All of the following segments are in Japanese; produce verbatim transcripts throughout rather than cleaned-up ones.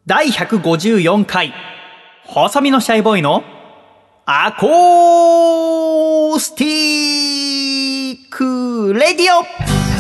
だいひゃくごじゅうよんかい細身のシャイボーイのアコースティックレディオ。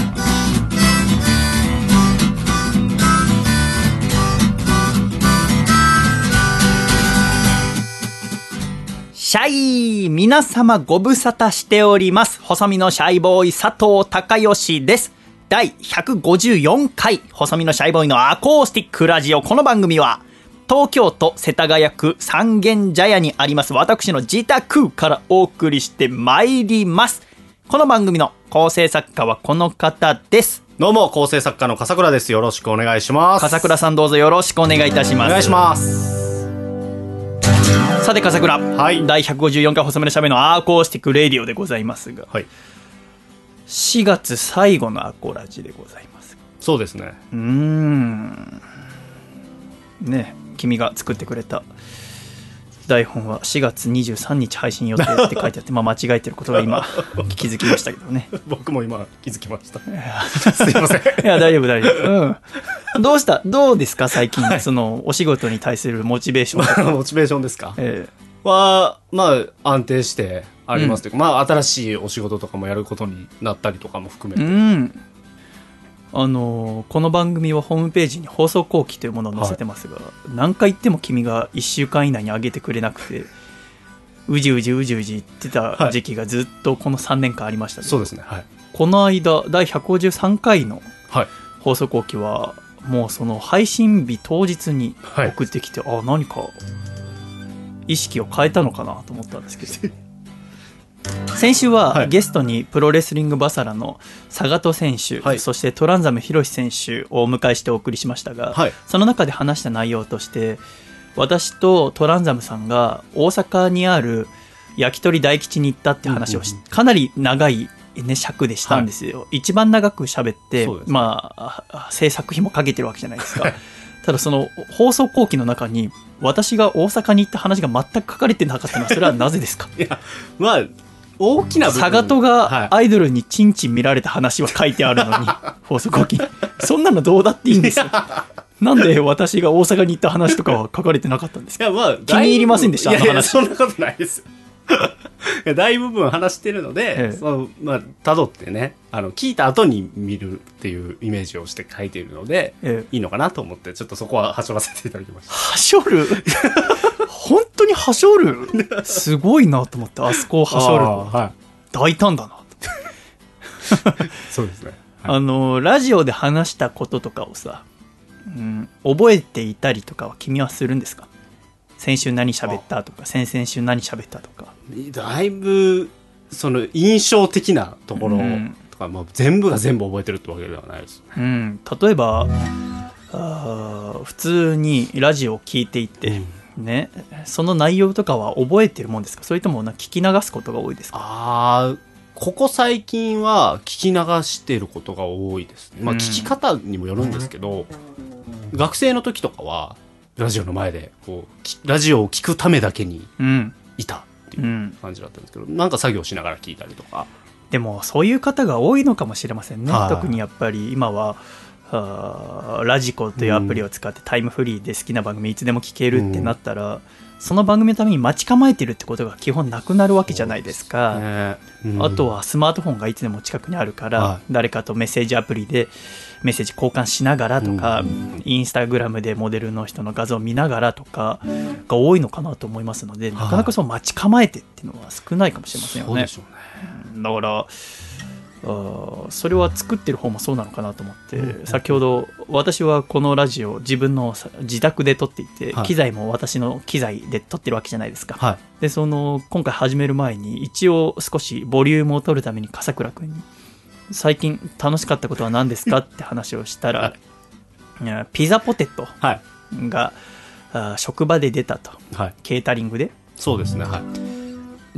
シャイ皆様ご無沙汰しております。細身のシャイボーイ佐藤孝義です。だいひゃくごじゅうよんかい細身のシャイボーイのアコースティックラジオ。この番組は東京都世田谷区三軒茶屋にあります私の自宅からお送りしてまいります。この番組の構成作家はこの方です。 どうも構成作家の笠倉です。よろしくお願いします。 笠倉さんどうぞよろしくお願いいたします。 お願いします。 さて笠倉、 はい、 だいひゃくごじゅうよんかい細身のシャイボーイのアコースティックレディオでございますが、 はい、 しがつ最後のアコラジでございます。 そうですね。 うーんね、君が作ってくれた台本はしがつにじゅうさんにち配信予定って書いてあってまあ間違えてることが今気づきましたけどね。 僕も今気づきました。すいません。 いや大丈夫大丈夫、うん、どうしたどうですか最近、はい、そのお仕事に対するモチベーション。 モチベーションですか、 えー、はまあ安定してありますというか、うん、まあ新しいお仕事とかもやることになったりとかも含めて、 うんあのこの番組はホームページに放送後期というものを載せてますが、はい、何回言っても君がいっしゅうかん以内に上げてくれなくてうじうじうじうじ言ってた時期がずっとこのさんねんかんありましたね、はい、 そうですね、はい、 この間だいひゃくごじゅうさんかいの放送後期はもうその配信日当日に送ってきて、はい、あ何か意識を変えたのかなと思ったんですけど先週はゲストにプロレスリングバサラの佐賀選手、はい、そしてトランザムヒロシ選手をお迎えしてお送りしましたが、はい、その中で話した内容として私とトランザムさんが大阪にある焼き鳥大吉に行ったって話をし、うんうんうん、かなり長い、ね、尺でしたんですよ、はい、一番長く喋って、まあ、制作費もかけてるわけじゃないですかただその放送後期の中に私が大阪に行った話が全く書かれてなかったのはそれはなぜですか？ いやまあ大きな部分佐賀とがアイドルにチンチン見られた話は書いてあるのに、はい、放送後期そんなのどうだっていいんですよ。なんで私が大阪に行った話とかは書かれてなかったんですか？ いや、まあ、 気に入りませんでした？ いやいやそんなことないですいや大部分話してるので、ええ、そのまあ辿ってねあの聞いた後に見るっていうイメージをして書いているので、ええ、いいのかなと思ってちょっとそこははしょらせていただきました。 はしょる本当にはしょるすごいなと思ってあそこをはしょる、はい、大胆だなとそうですね、 はい、あのラジオで話したこととかをさ、うん、覚えていたりとかは君はするんですか？先週何喋ったとか先々週何喋ったとか。 だいぶその印象的なところとか、うんまあ、全部が全部覚えてるってわけではないですね、 うん、例えばあ普通にラジオを聞いていて、うんね、その内容とかは覚えてるもんですか？それとも聞き流すことが多いですか？ あここ最近は聞き流してることが多いですね、まあ、聞き方にもよるんですけど、うん、学生の時とかはラジオの前でこうラジオを聞くためだけにいたっていう感じだったんですけど、うん、なんか作業しながら聞いたりとか。 でもそういう方が多いのかもしれませんね、はい、特にやっぱり今はあラジコというアプリを使ってタイムフリーで好きな番組いつでも聞けるってなったら、うん、その番組のために待ち構えてるってことが基本なくなるわけじゃないですか。そうですね、うん、あとはスマートフォンがいつでも近くにあるから、はい、誰かとメッセージアプリでメッセージ交換しながらとか、うん、インスタグラムでモデルの人の画像を見ながらとかが多いのかなと思いますので、なかなかそう待ち構えてっていうのは少ないかもしれませんよね。 そうでしょうね。 だからあそれは作ってる方もそうなのかなと思って、うん、先ほど私はこのラジオ自分の自宅で撮っていて、はい、機材も私の機材で撮ってるわけじゃないですか、はい、でその今回始める前に一応少しボリュームを取るために笠倉君に最近楽しかったことは何ですかって話をしたら、はい、ピザポテトが、はい、職場で出たと、はい、ケータリングでそうですね、はい、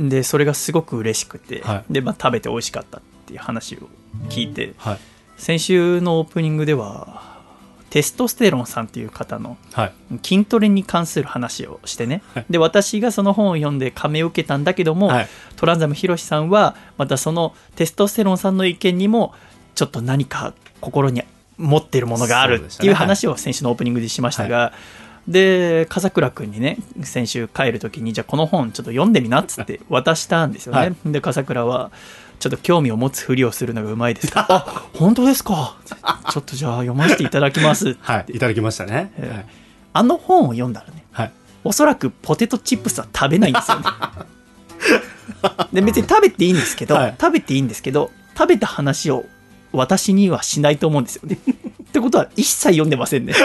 でそれがすごく嬉しくて、はいでまあ、食べて美味しかったっていう話を聞いて、はい、先週のオープニングではテストステロンさんっていう方の筋トレに関する話をしてね、はい、で私がその本を読んで感銘を受けたんだけども、はい、トランザムヒロシさんはまたそのテストステロンさんの意見にもちょっと何か心に持ってるものがあるっていう話を先週のオープニングでしましたが、 で笠倉くんにね先週帰る時にじゃあこの本ちょっと読んでみなっつって渡したんですよね、はい、で笠倉はちょっと興味を持つふりをするのがうまいですあ本当ですかちょっとじゃあ読ませていただきますってはいいただきましたね、 えーはい、あの本を読んだらね、はい、おそらくポテトチップスは食べないんですよねで別に食べていいんですけど、はい、食べていいんですけど食べた話を私にはしないと思うんですよねってことは一切読んでませんね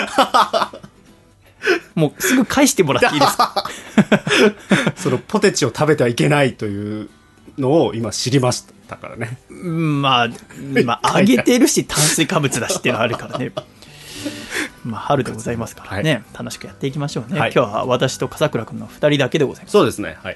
もうすぐ返してもらっていいですかそのポテチを食べてはいけないというのを今知りましたからねまあ、まあ、揚げてるし炭水化物だしっていうのがあるからねまあ春でございますからね、はい、楽しくやっていきましょうね、はい、今日は私と笠倉くんのふたりだけでございます。 そうですね、はい、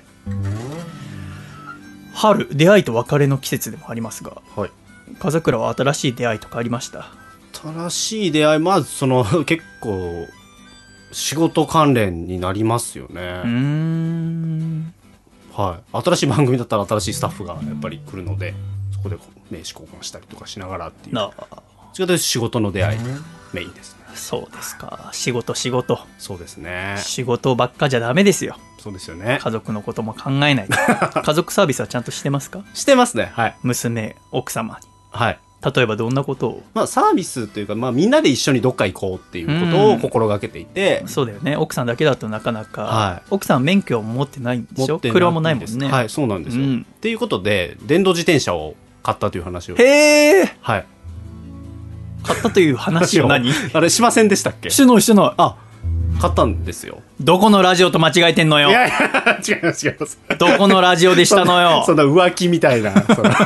春出会いと別れの季節でもありますが、 はい、 笠倉は新しい出会いとかありました？ 新しい出会いまずその結構仕事関連になりますよね。うーん、はい、新しい番組だったら新しいスタッフがやっぱり来るのでそこで名刺交換したりとかしながらっていう、それで仕事の出会いメインですね。 そうですか、仕事仕事。 そうですね、 仕事ばっかじゃダメですよ。 そうですよね、 家族のことも考えないと家族サービスはちゃんとしてますか？ してますね、はい、 娘奥様に、 はい、 例えばどんなことを、 まあ、サービスというか、まあ、みんなで一緒にどっか行こうっていうことを心がけていて、 うん、そうだよね、奥さんだけだとなかなか、はい、奥さん免許を持ってないんでしょ？車もないもんね。 はい、そうなんですよ、うん、っていうことで電動自転車を買ったという話を。 へー、 はい、 買ったという話を何あれしませんでしたっけ？ してないしてない。 あ、買ったんですよ。 どこのラジオと間違えてんのよ。 いやいや違います違います。 どこのラジオでしたのよ。 そんな浮気みたいなその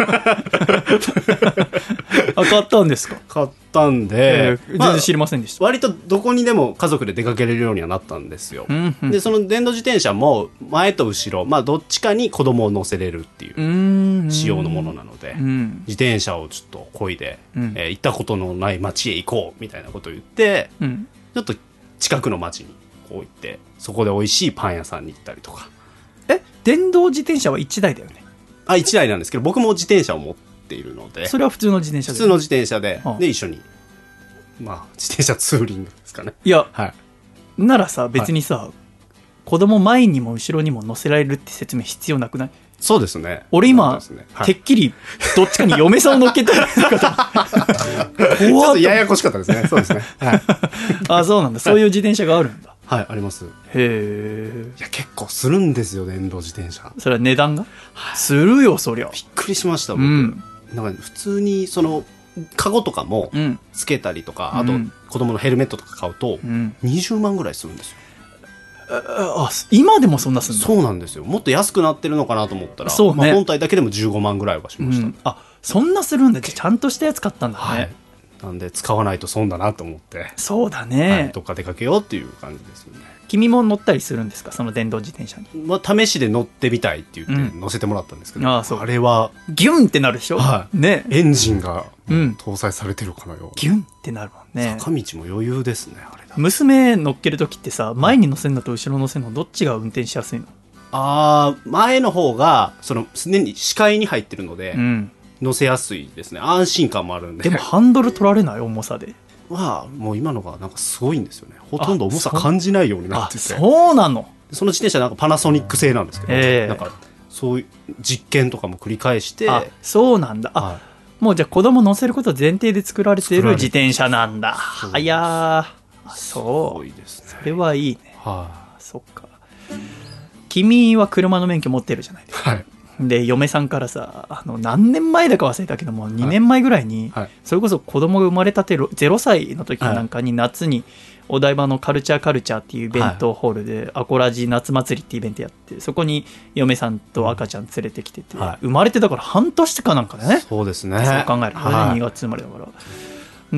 あ、買ったんですか？ 買ったんで、 えー、全然知りませんでした、 まあ、割とどこにでも家族で出かけれるようにはなったんですよ、うんうん、でその電動自転車も前と後ろ、まあ、どっちかに子供を乗せれるっていう仕様のものなので、うん、自転車をちょっと漕いで、うん、えー、行ったことのない街へ行こうみたいなことを言って、うん、ちょっと近くの街にこう行ってそこで美味しいパン屋さんに行ったりとか。 え、電動自転車はいちだいだよね？ あ、いちだいなんですけど僕も自転車を持っているので。 それは普通の自転車で？ 普通の自転車で、ああで一緒に、まあ、自転車ツーリングですかね。 いや、 はい、 ならさ別にさ、はい、子供前にも後ろにも乗せられるって説明必要なくない？ そうですね。 俺今、ね、はい、てっきりどっちかに嫁さんを乗っけたらちょっとややこしかったですね。そうですね、はい、 あ、そうなんだ、そういう自転車があるんだ。 はい、あります。 へえ。 いや結構するんですよ電動自転車。 それは値段が、はい、するよそりゃ。 びっくりしました僕、うん、なんか普通にそのカゴとかもつけたりとか、うん、あと子供のヘルメットとか買うとにじゅうまんぐらいするんですよ。 あ、今でもそんなするんだ。 そうなんですよ。もっと安くなってるのかなと思ったら、そうね、まあ、本体だけでもじゅうごまんぐらいはしました、うん、 あ、そんなするんだ。ちゃんとしたやつ買ったんだね、はい、 なんで使わないと損だなと思って。 そうだね、はい、 どっか出かけようっていう感じですよね。 君も乗ったりするんですか、その電動自転車に？ まあ、試しで乗ってみたいって言って乗せてもらったんですけど、うん、あ, あれはギュンってなるでしょ、はい、ね、 エンジンが搭載されてるかのような、うん、 ギュンってなるもんね。 坂道も余裕ですねあれだ。 娘乗っけるときってさ、前に乗せるのと後ろ乗せるのどっちが運転しやすいの？ あー、前の方がその常に視界に入ってるので、うん、乗せやすいですね。安心感もあるんで。 でもハンドル取られない？重さではもう今のがなんかすごいんですよね。ほとんど重さ感じないようになってて。 あ、そうなの。 その自転車なんかパナソニック製なんですけど、えー、なんかそういう実験とかも繰り返して。 あ、そうなんだ。あ、はい、もうじゃあ子供乗せること前提で作られている自転車なんだ。いやー、そう。すごいですね。それはいいね。はい、そっか。君は車の免許持ってるじゃないですか。はい。で嫁さんからさ、あの何年前だか忘れたけどもにねんまえぐらいに、はい、それこそ子供が生まれたてゼロさいの時なんかに夏にお台場のカルチャーカルチャーっていうイベントホールでアコラジ夏祭りっていうイベントやって、そこに嫁さんと赤ちゃん連れてきてて、はい、生まれてだから半年かなんかだね。 そうですね。 そう考えると、はい、にがつ生まれだから。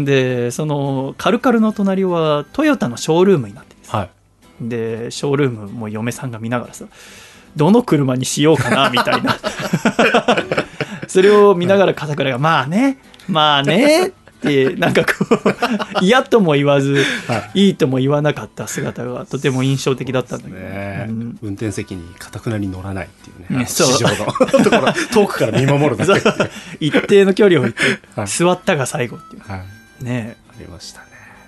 でそのカルカルの隣はトヨタのショールームになってです、はい、でショールームも嫁さんが見ながらさ、どの車にしようかなみたいなそれを見ながら笠倉がまあねまあねってなんかこう嫌とも言わず、はい、いいとも言わなかった姿がとても印象的だったんだけど、ね、うん、運転席に固くなに乗らないっていうね、市場のところ遠くから見守るだけ一定の距離を置いて、はい、座ったが最後っていう、はい、ね、 ありましたね。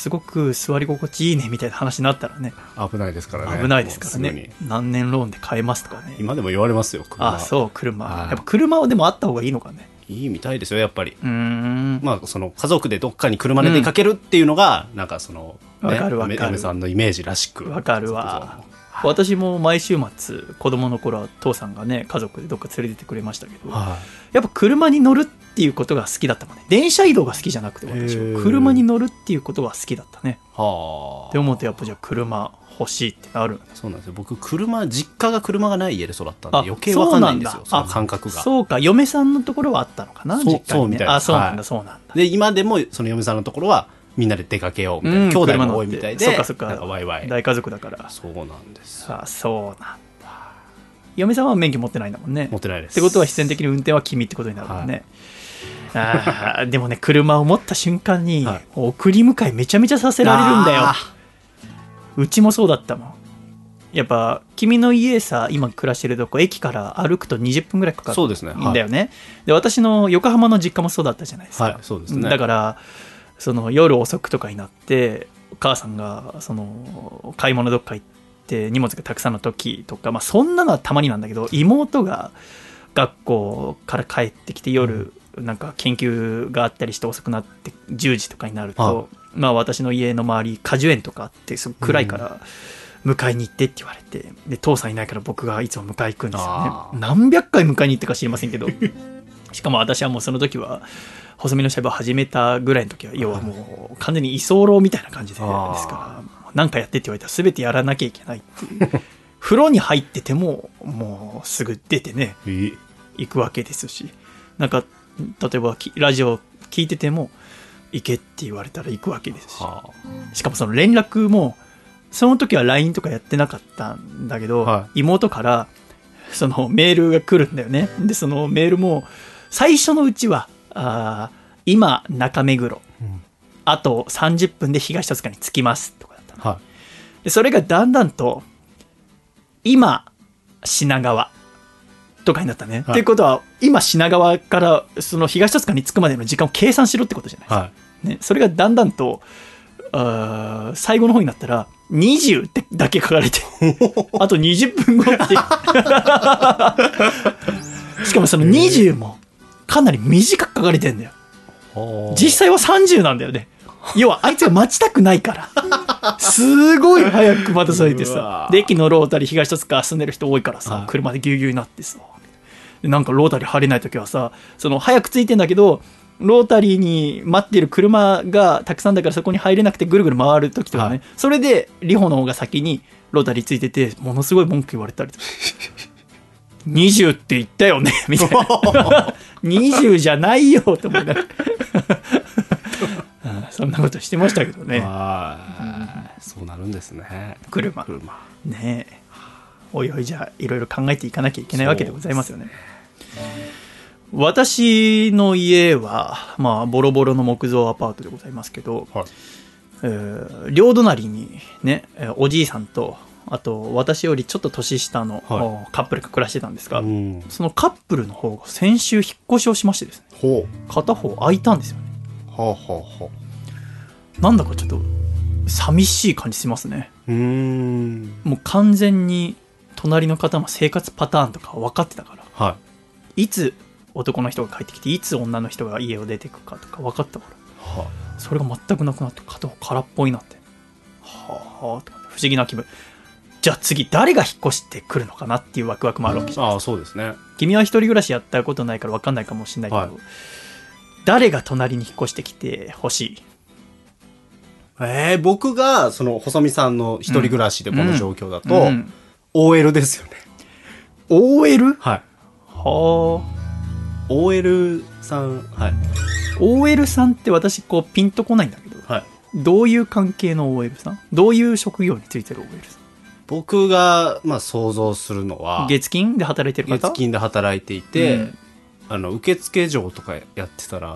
すごく座り心地いいねみたいな話になったらね、 危ないですからね。 危ないですからね。何年ローンで買えますとかね。 今でも言われますよ、 車。あ、そう、車。やっぱ車はでもあった方がいいのかね。 いいみたいですよ、やっぱり。 うーん。 まあ、その家族でどっかに車で出かけるっていうのが、うん、なんかその、 わ、ね、かるわかる。 嫁さんのイメージらしく。 わかるわ。私も毎週末子供の頃は父さんがね家族でどっか連れてってくれましたけど、はい、やっぱ車に乗るっていうことが好きだったもんね。電車移動が好きじゃなくて私は車に乗るっていうことが好きだったね。はあ。って思うとやっぱじゃあ車欲しいってなる。 そうなんですよ。僕車実家が車がない家で育ったんで余計わかんないんですよ。その感覚が。 そうか、嫁さんのところはあったのかな、実家にね。 そうみたいな。 あ、そうなんだ、そうなんだ。 で今でもその嫁さんのところはみんなで出かけようみたいな、うん、兄弟も多いみたいで、 そうかそうか、 なんかワイワイ大家族だから。 そうなんです。 あ、そうなんだ。嫁さんは免許持ってないんだもんね。 持ってないです。 ってことは必然的に運転は君ってことになるもんね。はい、あでもね、車を持った瞬間に、はい、送り迎えめちゃめちゃさせられるんだよ。うちもそうだったもん。やっぱ君の家さ、今暮らしてるとこ駅から歩くとにじゅっぷんぐらいかかるんだよね。そうですね、はい、で私の横浜の実家もそうだったじゃないですか、はい、そうですね。だからその夜遅くとかになってお母さんがその買い物どっか行って荷物がたくさんの時とか、まあ、そんなのはたまになんだけど、妹が学校から帰ってきて夜なんか研究があったりして遅くなってじゅうじとかになると、まあ、私の家の周り果樹園とかあってすごく暗いから迎えに行ってって言われて、で父さんいないから僕がいつも迎え行くんですよね。何百回迎えに行ってか知りませんけどしかも私はもうその時は細身のシャイブを始めたぐらいの時は要はもう完全に居候みたいな感じでですから何かやってって言われたら全てやらなきゃいけないっていう風呂に入っててももうすぐ出てね行くわけですし、なんか例えばラジオ聞いてても行けって言われたら行くわけですし、しかもその連絡もその時は ライン とかやってなかったんだけど、はい、妹からそのメールが来るんだよね。でそのメールも最初のうちはあ今中目黒、うん、あとさんじゅっぷんで東戸塚に着きますとかだったの、はい、でそれがだんだんと今品川とかになったね、はい、っていうことは今品川からその東戸塚に着くまでの時間を計算しろってことじゃないですか、はいね、それがだんだんとあ最後の方になったらにじゅうってだけ書かれてあとにじゅっぷんごってしかもそのにじゅうもかなり短く書かれてんだよ。実際はさんじゅうなんだよね。要はあいつが待ちたくないからすごい早く待たされてさ、で駅のロータリー東戸塚住んでる人多いからさ、車でぎゅうぎゅうになってさ、でなんかロータリー入れないときはさ、その早く着いてんだけどロータリーに待っている車がたくさんだからそこに入れなくてぐるぐる回るときとかね、はい、それでリホの方が先にロータリーついててものすごい文句言われたりとかにじゅうって言ったよねみたいなにじゅうじゃないよと思いながらそんなことしてましたけどね。 あ、うん、そうなるんですね。 車車ねえ、おいおいじゃあいろいろ考えていかなきゃいけないわけでございますよね。私の家は、まあ、ボロボロの木造アパートでございますけど、はい、えー、両隣にねおじいさんとあと私よりちょっと年下の、はい、カップルが暮らしてたんですが、うん、そのカップルの方が先週引っ越しをしましてですね、ほう片方空いたんですよね。はあはあはあ、なんだかちょっと寂しい感じしますね。うーん、もう完全に隣の方の生活パターンとか分かってたから、はい、いつ男の人が帰ってきていつ女の人が家を出ていくかとか分かったから、はあ、それが全くなくなって片方空っぽになって、はあはあとか不思議な気分。じゃあ次誰が引っ越してくるのかなっていうワクワクもあるわけじゃないですか。ああ、そうですね。君は一人暮らしやったことないから分かんないかもしれないけど、はい、誰が隣に引っ越してきてほしい？ えー、僕がその細見さんの一人暮らしでこの状況だと、うんうん、オーエル ですよね。 オーエル？ はい。 はあ。 オーエル さん、はい。 オーエル さんって私こうピンとこないんだけど、はい、どういう関係の オーエル さん？どういう職業についてる オーエル さん？ 僕がまあ想像するのは月金で働いてる方？ 月金で働いていて、うん、あの受付嬢とかやってたら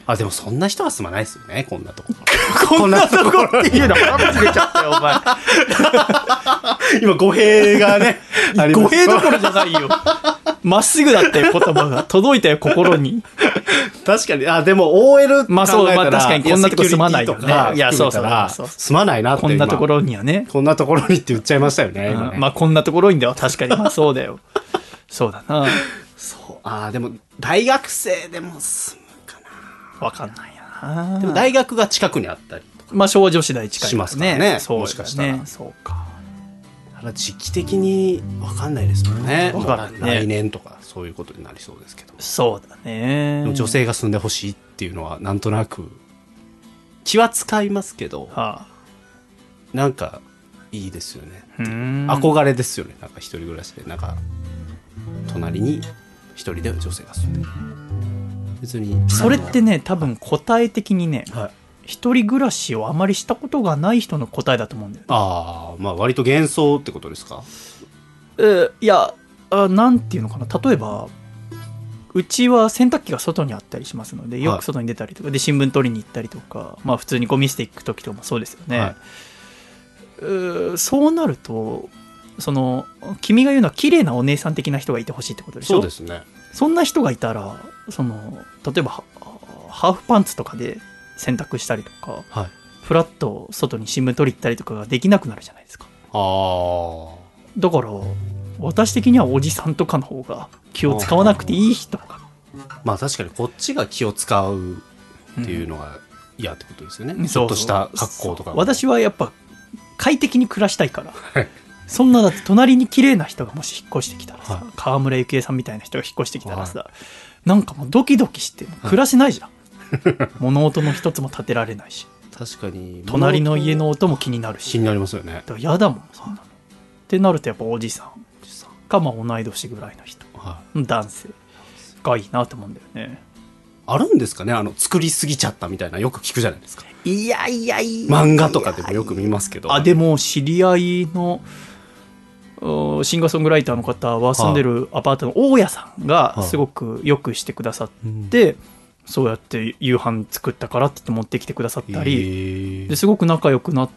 あ、でもそんな人は住まないですよね、こんなとここんなところっていうの腹立ち出ちゃったよお前今語弊がね語弊どころじゃないよまっすぐだったよ、言葉が届いたよ心に。 確かに。あ、でも オーエル 考えたら、 まあそう、まあ確かにこんなとこ住まないよね。 いや、そうそうそう住まないなって。 こんなところにはね、 こんなところにって言っちゃいましたよね、今ね。 まあこんなところにでは確かに、まあそうだよそうだな。 そう。あ、でも大学生でも住むかな。 わかんないな。 でも大学が近くにあったりとか、 まあ小女子大近いしますからね。 そうもしかしたら。 そうか。 だから時期的に分かんないですもんね。 分からんね。 来年とかそういうことになりそうですけど。 そうだね。 でも女性が住んでほしいっていうのはなんとなく気は使いますけど、はあ、なんかいいですよね。憧れですよね。なんか一人暮らしでなんか隣に一人で女性が住んでる。別にそれってね、多分答え的にね、はい、一人暮らしをあまりしたことがない人の答えだと思うんだよね。 ああ、まあ割と幻想ってことですか。 えー、いやあ、なんていうのかな、例えばうちは洗濯機が外にあったりしますので、よく外に出たりとか、はい、で新聞取りに行ったりとか、まあ普通にゴミ捨て行く時とかもそうですよね、はい、うそうなると、その君が言うのは綺麗なお姉さん的な人がいてほしいってことでしょ。 そうですね。 そんな人がいたら、その例えばハーフパンツとかで洗濯したりとか、はい、フラッと外に新聞取り行ったりとかができなくなるじゃないですか。あだから私的にはおじさんとかの方が気を使わなくていい人か。 まあ確かにこっちが気を使うっていうのが嫌ってことですよね、うん、ちょっとした格好とか。 私はやっぱ快適に暮らしたいからそんな、だって隣に綺麗な人がもし引っ越してきたらさ、はい、川村幸恵さんみたいな人が引っ越してきたらさ、はい、なんかもうドキドキして暮らせないじゃん、はい、物音の一つも立てられないし、 確かに隣の家の音も気になるし、 気になりますよね。 だから嫌だもんそんなのってなると、やっぱおじさんか、まあ同い年ぐらいの人、はい、男性がいいなと思うんだよね。 あるんですかね、あの作りすぎちゃったみたいな、よく聞くじゃないですか。 いやいやいや、 漫画とかでもよく見ますけど。 あ、でも知り合いのシンガーソングライターの方は住んでるアパートの大家さんがすごくよくしてくださって、はい、うん、そうやって夕飯作ったからって言って持ってきてくださったりですごく仲良くなって、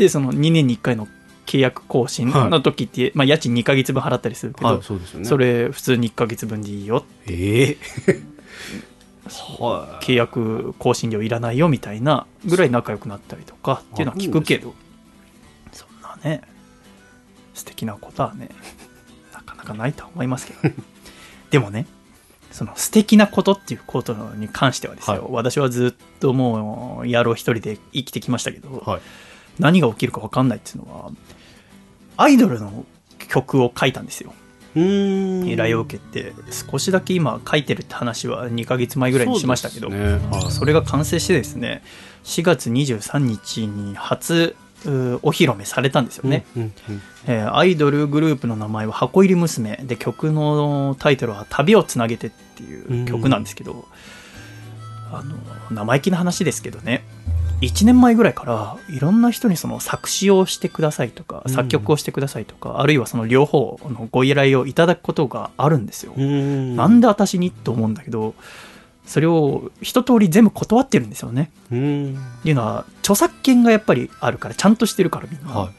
そのにねんにいっかいの契約更新の時って、はい、まあ、家賃にかげつぶん払ったりするけど、はい、そうですよね、それ普通にいっかげつぶんでいいよって、えー契約更新料いらないよみたいなぐらい仲良くなったりとかっていうのは聞くけど、そんなね素敵なことはねなかなかないとは思いますけどでもね、その素敵なことっていうことに関してはですよ、はい、私はずっともう野郎一人で生きてきましたけど、はい、何が起きるか分かんないっていうのは、アイドルの曲を書いたんですよ。うーん、依頼を受けて少しだけ今書いてるって話はにかげつまえぐらいにしましたけど、 そ,、ね、はい、それが完成してですね、しがつにじゅうさんにちに初お披露目されたんですよね、うんうんうん、えー、アイドルグループの名前は箱入り娘で、曲のタイトルは旅をつなげてっていう曲なんですけど、あの生意気な話ですけどね、いちねんまえぐらいからいろんな人にその作詞をしてくださいとか、作曲をしてくださいとか、あるいはその両方のご依頼をいただくことがあるんですよ。なんで私にと思うんだけど、それを一通り全部断ってるんですよね。っていうのは著作権がやっぱりあるから、ちゃんとしてるからみんな、はい、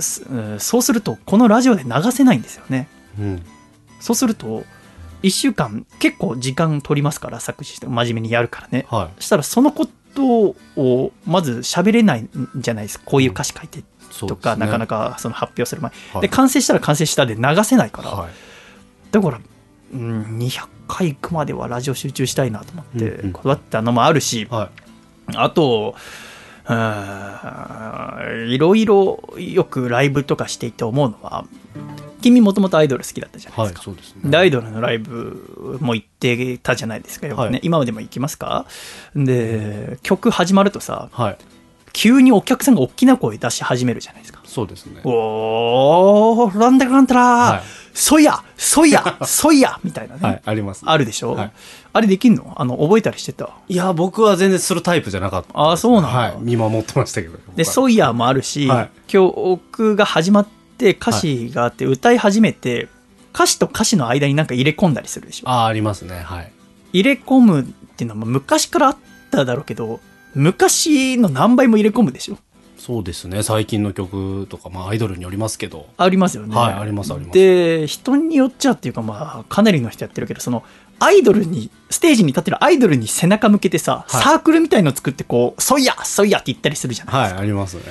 そうするとこのラジオで流せないんですよね、うん、そうするといっしゅうかん結構時間取りますから、作詞して真面目にやるからね、はい、したらそのことをまず喋れないんじゃないですか、こういう歌詞書いてとか、うん、ね、なかなかその発表する前、はい、で完成したら完成したで流せないから、はい、だから、うん、にひゃっかい行くまではラジオ集中したいなと思って断ったのもあるし、うんうん、はい、あといろいろよくライブとかしていて思うのは、君もともとアイドル好きだったじゃないですか、はい、そうですね、でアイドルのライブも行ってたじゃないですかよくね、はい、今までも行きますか。で曲始まるとさ、はい、急にお客さんが大きな声出し始めるじゃないですか。 そうですね、 おーランダカンタラー、はい、そいやそいやそいやみたいなね、はい、 あります、ね、 あるでしょ、はい、あれできんの？あの覚えたりしてた？ いや僕は全然するタイプじゃなかった。 ああそうなんだ、 はい、見守ってましたけど。 でソイヤーもあるし、はい、曲が始まって歌詞があって歌い始めて、はい、歌詞と歌詞の間になんか入れ込んだりするでしょ。 ああありますね、はい、 入れ込むっていうのは昔からあっっただろうけど、昔の何倍も入れ込むでしょ。 そうですね。最近の曲とか、まあアイドルによりますけど。 ありますよね。 はい、ありますあります。 で、人によっちゃっていうか、まあかなりの人やってるけど、そのアイドルに、ステージに立ってるアイドルに背中向けてさ、はい、サークルみたいの作ってこう、そいやそいやって言ったりするじゃないですか。 はい、ありますね。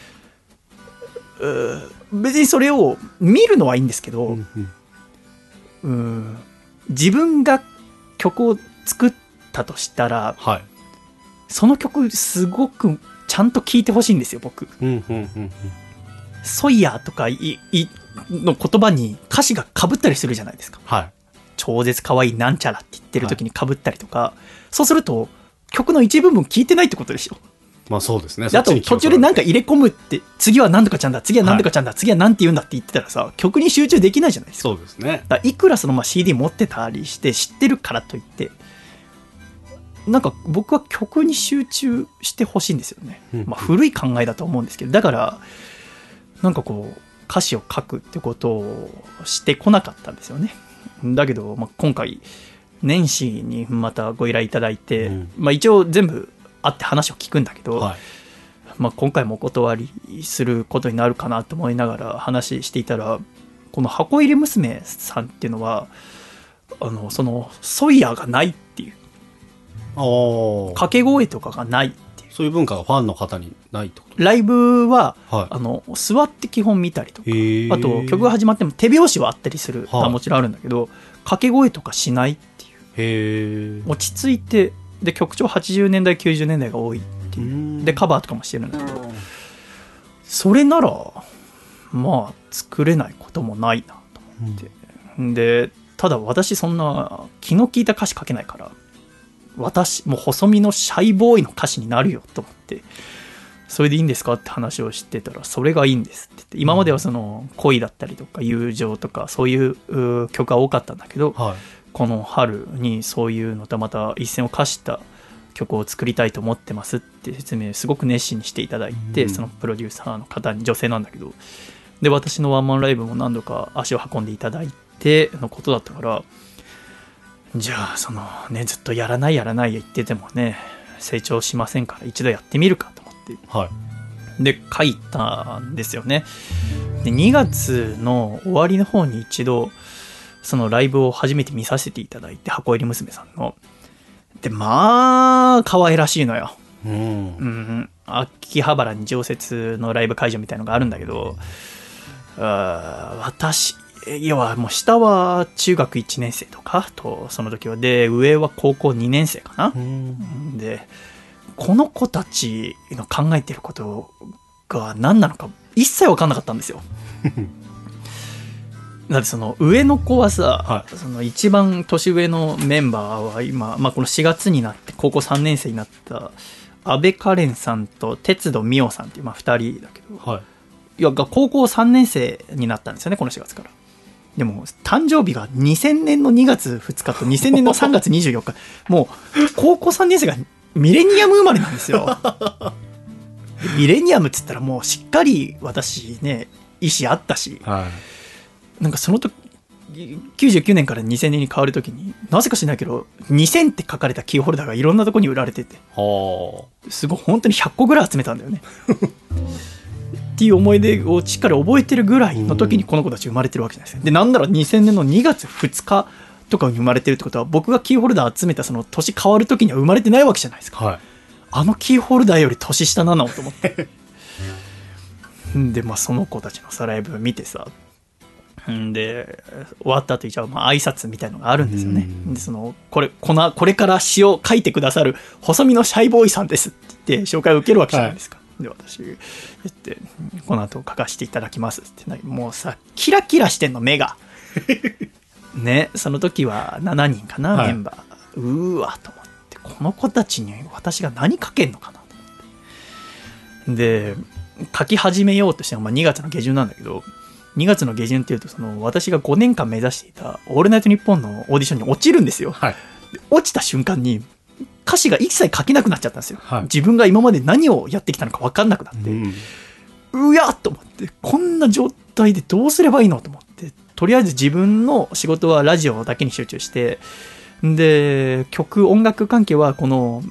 う別にそれを見るのはいいんですけど、うんうん、うん自分が曲を作ったとしたら、はい、その曲すごくちゃんと聴いてほしいんですよ僕。うんうんうんうん、ソイヤーとかいいの言葉に歌詞が被ったりするじゃないですか、はい、超絶可愛いなんちゃらって言ってる時に被ったりとか、はい、そうすると曲の一部分聴いてないってことでしょ。 まあそうですね。 あと途中でなんか入れ込むって、次はなんとかちゃんだ、次はなんとかちゃんだ、はい、次はなんて言うんだって言ってたらさ、曲に集中できないじゃないですか。 そうですね。 だからいくらそのまあ シーディー 持ってたりして知ってるからといって、なんか僕は曲に集中してほしいんですよね、うん、まあ古い考えだと思うんですけど、だからなんかこう歌詞を書くってことをしてこなかったんですよね。だけど、まあ、今回年始にまたご依頼いただいて、うん、まあ一応全部会って話を聞くんだけど、はい、まあ、今回もお断りすることになるかなと思いながら話していたら、この箱入り娘さんっていうのはあのそのソイヤーがないっていう、掛け声とかがないっていう、 そういう文化がファンの方にないってこと。 ライブは、はい、あの座って基本見たりとか、あと曲が始まっても手拍子はあったりするのはもちろんあるんだけど、はい、掛け声とかしないっていう、へー、落ち着いて、で曲調はちじゅうねんだいきゅうじゅうねんだいが多いっていう、でカバーとかもしてるんだけど、それならまあ作れないこともないなと思って、うん、でただ私そんな気の利いた歌詞書けないから、私もう細身のシャイボーイの歌詞になるよと思って、それでいいんですかって話をしてたら、それがいいんですって言って、今まではその恋だったりとか友情とかそういう曲が多かったんだけど、はい、この春にそういうのとまた一線を画した曲を作りたいと思ってますって説明すごく熱心にしていただいて、うん、そのプロデューサーの方に、女性なんだけど、で私のワンマンライブも何度か足を運んでいただいてのことだったから、じゃあそのね、ずっとやらないやらない言っててもね成長しませんから一度やってみるかと思って、はい、で書いたんですよね。でにがつの終わりの方に一度そのライブを初めて見させていただいて、箱入り娘さんので、まあ可愛らしいのよ、うん、うん、秋葉原に常設のライブ会場みたいのがあるんだけど、あ私要はもう下は中学いちねん生とかとその時はで、上は高校にねん生かな、うん、でこの子たちの考えてることが何なのか一切分かんなかったんですよだってその上の子はさ、はい、その一番年上のメンバーは今、まあ、このしがつになって高校さんねん生になった安倍カレンさんと鉄道美桜さんっていう、まあ、ふたりだけど、はい、いや高校さんねん生になったんですよね、このしがつから。でも誕生日がにせんねんのにがつふつかとにせんねんのさんがつにじゅうよっかもう高校さんねん生がミレニアム生まれなんですよミレニアムっつったらもうしっかり私ね意思あったし、はい、なんかその時きゅうじゅうきゅうねんからにせんねんに変わる時になぜか知らないけどにせんって書かれたキーホルダーがいろんなとこに売られてて、すごい本当にひゃっこぐらい集めたんだよねっていう思い出をしっかり覚えてるぐらいの時にこの子たち生まれてるわけじゃないですか。でなんならにせんねんのにがつふつかとかに生まれてるってことは、僕がキーホルダー集めたその年変わる時には生まれてないわけじゃないですか、はい、あのキーホルダーより年下なのと思ってで、まあ、その子たちのさライブ見てさ、で終わった後一応まあ挨拶みたいのがあるんですよね。でそのこれこのこれから詩を書いてくださる細身のシャイボーイさんですって言って紹介を受けるわけじゃないですか、はい、で私言ってこの後書かせていただきますって、もうさキラキラしてんの目がね、その時はしちにんかな、はい、メンバー。うーわと思って、この子たちに私が何書けんのかなと思ってで書き始めようとしても、まあ、にがつの下旬なんだけど、にがつの下旬っていうとその私がごねんかん目指していたオールナイトニッポンのオーディションに落ちるんですよ、はい、で落ちた瞬間に歌詞が一切書けなくなっちゃったんですよ、はい、自分が今まで何をやってきたのか分かんなくなって、うん、うやっと思って、こんな状態でどうすればいいのと思って、とりあえず自分の仕事はラジオだけに集中して、で曲音楽関係はこの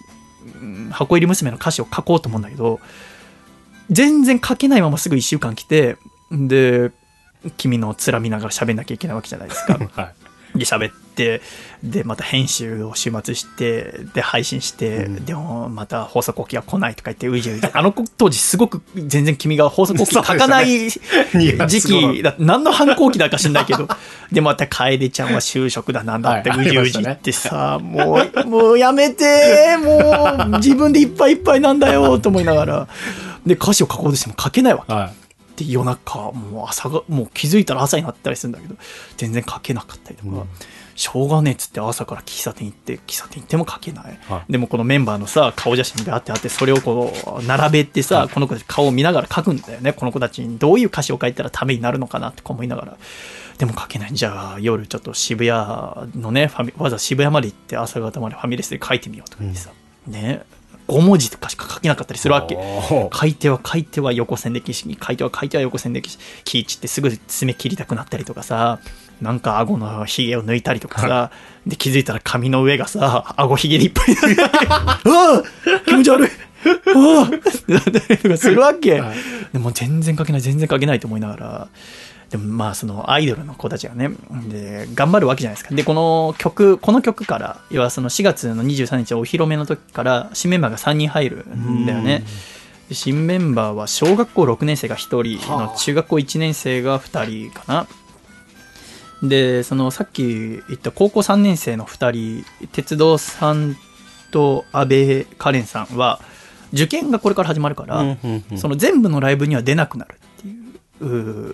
箱入り娘の歌詞を書こうと思うんだけど、全然書けないまますぐいっしゅうかん来て、で君の面見ながら喋んなきゃいけないわけじゃないですか。はい、で喋って、でまた編集を週末して、で配信して、うん、でもまた放送後期が来ないとか言ってうじうじ、あの当時すごく全然君が放送後期書かない時期だ、何の反抗期だか知んないけど、でまた楓ちゃんは就職だなんだってうじうじ言ってさ、はいね、もうもうやめて、もう自分でいっぱいいっぱいなんだよと思いながら、で歌詞を書こうとしても書けないわけ。はい、で夜中もう朝がもう気づいたら朝になったりするんだけど全然書けなかったりとか、うん、しょうがねえっつって朝から喫茶店行って喫茶店行っても書けない、はい、でもこのメンバーのさ顔写真であってあってそれをこう並べてさ、はい、この子たち顔を見ながら書くんだよね。この子たちにどういう歌詞を書いたらためになるのかなって思いながら、でも書けない。じゃあ夜ちょっと渋谷のねファミわざわざ渋谷まで行って朝方までファミレスで書いてみようとか言ってさ、うん、ねごもじとかしか書けなかったりするわけ。書いては書いては横線歴史に書いては書いては横線歴史、気いちってすぐ爪切りたくなったりとかさ、なんか顎のひげを抜いたりとかさ、で気づいたら髪の上がさ顎ひげでいっぱいになってああ気持ち悪いああするわけ、はい、でも全然書けない全然書けないと思いながら、でもまあそのアイドルの子たちがねで頑張るわけじゃないですか。でこの曲この曲から要はそのしがつのにじゅうさんにちお披露目の時から新メンバーがさんにん入るんだよね。で新メンバーは小学校ろくねん生がひとりの中学校いちねん生がふたりかな。でそのさっき言った高校さんねん生のふたり、鉄道さんと阿部カレンさんは受験がこれから始まるから、うんうんうん、その全部のライブには出なくなるっていう、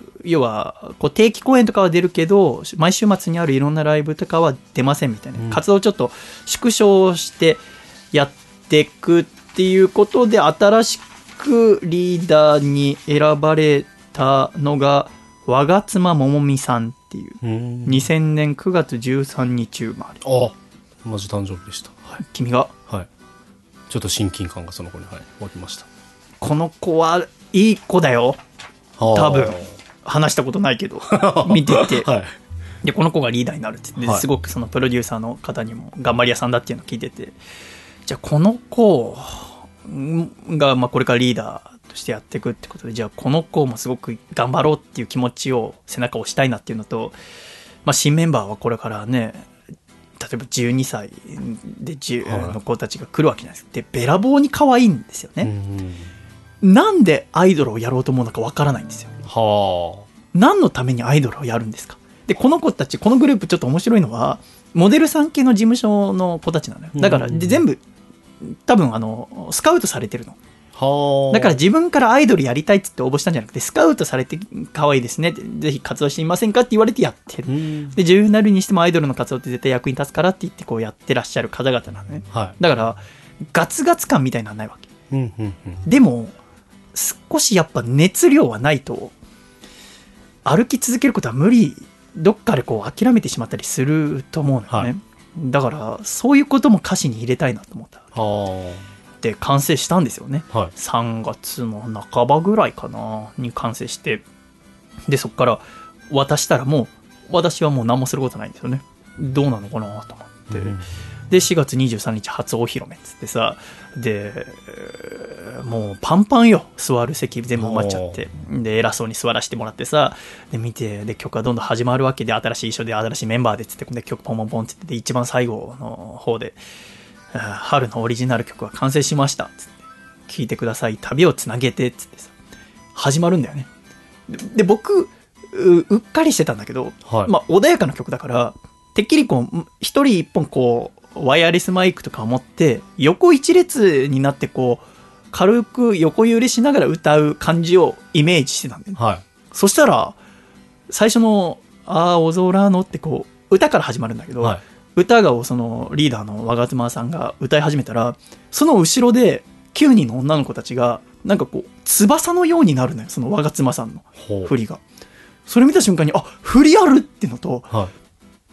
要はこう定期公演とかは出るけど毎週末にあるいろんなライブとかは出ませんみたいな、うん、活動をちょっと縮小してやっていくっていうことで新しくリーダーに選ばれたのが我妻ももみさんっていうにせんねんくがつじゅうさんにち生まれ。 あ同じ誕生日でした、 はい、君が、 はい、ちょっと親近感がその子に、はい、湧きました。 この子はいい子だよ多分話したことないけど見てて、はい、でこの子がリーダーになるって言って、はい、すごくそのプロデューサーの方にも頑張り屋さんだっていうのを聞いてて、じゃあこの子がまあこれからリーダーとしてやっていくってことで、じゃあこの子もすごく頑張ろうっていう気持ちを背中を押したいなっていうのと、まあ、新メンバーはこれからね例えばじゅうにさいでの子たちが来るわけじゃないですか。でべらぼうに可愛いんですよね。うんなんでアイドルをやろうと思うのかわからないんですよ。はあ、何のためにアイドルをやるんですか。でこの子たちこのグループちょっと面白いのはモデルさん系の事務所の子たちなのよ。だからで全部多分あのスカウトされてるの。はあ、だから自分からアイドルやりたいっつって応募したんじゃなくてスカウトされて可愛いですねぜひ活動してみませんかって言われてやってる。で女優になるにしてもアイドルの活動って絶対役に立つからって言ってこうやってらっしゃる方々なのね、はい、だからガツガツ感みたいなのはないわけ、うんうんうん、でも少しやっぱ熱量はないと歩き続けることは無理、どっかでこう諦めてしまったりすると思うのよね、はい、だからそういうことも歌詞に入れたいなと思ったはで完成したんですよね、はい、さんがつの半ばぐらいかなに完成して、でそこから渡したらもう私はもう何もすることないんですよね。どうなのかなと思って、うん、でしがつにじゅうさんにち初お披露目っつってさ、でもうパンパンよ座る席全部埋まっちゃって、で偉そうに座らせてもらってさ、で見てで曲がどんどん始まるわけで、新しい衣装で新しいメンバーでっつってで曲ポンポンポンってってで一番最後の方で春のオリジナル曲が完成しましたっつって聴いてください旅をつなげてっつってさ始まるんだよね。 で, で僕 う, うっかりしてたんだけど、はい、まあ穏やかな曲だからてっきりこう一人一本こうワイヤレスマイクとかを持って横一列になってこう軽く横揺れしながら歌う感じをイメージしてたんだよね、はい、そしたら最初のあーお空のってこう歌から始まるんだけど、はい、歌がそのリーダーの我妻さんが歌い始めたらその後ろできゅうにんの女の子たちがなんかこう翼のようになるのよ、その我妻さんの振りが。それ見た瞬間にあ振りあるってのと、はい、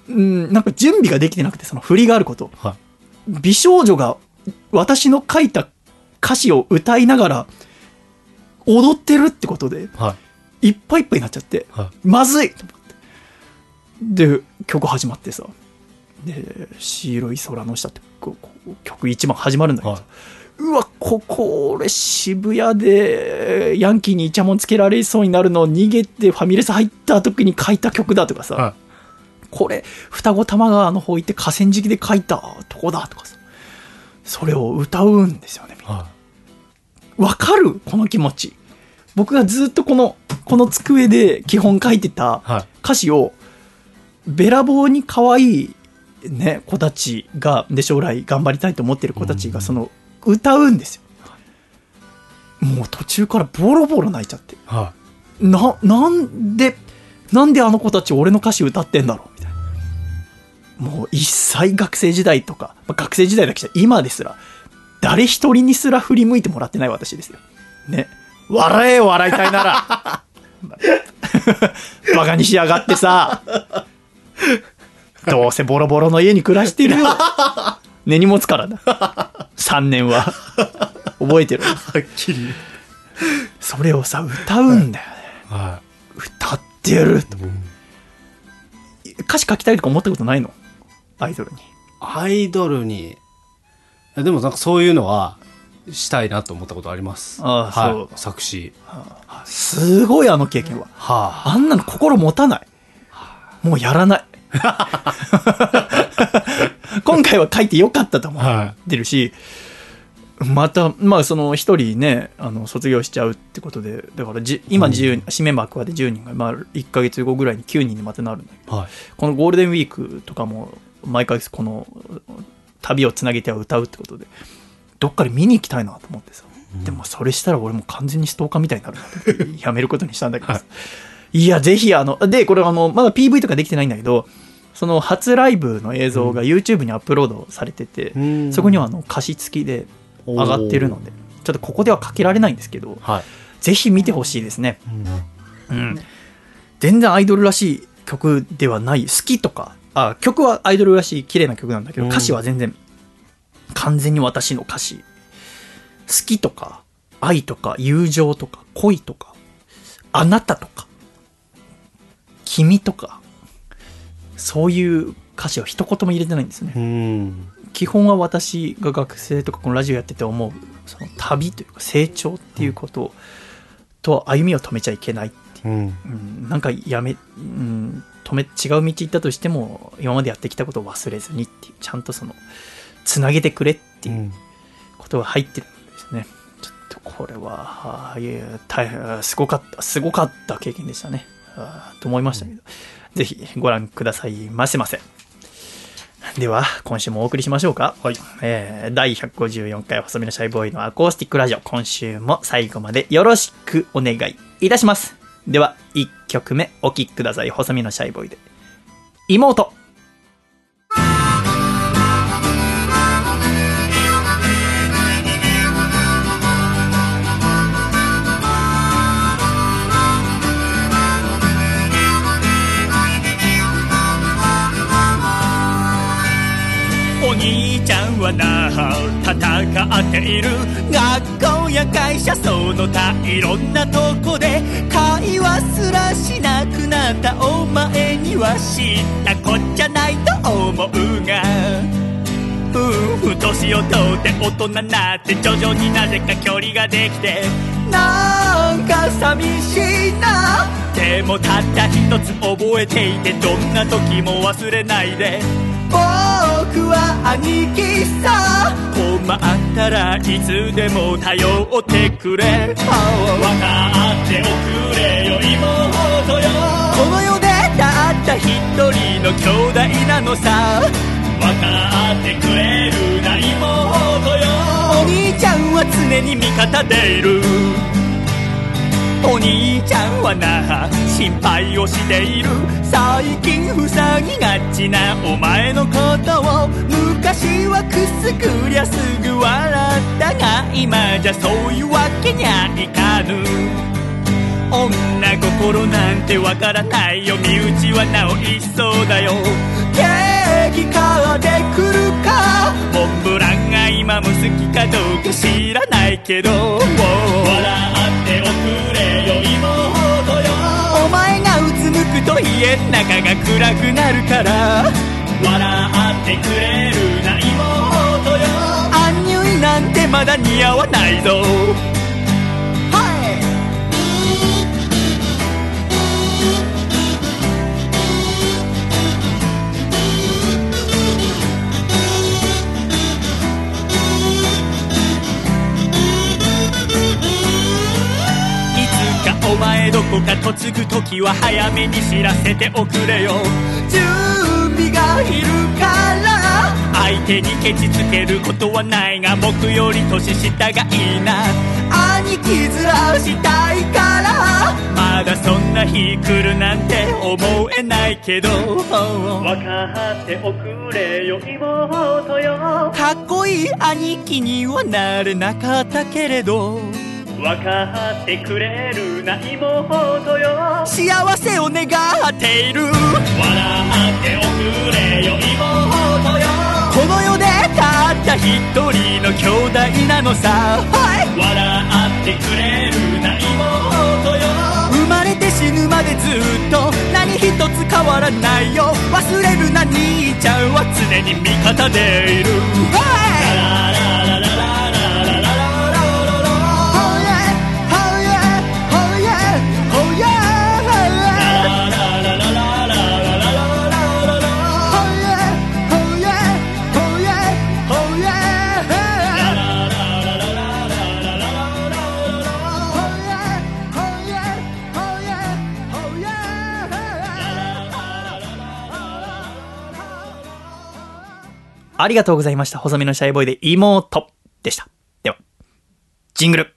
うんなんか準備ができてなくてその振りがあること、はい、美少女が私の書いた歌詞を歌いながら踊ってるってことで、はい、いっぱいいっぱいになっちゃって、はい、まずいと思ってで曲始まってさで白い空の下って曲一番始まるんだけど、はい、うわここ俺渋谷でヤンキーにイチャモンつけられそうになるのを逃げてファミレス入った時に書いた曲だとかさ、はい、これ双子玉川の方行って河川敷で書いたとこだとかさ、それを歌うんですよねみんな。はい、わかるこの気持ち。僕がずっとこのこの机で基本書いてた歌詞をべらぼうに可愛いね子たちがで将来頑張りたいと思ってる子たちがその歌うんですよ。もう途中からボロボロ泣いちゃって、はい、な, なんでなんであの子たち俺の歌詞歌ってんだろうみたいな。もう一切学生時代とか、まあ、学生時代だけじゃ今ですら誰一人にすら振り向いてもらってない私ですよね。笑え笑いたいならバカにしやがってさ、どうせボロボロの家に暮らしてるよ根に持つからださんねんは覚えてるはっきりそれをさ歌うんだよね、はい、歌ってやると、うん、歌詞書きたいとか思ったことないの？アイドルにアイドルにでもなんかそういうのはしたいなと思ったことあります。ああ、はい、そう作詞、 はあ、すごいあの経験は、はあ、あんなの心持たない、はあ、もうやらない今回は書いてよかったと思ってるし、はい、またまあその一人ねあの卒業しちゃうってことでだからじ今じゅう、うん、締め幕でじゅうにんが、まあ、いっかげつごぐらいにきゅうにんにまたなるんだけど、はい、このゴールデンウィークとかも毎回この旅をつなげては歌うってことでどっかで見に行きたいなと思ってさ、うん、でもそれしたら俺も完全にストーカーみたいになるなってやめることにしたんだけどさ、はい、いやぜひあのでこれあのまだ ピーブイ とかできてないんだけどその初ライブの映像が YouTube にアップロードされてて、うん、そこにはあの歌詞付きで上がってるのでちょっとここではかけられないんですけど、はい、ぜひ見てほしいですね、うんうん、全然アイドルらしい曲ではない好きとかあ曲はアイドルらしい綺麗な曲なんだけど歌詞は全然完全に私の歌詞好きとか愛とか友情とか恋とかあなたとか君とかそういう歌詞を一言も入れてないんですね。うん基本は私が学生とかこのラジオやってて思うその旅というか成長っていうことと歩みを止めちゃいけないっていう、うんうん、なんかやめ、うん、止め違う道行ったとしても今までやってきたことを忘れずにっていうちゃんとそのつなげてくれっていうことが入ってるんですね、うん、ちょっとこれはあいや大変すごかったすごかった経験でしたねあと思いましたけど、うん、ぜひご覧くださいませませ。では今週もお送りしましょうか、はいえー、だいひゃくごじゅうよんかい細身のシャイボーイのアコースティックラジオ今週も最後までよろしくお願いいたします。ではいっきょくめお聴きください。細身のシャイボーイで妹。 お兄ちゃんはな戦っている学校や会社その他いろんなとこで会話すらしなくなったお前には知ったこっちゃないと思うがうん年をとって大人になって徐々になぜか距離ができてなんか寂しいなでもたった一つ覚えていてどんな時も忘れないで僕は兄貴さ困ったらいつでも頼ってくれ、oh、分かっておくれよ妹よこの世でたった一人の兄弟なのさ分かってくれるな妹よお兄ちゃんは常に味方でいるお兄ちゃんはな心配をしている最近塞ぎがちなお前のことを昔はくすぐりゃすぐ笑ったが今じゃそういうわけにはいかぬ女心なんてわからないよ身内はなお一層だよケーキ買ってくるかモンブランが今も好きかどうか知らないけど笑っておくれよ妹よお前がうつむくと家の中が暗くなるから笑ってくれるな妹よ。アンニュイなんてまだ似合わないぞ。お前どこか嫁ぐときは早めに知らせておくれよ。準備がいるから相手にケチつけることはないが、僕より年下がいいな。兄貴面したいからまだそんな日来るなんて思えないけど、分かっておくれよ妹よ。かっこいい兄貴にはなれなかったけれど、分かってくれるな妹よ。幸せを願っている。笑っておくれよ妹よ。この世でたった一人の兄弟なのさ、はい、笑ってくれるな妹よ。生まれて死ぬまでずっと何一つ変わらないよ。忘れるな兄ちゃんは常に味方でいる、はい。 ありがとうございました。細身のシャイボーイで妹でした。では、ジングル。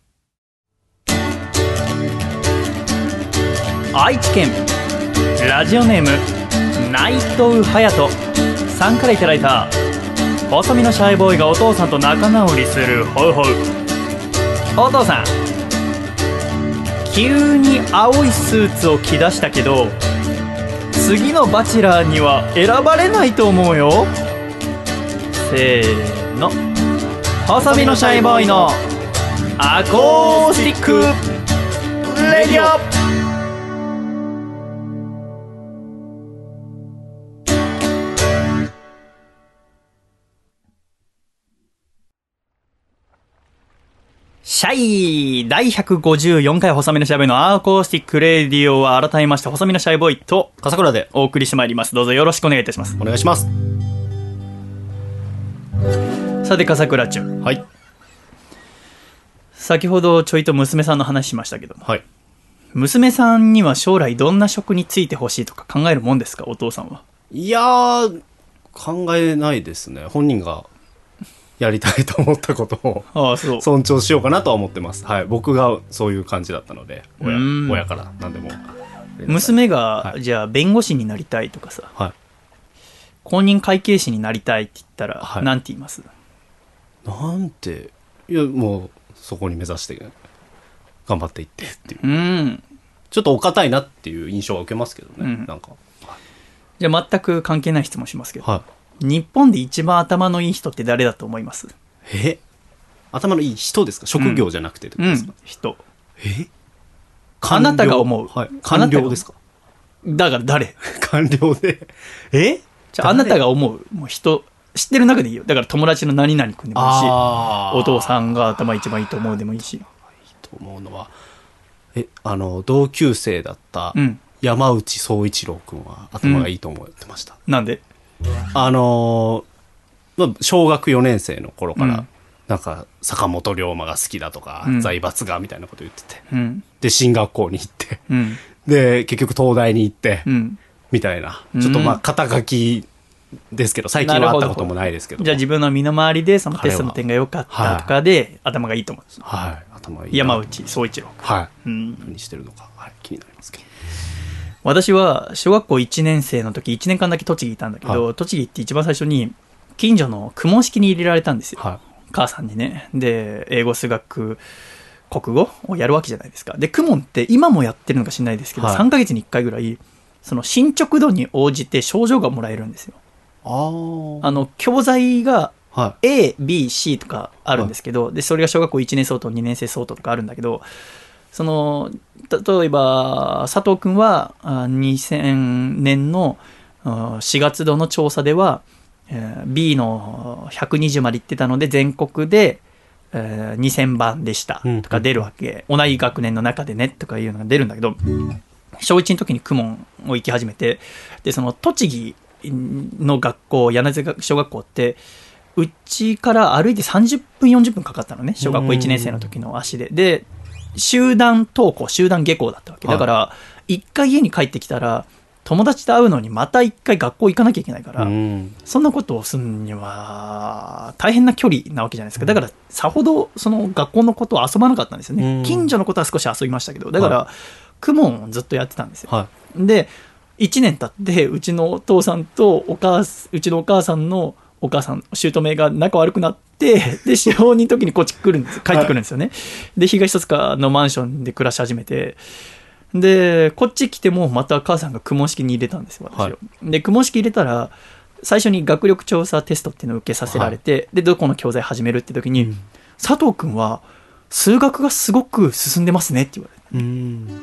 愛知県ラジオネーム内藤隼人さんからいただいた、細身のシャイボーイがお父さんと仲直りするホウホウ。お父さん、急に青いスーツを着出したけど、次のバチェラーには選ばれないと思うよ。せーの、細身のシャイボーイのアコースティックレディオ。シャイだいひゃくごじゅうよんかい細身のシャイボーイのアコースティックレディオは、改めまして細身のシャイボーイと笠倉でお送りしてまいります。どうぞよろしくお願いいたします。 お願いします。 さて笠倉ちゃん、 はい、 先ほどちょいと娘さんの話しましたけども、 はい、 娘さんには将来どんな職に就いてほしいとか考えるもんですか、お父さんは。 いやー、考えないですね。本人がやりたいと思ったことをああそう尊重しようかなとは思ってます。はい、僕がそういう感じだったので、親、親から何でも。 娘が、はい、じゃあ弁護士になりたいとかさ、はい、公認会計士になりたいって言ったら、はい、なんて言います？なんて、いや、もうそこに目指して頑張っていってっていう、うん、ちょっとお堅いなっていう印象は受けますけどね、うん、なんか。 じゃあ全く関係ない質問しますけど、はい、日本で一番頭のいい人って誰だと思います？ え、頭のいい人ですか？職業じゃなくてってことですか？ うんうん、人。 え、 あなたが思う、 はい、官僚ですか？ だから誰？ 官僚でえじゃあ、あなたが思う、もう人知ってる中でいいよ。だから友達の何々君でもいいし、お父さんが頭一番いいと思うでもいいし。いいと思うのは、え、あの同級生だった山内総一郎君は頭がいいと思ってました。 うん、なんで？ あのー、小学よねん生の頃から、うん、なんか坂本龍馬が好きだとか、うん、財閥がみたいなこと言ってて、うん、で進学校に行って、うん、で結局東大に行って、うん、みたいな、ちょっとまあ肩書きですけど、最近は会ったこともないですけど、 じゃあ自分の身の回りでそのテストの点が良かったとかで、はい、頭がいいと思うんです。 はい、頭いい。 山内総一郎。 はい。うん、何してるのか、はい、気になりますけど。 私は小学校いちねん生の時いちねんかんだけ栃木いたんだけど、はい、栃木って一番最初に近所の公文式に入れられたんですよ。はい、母さんにね。で、英語数学国語をやるわけじゃないですか。で、公文って今もやってるのか知らないですけど、はい、さんかげつにいっかいぐらいその進捗度に応じて賞状がもらえるんですよ。ああの教材が A、B、C とかあるんですけど、はい、でそれが小学校いちねん相当にねん生相当とかあるんだけど、その例えば佐藤君はにせんねんのしがつ度の調査では、えー、B のひゃくにじゅうまで行ってたので全国で、えー、にせんばんでしたとか出るわけ、うん、同じ学年の中でねとかいうのが出るんだけど、小いちの時に公文を行き始めて、でその栃木の学校柳瀬小学校ってうちから歩いてさんじゅっぷんよんじゅっぷんかかったのね、小学校いちねん生の時の足で。で集団登校集団下校だったわけだから、はい、一回家に帰ってきたら友達と会うのにまた一回学校行かなきゃいけないから、そんなことをするには大変な距離なわけじゃないですか。だからさほどその学校のことを遊ばなかったんですよね。近所のことは少し遊びましたけど、だから公文をずっとやってたんですよ、はい、でいちねん経ってうちのお父さんとお母うちのお母さんのお母さん姑が仲悪くなって、で小にの時にこっち来るんです帰ってくるんですよね、はい、で東戸塚のマンションで暮らし始めて、でこっち来てもまた母さんが公文式に入れたんですよ私を、はい、で公文式入れたら最初に学力調査テストっていうのを受けさせられて、はい、でどこの教材始めるって時に、うん、佐藤君は数学がすごく進んでますねって言われて、うん、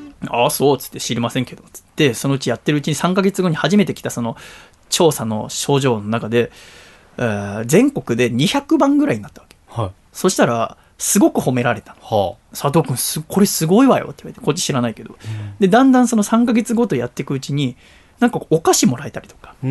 ああそうっつって知りませんけどつってそのうちやってるうちにさんかげつごに初めて来たその調査の症状の中で、えー、全国でにひゃくばんぐらいになったわけ、はい、そしたらすごく褒められたの、はあ、佐藤君すこれすごいわよって言われて、こっち知らないけど、うん、でだんだんそのさんかげつごとやっていくうちになんかお菓子もらえたりとか、うん、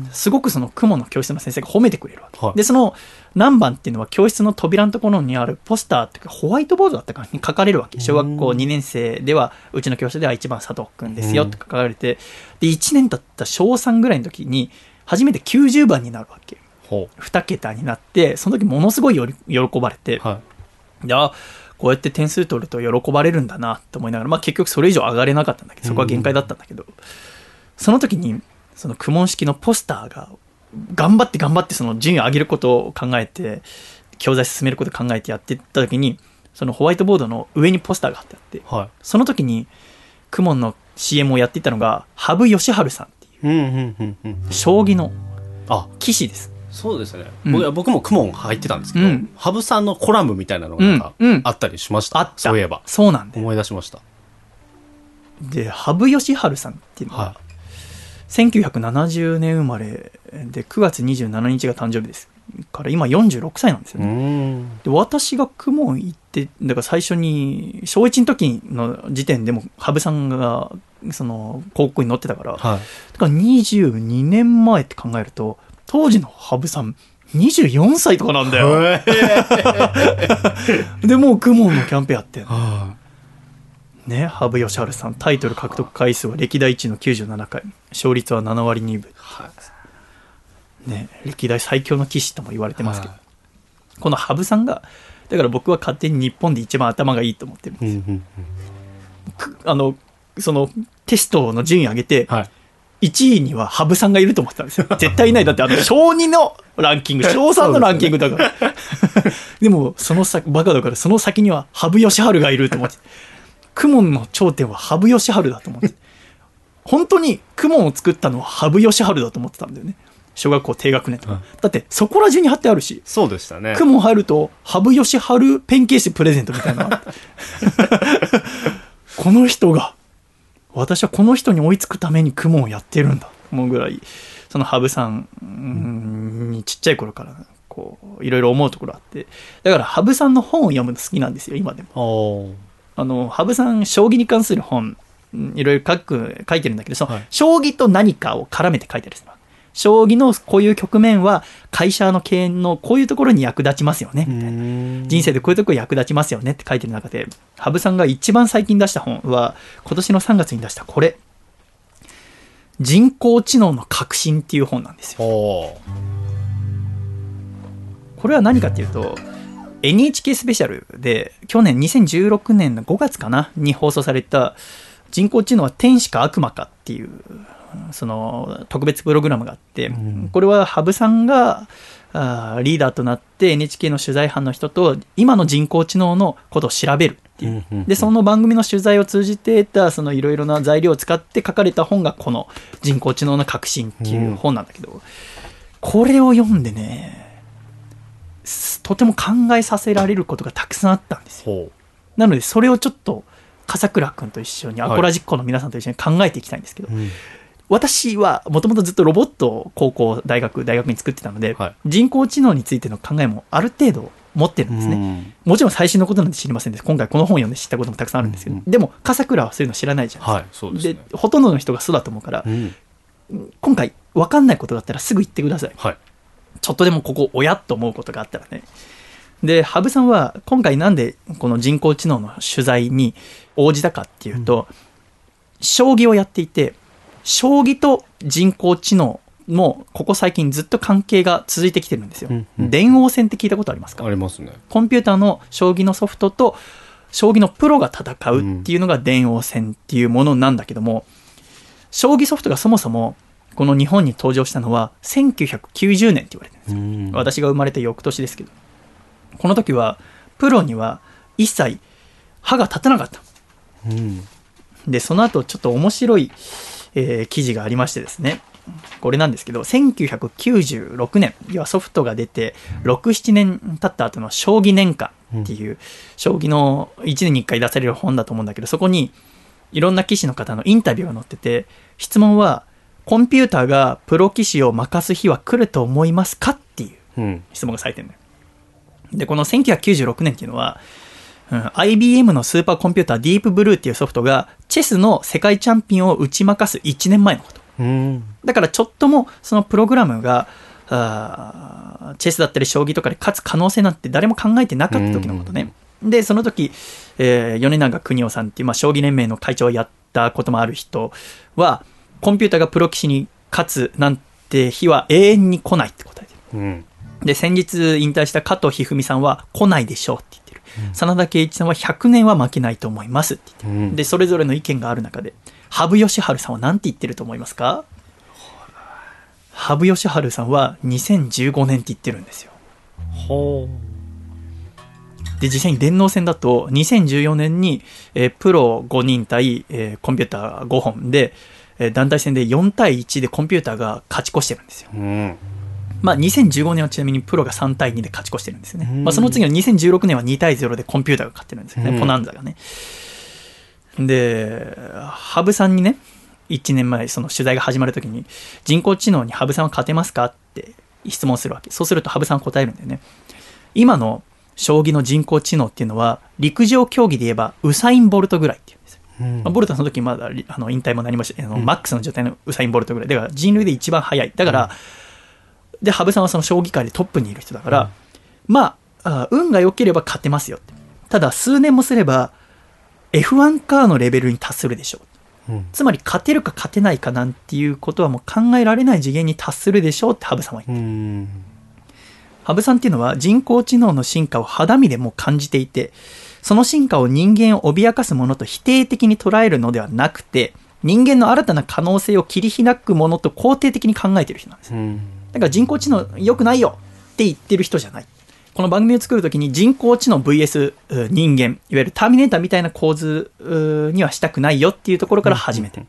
すごくその公文の教室の先生が褒めてくれるわけ、はい、でその何番っていうのは教室の扉のところにあるポスターっていうかホワイトボードだったかに書かれるわけ。小学校にねん生ではうちの教室ではいちばん佐藤君ですよって書かれて、でいちねん経った小さんぐらいの時に初めてきゅうじゅうばんになるわけ。に桁になってその時ものすごいより喜ばれて、はい、であこうやって点数取ると喜ばれるんだなと思いながら、まあ、結局それ以上上がれなかったんだけど、そこは限界だったんだけど、その時にその公文式のポスターが頑張って頑張ってその順位を上げることを考えて教材進めることを考えてやっていった時にそのホワイトボードの上にポスターが貼ってあって、はい、その時に公文の シーエム をやっていたのが羽生善治さんっていう将棋の棋士です。 そうですね、うん、僕も公文入ってたんですけど、うん、羽生さんのコラムみたいなのがあったりしました、うんうん、そういえばそうなんで思い出しました。 で羽生善治さんっていうのは、はい、せんきゅうひゃくななじゅうねん生まれでくがつにじゅうしちにちが誕生日ですから今よんじゅうろくさいなんですよね。で私が公文行ってだから最初に小いちの時の時点でも羽生さんがその広告に載ってたから、はい、だからにじゅうにねんまえって考えると当時の羽生さんにじゅうよんさいとかなんだよでもう公文のキャンペーンやってんの、はあね、羽生善治さんタイトル獲得回数は歴代いちいのきゅうじゅうななかい、勝率はななわりにぶ、はいね、歴代最強の棋士とも言われてますけど、はい、この羽生さんがだから僕は勝手に日本で一番頭がいいと思ってるんですよ、うんうんうん、あのそのテストの順位上げて、はいいちいには羽生さんがいると思ってたんですよ。絶対いない。だってあの小にのランキング小さんのランキングだからでもその先バカだからその先には羽生善治がいると思って、公文の頂点は羽生善治だと思って本当に公文を作ったのは羽生善治だと思ってたんだよね。小学校低学年とか、うん、だってそこら中に貼ってあるし。 そうでしたね。 公文入ると羽生善治ペンケースプレゼントみたいなこの人が私はこの人に追いつくために公文をやってるんだ思うぐらい、その羽生さんにちっちゃい頃からこういろいろ思うところあって、だから羽生さんの本を読むの好きなんですよ今でも。あの羽生さん将棋に関する本いろいろ書く書いてるんだけど、その、はい、将棋と何かを絡めて書いてるんですよ。将棋のこういう局面は会社の経営のこういうところに役立ちますよねみたいな、人生でこういうところに役立ちますよねって書いてる中で、羽生さんが一番最近出した本は今年のさんがつに出したこれ、人工知能の革新っていう本なんですよ。これは何かっていうと エヌエイチケー スペシャルで去年にせんじゅうろくねんのごがつかなに放送された人工知能は天使か悪魔かっていうその特別プログラムがあって、うん、これは羽生さんがあリーダーとなって エヌエイチケー の取材班の人と今の人工知能のことを調べるっていう、うんうんうん、でその番組の取材を通じて得たそのいろいろな材料を使って書かれた本がこの人工知能の革新っていう本なんだけど、うん、これを読んでねとても考えさせられることがたくさんあったんですよ。なのでそれをちょっと笠倉君と一緒にアコラジッコの皆さんと一緒に考えていきたいんですけど、はい、 私はもともとずっとロボットを高校大学大学に作ってたので、はい、人工知能についての考えもある程度持ってるんですね。もちろん最新のことなんて知りませんで、今回この本を読んで知ったこともたくさんあるんですけど、うんうん、でも笠倉はそういうの知らないじゃないですか、はい、そうですね、でほとんどの人がそうだと思うから、うん、今回分かんないことがあったらすぐ言ってください、はい、ちょっとでもここおやっと思うことがあったらね。で羽生さんは今回なんでこの人工知能の取材に応じたかっていうと、うん、将棋をやっていて、将棋と人工知能もここ最近ずっと関係が続いてきてるんですよ、うんうん、電王戦って聞いたことありますか？ ありますね。 コンピューターの将棋のソフトと将棋のプロが戦うっていうのが電王戦っていうものなんだけども、将棋ソフトがそもそもこの日本に登場したのはせんきゅうひゃくきゅうじゅうねんって言われてるんですよ、うん、私が生まれて翌年ですけど、この時はプロには一切歯が立たなかった、うん、でその後ちょっと面白い、えー、記事がありましてですね、これなんですけど、せんきゅうひゃくきゅうじゅうろくねん、要はソフトが出てろく、ななねん経った後の将棋年間っていう、うん、将棋のいちねんにいっかい出される本だと思うんだけど、そこにいろんな棋士の方のインタビューが載ってて、質問はコンピューターがプロ棋士を負かす日は来ると思いますかっていう質問がされてるのよ。でこのせんきゅうひゃくきゅうじゅうろくねんっていうのは、うん、アイビーエム のスーパーコンピューターディープブルーっていうソフトがチェスの世界チャンピオンを打ち負かすいちねんまえのこと。うん、だからちょっともそのプログラムがあチェスだったり将棋とかで勝つ可能性なんて誰も考えてなかった時のことね、うん、でその時、えー、米長邦夫さんっていう、まあ、将棋連盟の会長をやったこともある人は、コンピューターがプロ棋士に勝つなんて日は永遠に来ないって答えてる、うん、で先日引退した加藤一二三さんは来ないでしょうって言ってる、うん、真田圭一さんはひゃくねんは負けないと思いますって言ってる、うん、でそれぞれの意見がある中で羽生善治さんは何て言ってると思いますか？羽生善治さんはにせんじゅうごねんって言ってるんですよ。ほう。で実際に電脳戦だとにせんじゅうよねんに、えー、プロごにん対、えー、コンピューターごほんで、えー、団体戦でよんたいいちでコンピューターが勝ち越してるんですよ、うん、まあ、にせんじゅうごねんはちなみにプロがさんたいにで勝ち越してるんですよね、うん、まあ、その次のにせんじゅうろくねんはにたいゼロでコンピューターが勝ってるんですよね、うん、ポナンザがね。で羽生さんにねいちねんまえその取材が始まるときに人工知能に羽生さんは勝てますかって質問するわけ。そうすると羽生さん答えるんだよね。今の将棋の人工知能っていうのは陸上競技で言えばウサイン・ボルトぐらいっていうんですよ、うんまあ、ボルトはその時まだあの引退もなりました、あの、うん、マックスの状態のウサイン・ボルトぐらいだから人類で一番速いだから、うん、で羽生さんはその将棋界でトップにいる人だから、うん、まあ、あ運が良ければ勝てますよって。ただ数年もすればエフワン カーのレベルに達するでしょう、うん、つまり勝てるか勝てないかなんていうことはもう考えられない次元に達するでしょうって羽生さんは言ってる。うん羽生さんっていうのは人工知能の進化を肌身でも感じていて、その進化を人間を脅かすものと否定的に捉えるのではなくて、人間の新たな可能性を切り開くものと肯定的に考えている人なんです。うんだから人工知能良くないよって言ってる人じゃない。この番組を作るときに人工知能 ブイエス 人間、いわゆるターミネーターみたいな構図にはしたくないよっていうところから始めて、うん、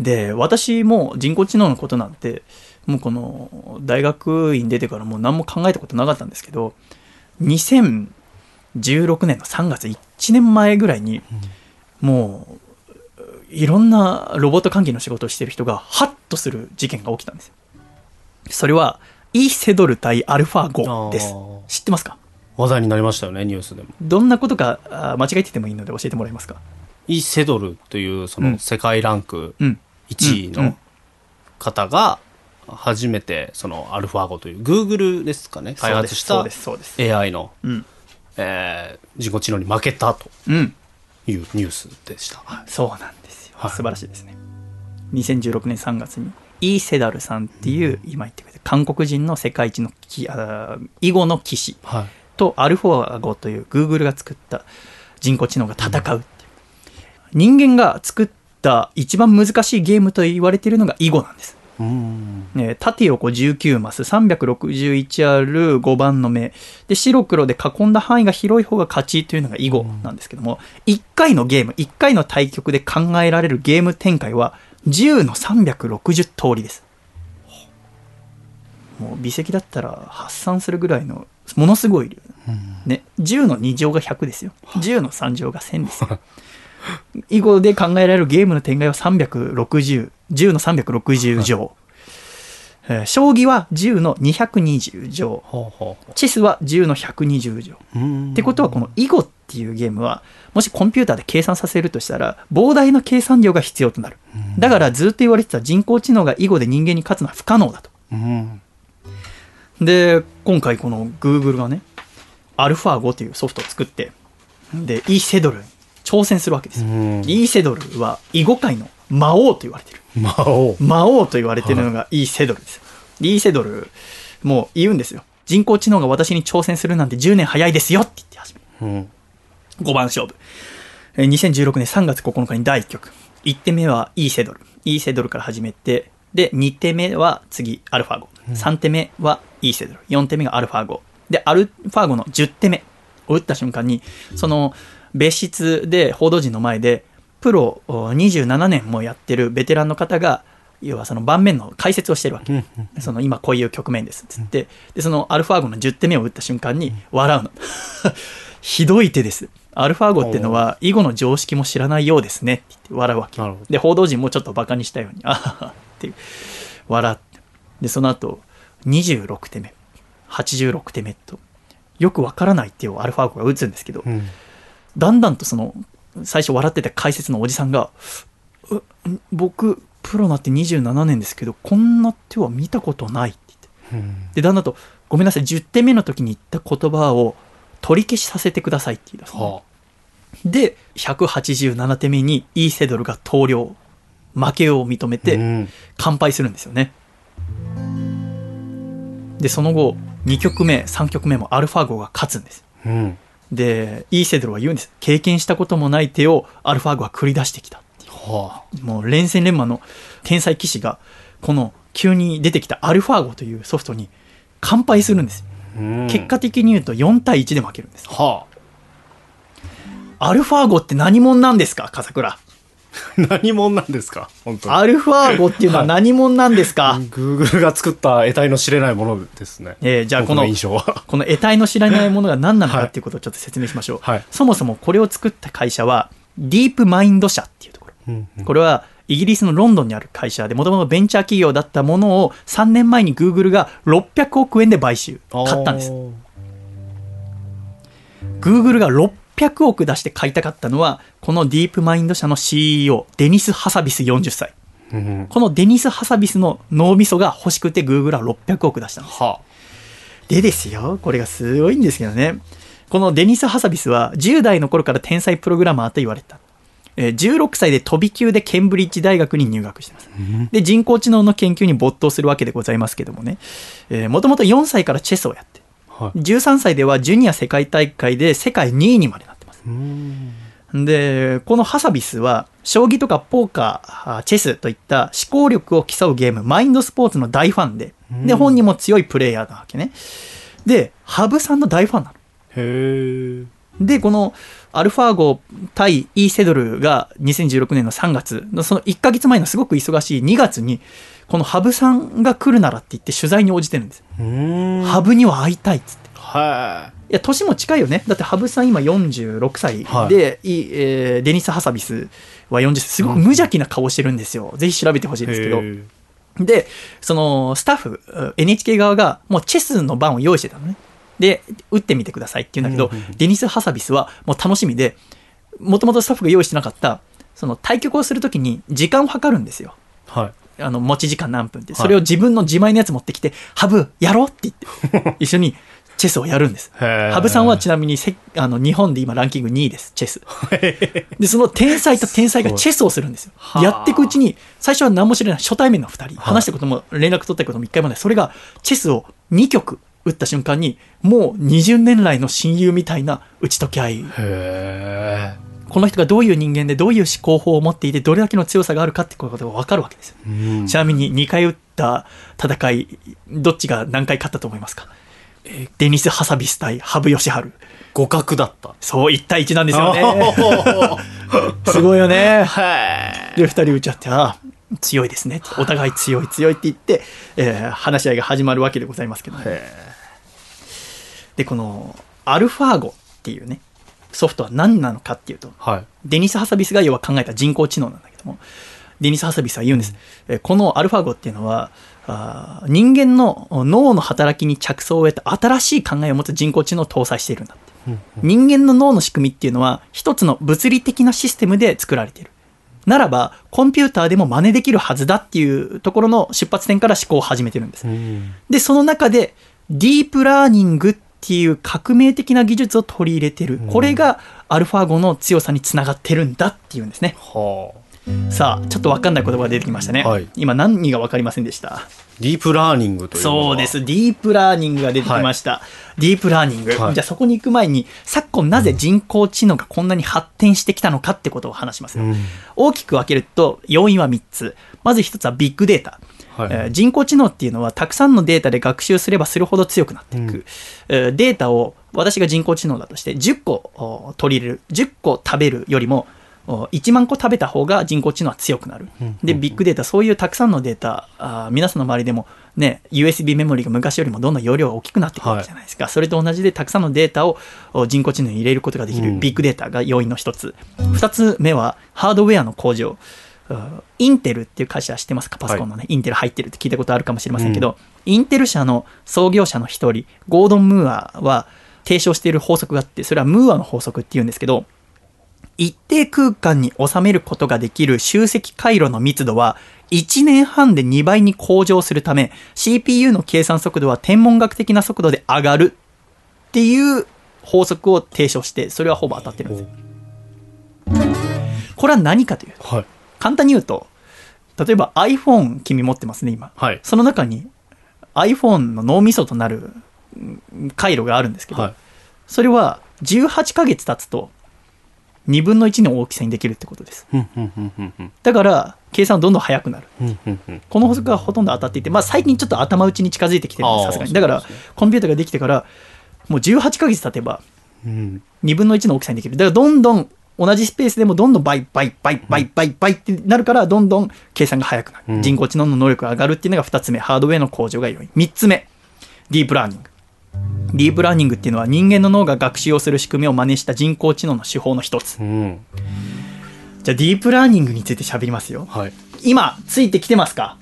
で私も人工知能のことなんてもうこの大学院出てからもう何も考えたことなかったんですけど、にせんじゅうろくねんのさんがついちねんまえぐらいにもういろんなロボット関係の仕事をしている人がハッとする事件が起きたんですよ。それはイ・セドル対アルファゴです。知ってますか？ 話題になりましたよね、ニュースでも。 どんなことか間違えててもいいので教えてもらえますか？ イ・セドルというその世界ランクいちいの方が初めてそのアルファゴという Google ですかね、開発した エーアイ の、うんえー、人工知能に負けたというニュースでした、 うん、そうなんですよ、はい、素晴らしいですね。にせんじゅうろくねんさんがつにイ・セダルさんっていう、うん、今言ってくれた韓国人の世界一のあ囲碁の棋士と、はい、アルファゴという Google が作った人工知能が戦うっていう、うん、人間が作った一番難しいゲームと言われているのが囲碁なんです。うんね、縦横じゅうきゅうマスさんびゃくろくじゅういちあるごばんの目で白黒で囲んだ範囲が広い方が勝ちというのが囲碁なんですけども、いっかいのゲームいっかいの対局で考えられるゲーム展開はじゅうのさんびゃくろくじゅう通りです。もう微積だったら発散するぐらいのものすごい量、ね、じゅうのに乗がひゃくですよ、じゅうのさん乗がせんですよ囲碁で考えられるゲームの展開はさんびゃくろくじゅう、じゅうのさんびゃくろくじゅう乗、はいえー、将棋はじゅうのにひゃくにじゅう乗、ほうほうほうチェスはじゅうのひゃくにじゅう乗ってことは、この囲碁っていうゲームはもしコンピューターで計算させるとしたら膨大な計算量が必要となる。だからずっと言われてた人工知能が囲碁で人間に勝つのは不可能だと。で今回この Google がねアルファゴというソフトを作ってでイーセドルに挑戦するわけですよ。イーセドルは囲碁界の魔王と言われている。 魔王魔王と言われているのがイーセドルです。イーセドルもう言うんですよ。人工知能が私に挑戦するなんてじゅうねん早いですよって言って始める、うん、ごばん勝負。にせんじゅうろくねんさんがつここのかにだいいっきょく、いち手目はイーセドルイーセドルから始めて、でに手目は次アルファゴ、さん手目はイーセドル、よん手目がアルファゴで、アルファゴのじゅう手目を打った瞬間に、その別室で報道陣の前でプロにじゅうななねんもやってるベテランの方が要はその盤面の解説をしてるわけ。その今こういう局面ですっつって、でそのアルファゴのじゅう手目を打った瞬間に笑うのひどい手です。アルファゴっていうのは囲碁の常識も知らないようですねって言って笑うわけで、報道陣もちょっとバカにしたようにあははって笑って、でその後にじゅうろく手目はちじゅうろく手目とよくわからない手をアルファゴが打つんですけど、うん、だんだんとその最初笑ってた解説のおじさんが僕プロになってにじゅうななねんですけどこんな手は見たことないって言って、うん、でだんだんとごめんなさいじゅう手目の時に言った言葉を取り消しさせてくださいって言い出す、ね、はあ、でひゃくはちじゅうなな手目にイーセドルが投了負けを認めて完敗するんですよね、うん、でその後に局目さん局目もアルファゴが勝つんです、うん、でイーセドルは言うんです。経験したこともない手をアルファゴが繰り出してきたっていう、はあ、もう連戦連磨の天才棋士がこの急に出てきたアルファゴというソフトに完敗するんです、うん、結果的に言うとよんたいいちで負けるんです、はあ、アルファゴって何者なんですか笠倉何者なんですか本当に。 アルファゴっていうのは何者なんですか、はい、 Google が作った得体の知れないものですね、 えー、じゃあこのこの得体の知らないものが何なのかっていうことをちょっと説明しましょう、はい、そもそもこれを作った会社はディープマインド社っていうところ、うんうん、これはイギリスのロンドンにある会社でもともとベンチャー企業だったものをさんねんまえに Google がろっぴゃくおくえんで買収買ったんです。 Google がろっぴゃくおく出して買いたかったのはこのディープマインド社の シーイーオー デニス・ハサビスよんじゅっさい、うん、このデニス・ハサビスの脳みそが欲しくて Google はろっぴゃくおく出したんです、はあ、でですよこれがすごいんですけどね、このデニス・ハサビスはじゅう代の頃から天才プログラマーと言われた。じゅうろくさいで飛び級でケンブリッジ大学に入学してます。で人工知能の研究に没頭するわけでございますけどもね、もともとよんさいからチェスをやって、はい、じゅうさんさいではジュニア世界大会で世界にいにまでなってます。でこのハサビスは将棋とかポーカー、チェスといった思考力を競うゲームマインドスポーツの大ファンで、で本人も強いプレイヤーなわけね。で羽生さんの大ファンなの。へー。でこのアルファゴ対イーセドルがにせんじゅうろくねんのさんがつのそのいっかげつまえのすごく忙しいにがつにこの羽生さんが来るならって言って取材に応じてるんです。うーん、羽生には会いたいっつって。はい。いや年も近いよね。だって羽生さん今よんじゅうろくさいで、はい、えー、デニス・ハサビスはよんじゅっさい、すごく無邪気な顔してるんですよ。ぜひ調べてほしいんですけど。でそのスタッフ エヌエイチケー 側がもうチェスの番を用意してたのね。で打ってみてくださいって言うんだけど、うんうんうん、デニス・ハサビスはもう楽しみで、もともとスタッフが用意してなかったその対局をするときに時間を計るんですよ、はい、あの持ち時間何分って、それを自分の自前のやつ持ってきて、はい、羽生やろうって言って一緒にチェスをやるんです。羽生さんはちなみにせあの日本で今ランキングにいです、チェスでその天才と天才がチェスをするんですよ。やっていくうちに最初は何も知らない初対面のふたり、話したことも連絡取ったこともいっかいもない、それがチェスをに局打った瞬間にもうにじゅうねん来の親友みたいな打ち解き合い。へー。この人がどういう人間でどういう思考法を持っていてどれだけの強さがあるかってことが分かるわけですよ、うん、ちなみににかい打った戦いどっちが何回勝ったと思いますか？えー、デニス・ハサビス対羽生善治。 互角だった。 そういち対いちなんですよねすごいよね。でふたり打ち合って、あ強いですね、お互い強い強いって言って、えー、話し合いが始まるわけでございますけど、ね、でこのアルファゴっていうねソフトは何なのかっていうと、 はい、 デニス・ハサビスが要は考えた人工知能なんだけども、デニス・ハサビスは言うんです、うん、このアルファゴっていうのはあ人間の脳の働きに着想を得た新しい考えを持つ人工知能を搭載しているんだって、うんうん、人間の脳の仕組みっていうのは一つの物理的なシステムで作られているならばコンピューターでも真似できるはずだっていうところの出発点から思考を始めてるんです、うん、でその中でディープラーニングっていう革命的な技術を取り入れてる、うん、これがアルファゴの強さにつながってるんだっていうんですね。はあ、さあちょっと分かんない言葉が出てきましたね、はい、今何が分かりませんでした。 ディープラーニングというのは。 そうです、ディープラーニングが出てきました、はい、ディープラーニング、はい、じゃあそこに行く前に昨今なぜ人工知能がこんなに発展してきたのかってことを話しますよ、うん、大きく分けると要因はみっつ。まずひとつはビッグデータ、はい、えー、人工知能っていうのはたくさんのデータで学習すればするほど強くなっていく、うん、えー、データを私が人工知能だとしてじゅっこ取り入れる、じゅっこ食べるよりもいちまんこ食べた方が人工知能は強くなる。でビッグデータ、そういうたくさんのデータ、あ皆さんの周りでも、ね、ユーエスビー メモリが昔よりもどんどん容量が大きくなっていくわけじゃないですか、はい、それと同じでたくさんのデータを人工知能に入れることができるビッグデータが要因の一つ、うん、ふたつめはハードウェアの向上。インテルっていう会社知ってますか？パソコンのね、はい、インテル入ってるって聞いたことあるかもしれませんけど、うん、インテル社の創業者の一人ゴードン・ムーアは提唱している法則があって、それはムーアの法則っていうんですけど、一定空間に収めることができる集積回路の密度はいちねんはんでにばいに向上するため シーピーユー の計算速度は天文学的な速度で上がるっていう法則を提唱して、それはほぼ当たってるんですよ。これは何かというと、はい、簡単に言うと、例えば iPhone 君持ってますね今、はい、その中に iPhone の脳みそとなる回路があるんですけど、はい、それはじゅうはちかげつ経つとにぶんのいちの大きさにできるってことです。だから計算はどんどん速くなる。この法則がほとんど当たっていて、まあ、最近ちょっと頭打ちに近づいてきてるんです、さすがに。だからコンピューターができてからもうじゅうはちかげつ経てばにぶんのいちの大きさにできる。だからどんどん同じスペースでもどんどん倍倍倍倍倍倍ってなるから、どんどん計算が速くなる、人工知能の能力が上がるっていうのがふたつめ、ハードウェアの向上が良い。みっつめ、ディープラーニング。ディープラーニングっていうのは人間の脳が学習をする仕組みを真似した人工知能の手法の一つ、うん、じゃあディープラーニングについて喋りますよ、はい、今ついてきてますか？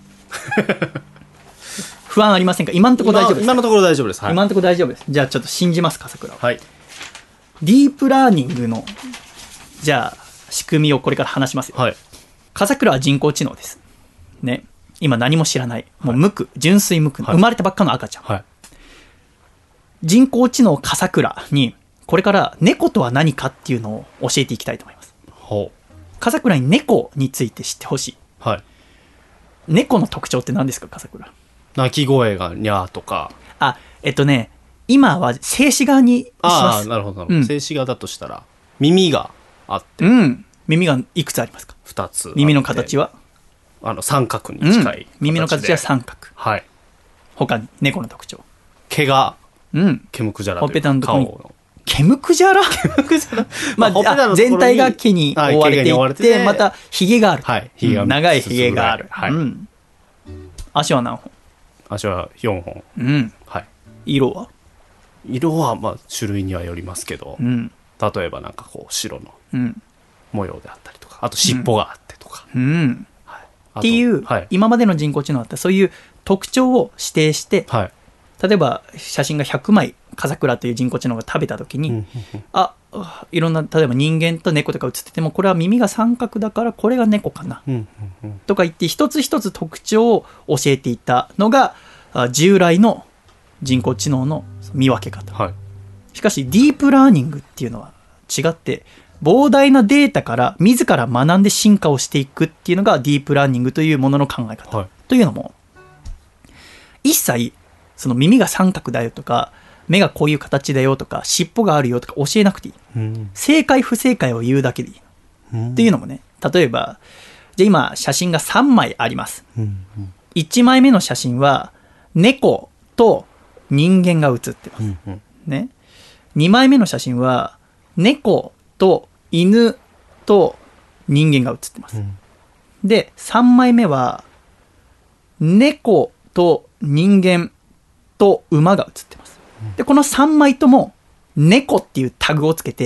不安ありませんか？今のところ大丈夫ですか？ 今のところ大丈夫です、はい、 今のところ大丈夫です。じゃあちょっと信じますか、桜は。 はい、 ディープラーニングのじゃあ仕組みをこれから話しますよ、はい、笠倉は人工知能ですね。今何も知らない、もう無垢、純粋無垢、はい、生まれたばっかの赤ちゃん、はい、人工知能笠倉にこれから猫とは何かっていうのを教えていきたいと思います。ほう。笠倉に猫について知ってほしい、はい、猫の特徴って何ですか、笠倉？ 鳴き声がニャーとか。 あ、えっとね今は静止画にします。 あ、なるほどなるほど、うん、静止画だとしたら耳があって、 うん、耳がいくつありますか？ ふたつ。 耳の形はあの三角に近い、うん、 耳の形は三角、 はい、 他に猫の特徴、 毛がうん、 毛むくじゃらというか、ほっぺたのところに毛むくじゃらまあ、全体が毛に覆われていって、またひげがある、はい、ひげが長いひげがある、はい、うん、足は何本？ 足はよんほん、 うん、はい、色は色はまあ種類にはよりますけど、うん、例えばなんかこう白の模様であったりとか、あと尻尾があってとか、うんうんはい、 っていう、はい、今までの人工知能だったらそういう特徴を指定して、はい、例えば写真がひゃくまい笠倉という人工知能が食べた時に、うん、あ、いろんな例えば人間と猫とか写っててもこれは耳が三角だからこれが猫かな、うんうん、とか言って一つ一つ特徴を教えていたのが従来の人工知能の見分け方、はい、しかしディープラーニングっていうのは違って、膨大なデータから自ら学んで進化をしていくっていうのがディープラーニングというものの考え方、はい、というのも一切その耳が三角だよとか目がこういう形だよとか尻尾があるよとか教えなくていい、うん、正解不正解を言うだけでいい、うん、っていうのもね、例えばじゃあ今写真がさんまいあります、うんうん、いちまいめの写真は猫と人間が写ってます、うんうんね、にまいめの写真は猫と犬と人間が写ってます、うん、でさんまいめは猫と人間と馬が写ってます。でこのさんまいとも猫っていうタグをつけて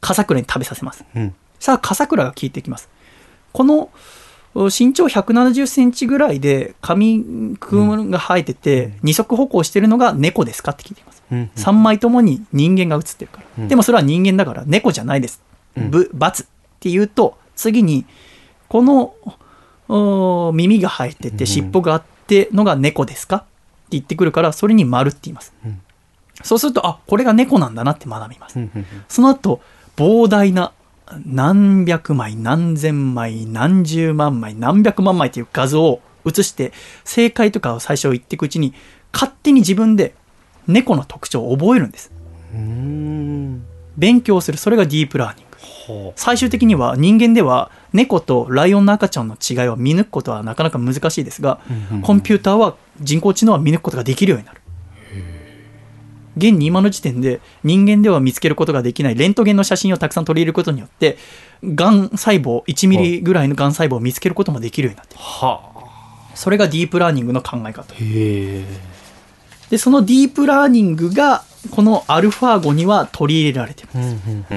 笠倉に食べさせます、 うん、 さあ笠倉が聞いてきます。この身長ひゃくななじゅっセンチぐらいで髪くんが生えてて、うん、二足歩行してるのが猫ですかって聞いてきます、うんうん、さんまいともに人間が写ってるから、うん、でもそれは人間だから猫じゃないです、うん、ぶ×って言うと、次にこの耳が生えてて尻尾があってのが猫ですかって言ってくるから、それに丸って言います、うん、そうするとあこれが猫なんだなって学びます、うんうんうん、その後膨大な何百枚何千枚何十万枚何百万枚という画像を写して正解とかを最初言っていくうちに勝手に自分で猫の特徴を覚えるんです。 うーん、 勉強する、それがディープラーニング。最終的には人間では猫とライオンの赤ちゃんの違いを見抜くことはなかなか難しいですが、コンピューターは人工知能は見抜くことができるようになる。現に今の時点で人間では見つけることができないレントゲンの写真をたくさん取り入れることによってがん細胞いちミリぐらいのがん細胞を見つけることもできるようになっている。はあ、それがディープラーニングの考え方。へでそのディープラーニングがこのアルファゴには取り入れられているんです、うんうんうん、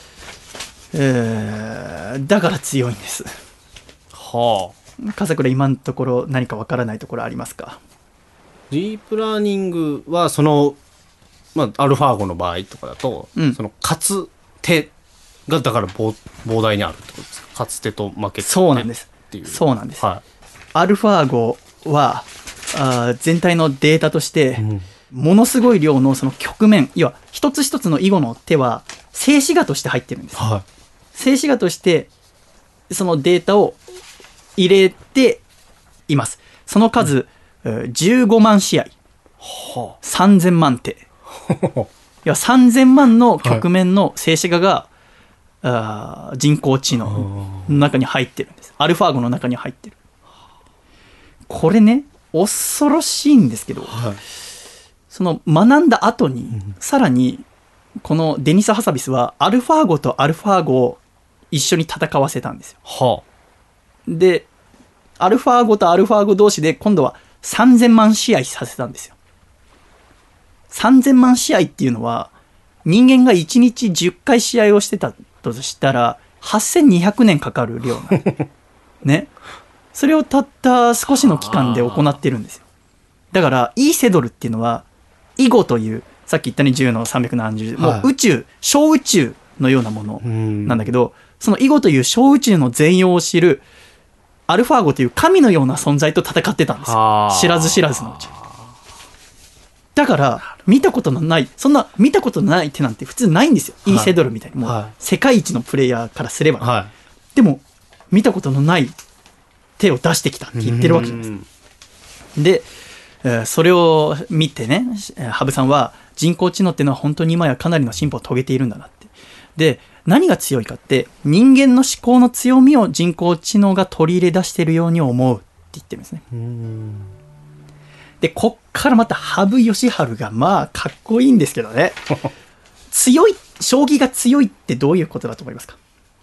えー、だから強いんです。はあ、笠倉今のところ何かわからないところありますか？ ディープラーニングはそのまあ、アルファーゴの場合とかだと、うん、その勝つ手がだから膨大にあるってことですか？勝つ手と負け手そうなんですっていう。 そうなんです、 はい、 アルファーゴはあ全体のデータとして、うん、ものすごい量のその局面、要は一つ一つの囲碁の手は静止画として入ってるんです、はい、静止画としてそのデータを入れています。その数、うん、じゅうごまん試合、はあ、さんぜんまん手いやさんぜんまんの局面の静止画が、はい、あ人工知能の中に入ってるんです。アルファーゴの中に入ってる。これね恐ろしいんですけど、はい、その学んだ後に、うん、さらにこのデニス・ハサビスはアルファーゴとアルファーゴを一緒に戦わせたんですよ、はあ、でアルファーゴとアルファーゴ同士で今度はさんぜんまん試合させたんですよ。さんぜんまん試合っていうのは人間がいちにちじゅっかい試合をしてたとしたらはっせんにひゃくねんかかる量なね。それをたった少しの期間で行ってるんですよ。だからイーセドルっていうのは囲碁というさっき言ったようにじゅうのさんびゃくなんじゅう、はい、もう宇宙小宇宙のようなものなんだけど、その囲碁という小宇宙の全容を知るアルファーゴという神のような存在と戦ってたんですよ。知らず知らずのうち。だから見たことのないそんな見たことのない手なんて普通ないんですよ、はい、イーセドルみたいにもう世界一のプレイヤーからすれば、ね、はい、でも見たことのない手を出してきたって言ってるわけじゃないですか。で、えー、それを見てね羽生さんは人工知能っていうのは本当に今やかなりの進歩を遂げているんだなって。で何が強いかって人間の思考の強みを人工知能が取り入れ出しているように思うって言ってるんですね。うーんでこっからまた羽生善治がまあかっこいいんですけどね強い将棋が強いってどういうことだと思いますか？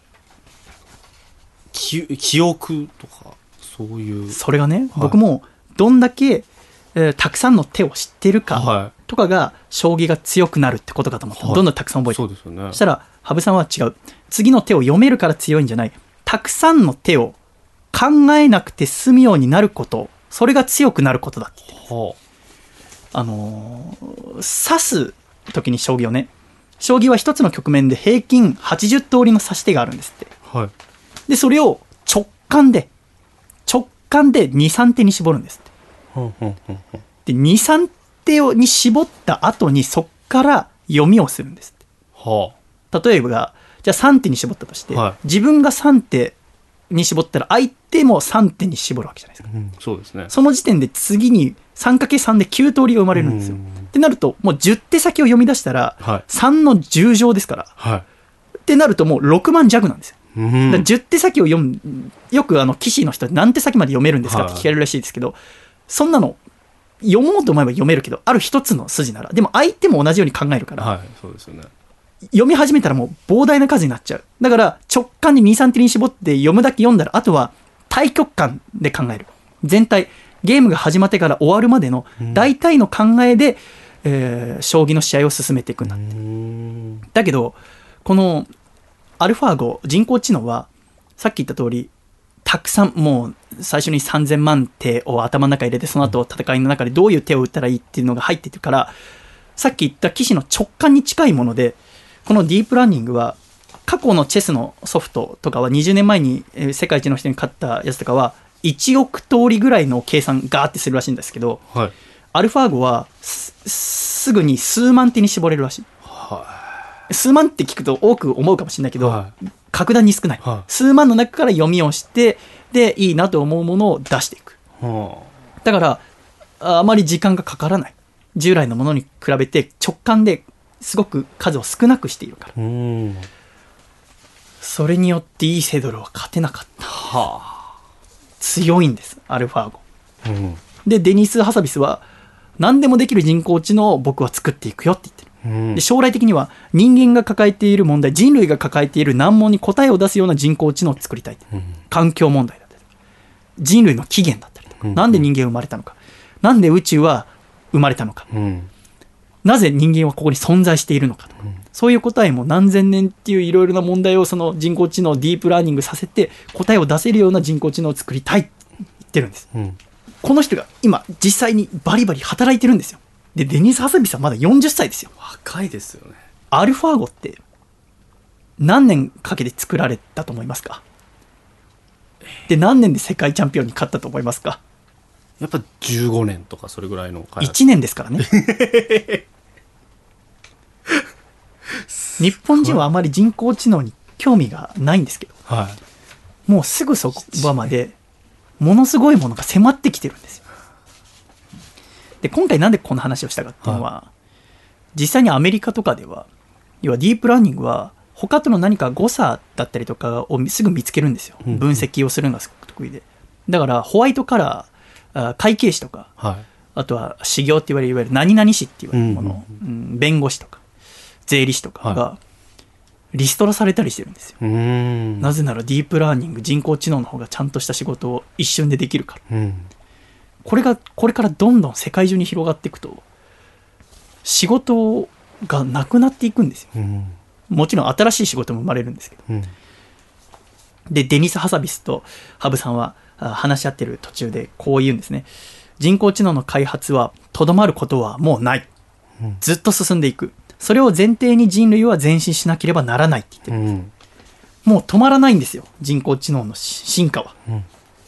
記、記憶とかそういう。 それがね、はい、僕もどんだけ、えー、たくさんの手を知ってるかとかが将棋が強くなるってことかと思った、はい、どんどんたくさん覚えてる、そうですよね。そしたら羽生さんは違う、次の手を読めるから強いんじゃない、たくさんの手を考えなくて済むようになること、それが強くなることだって言ってます、はあ、あのー、指す時に将棋をね、将棋は一つの局面で平均はちじゅう通りの指し手があるんですって、はい、でそれを直感で直感で にさん手に絞るんですって、はあはあはあ、で にさん手をに絞った後にそっから読みをするんですって、はあ、例えばじゃあさん手に絞ったとして、はい、自分がさん手に絞ったら相手もさん手に絞るわけじゃないですか、うん、そうですね。その時点で次に さんかけさん できゅう通りが生まれるんですよ。ってなるともうじゅって先を読み出したら、はい、さんのじゅう乗ですから、はい、ってなるともうろくまん弱なんですよ。うん、だじゅって先を読む、よくあの棋士の人は何手先まで読めるんですかって聞かれるらしいですけど、はい、そんなの読もうと思えば読めるけど、ある一つの筋なら、でも相手も同じように考えるから、はい、そうですよね。読み始めたらもう膨大な数になっちゃう。だから直感で にさん手に絞って読むだけ読んだら、あとは大局観で考える。全体ゲームが始まってから終わるまでの大体の考えで、うん、えー、将棋の試合を進めていくんだって。だけどこのアルファゴ人工知能はさっき言った通りたくさんもう最初にさんぜんまん手を頭の中に入れてその後戦いの中でどういう手を打ったらいいっていうのが入ってるからさっき言った棋士の直感に近いものでこのディープラーニングは過去のチェスのソフトとかはにじゅうねんまえに世界一の人に勝ったやつとかはいちおく通りぐらいの計算ガーってするらしいんですけど、はい、アルファゴは す, すぐに数万手に絞れるらしい、はい、数万って聞くと多く思うかもしれないけど、はい、格段に少ない、はい、数万の中から読みをしてでいいなと思うものを出していく、はあ、だからあまり時間がかからない従来のものに比べて直感ですごく数を少なくしているから、うん、それによってイーセドルは勝てなかった、はあ、強いんですアルファゴ、うん、でデニス・ハサビスは何でもできる人工知能を僕は作っていくよって言ってる、うん、で将来的には人間が抱えている問題人類が抱えている難問に答えを出すような人工知能を作りたい、うん、環境問題だったり人類の起源だったりとか、うん、なんで人間が生まれたのかなんで宇宙は生まれたのか、うん、なぜ人間はここに存在しているのかとか、うん、そういう答えも何千年っていういろいろな問題をその人工知能をディープラーニングさせて答えを出せるような人工知能を作りたいって言ってるんです、うん、この人が今実際にバリバリ働いてるんですよ。でデニス・ハサビスはまだよんじゅっさいですよ。 若いですよね。 アルファゴって何年かけて作られたと思いますか？で何年で世界チャンピオンに勝ったと思いますか？ やっぱじゅうごねんとかそれぐらいの開発。 いちねんですからね日本人はあまり人工知能に興味がないんですけど、はい、もうすぐそこまでものすごいものが迫ってきてるんですよ。で今回なんでこの話をしたかっていうのは、はい、実際にアメリカとかでは要はディープラーニングは他との何か誤差だったりとかをすぐ見つけるんですよ、うん、分析をするのがすごく得意で。だからホワイトカラー会計士とか、はい、あとは修行って言われるいわゆる何々士って言われるもの、うんうんうん、弁護士とか税理士とかがリストラされたりしてるんですよ、はい、なぜならディープラーニング人工知能の方がちゃんとした仕事を一瞬でできるから、うん、これがこれからどんどん世界中に広がっていくと仕事がなくなっていくんですよ、うん、もちろん新しい仕事も生まれるんですけど、うん、でデニス・ハサビスとハブさんは話し合ってる途中でこう言うんですね。人工知能の開発はとどまることはもうない、うん、ずっと進んでいく。それを前提に人類は前進しなければならないって言ってるんです、うん、もう止まらないんですよ人工知能の進化は、うん、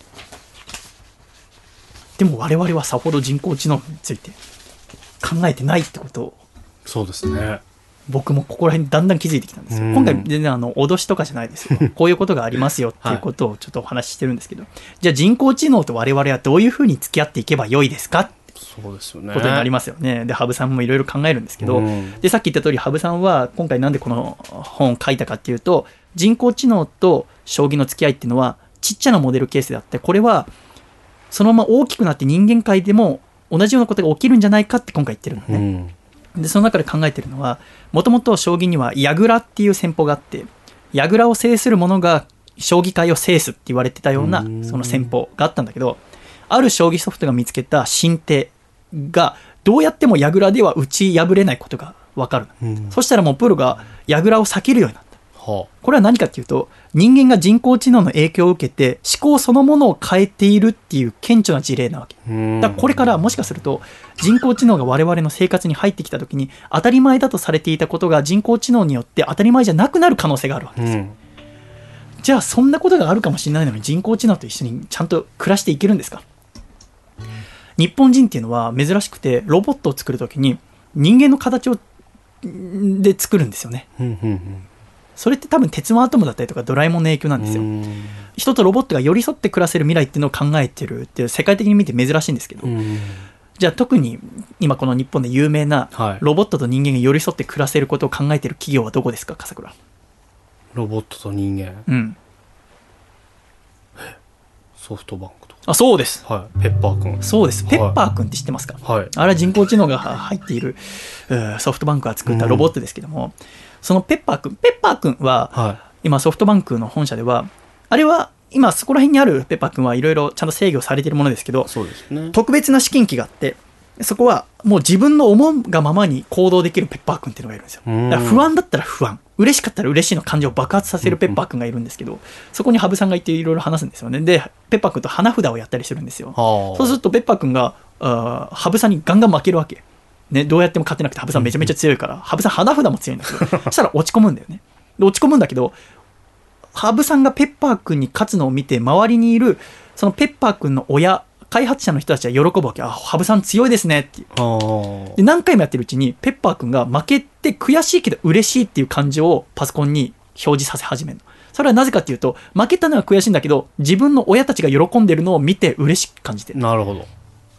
でも我々はさほど人工知能について考えてないってことをそうですね僕もここら辺にだんだん気づいてきたんですよ、うん、今回全然あの脅しとかじゃないですよこういうことがありますよっていうことをちょっとお話ししてるんですけど、はい、じゃあ人工知能と我々はどういうふうに付き合っていけばよいですかそうですよねことになりますよね。で羽生さんもいろいろ考えるんですけど、うん、でさっき言った通り羽生さんは今回なんでこの本を書いたかっていうと人工知能と将棋の付き合いっていうのはちっちゃなモデルケースであってこれはそのまま大きくなって人間界でも同じようなことが起きるんじゃないかって今回言ってるのね、うん、でその中で考えてるのはもともと将棋には矢倉っていう戦法があって矢倉を制する者が将棋界を制すって言われてたようなその戦法があったんだけどある将棋ソフトが見つけた新手がどうやっても矢倉では打ち破れないことが分かる、うん、そしたらもうプロが矢倉を避けるようになった、はあ、これは何かっていうと人間が人工知能の影響を受けて思考そのものを変えているっていう顕著な事例なわけ。だからこれからもしかすると人工知能が我々の生活に入ってきた時に当たり前だとされていたことが人工知能によって当たり前じゃなくなる可能性があるわけですよ、うん、じゃあそんなことがあるかもしれないのに人工知能と一緒にちゃんと暮らしていけるんですか。日本人っていうのは珍しくてロボットを作るときに人間の形をで作るんですよね、うんうんうん、それって多分鉄腕アトムだったりとかドラえもんの影響なんですよ。人とロボットが寄り添って暮らせる未来っていうのを考えてるって世界的に見て珍しいんですけど、じゃあ特に今この日本で有名なロボットと人間が寄り添って暮らせることを考えてる企業はどこですか笠倉。 ロボットと人間、うん、ソフトバンクとか。 あ、そうです、 はい、ペッパーくん。 そうです、ペッパーくんって知ってますか、はい、あれは人工知能が入っているソフトバンクが作ったロボットですけども、うん、そのペッパーくんペッパーくんは、はい、今ソフトバンクの本社ではあれは今そこら辺にあるペッパーくんはいろいろちゃんと制御されているものですけど、そうですね、特別な試験機があってそこはもう自分の思うがままに行動できるペッパーくんっていうのがいるんですよ。だから不安だったら不安、嬉しかったら嬉しいの感情を爆発させるペッパーくんがいるんですけど、そこに羽生さんがいていろいろ話すんですよね。でペッパーくんと花札をやったりするんですよ。そうするとペッパーくんが羽生さんにガンガン負けるわけ、ね、どうやっても勝てなくて羽生さんめちゃめちゃ強いから羽生さん花札も強いんだけどそしたら落ち込むんだよね。で落ち込むんだけど羽生さんがペッパーくんに勝つのを見て周りにいるそのペッパーくんの親開発者の人たちは喜ぶわけ。あ、羽生さん強いですねっていう。で何回もやってるうちにペッパーくんが負けて悔しいけど嬉しいっていう感情をパソコンに表示させ始めるの。それはなぜかっていうと負けたのは悔しいんだけど自分の親たちが喜んでるのを見て嬉しく感じてる。 なるほど。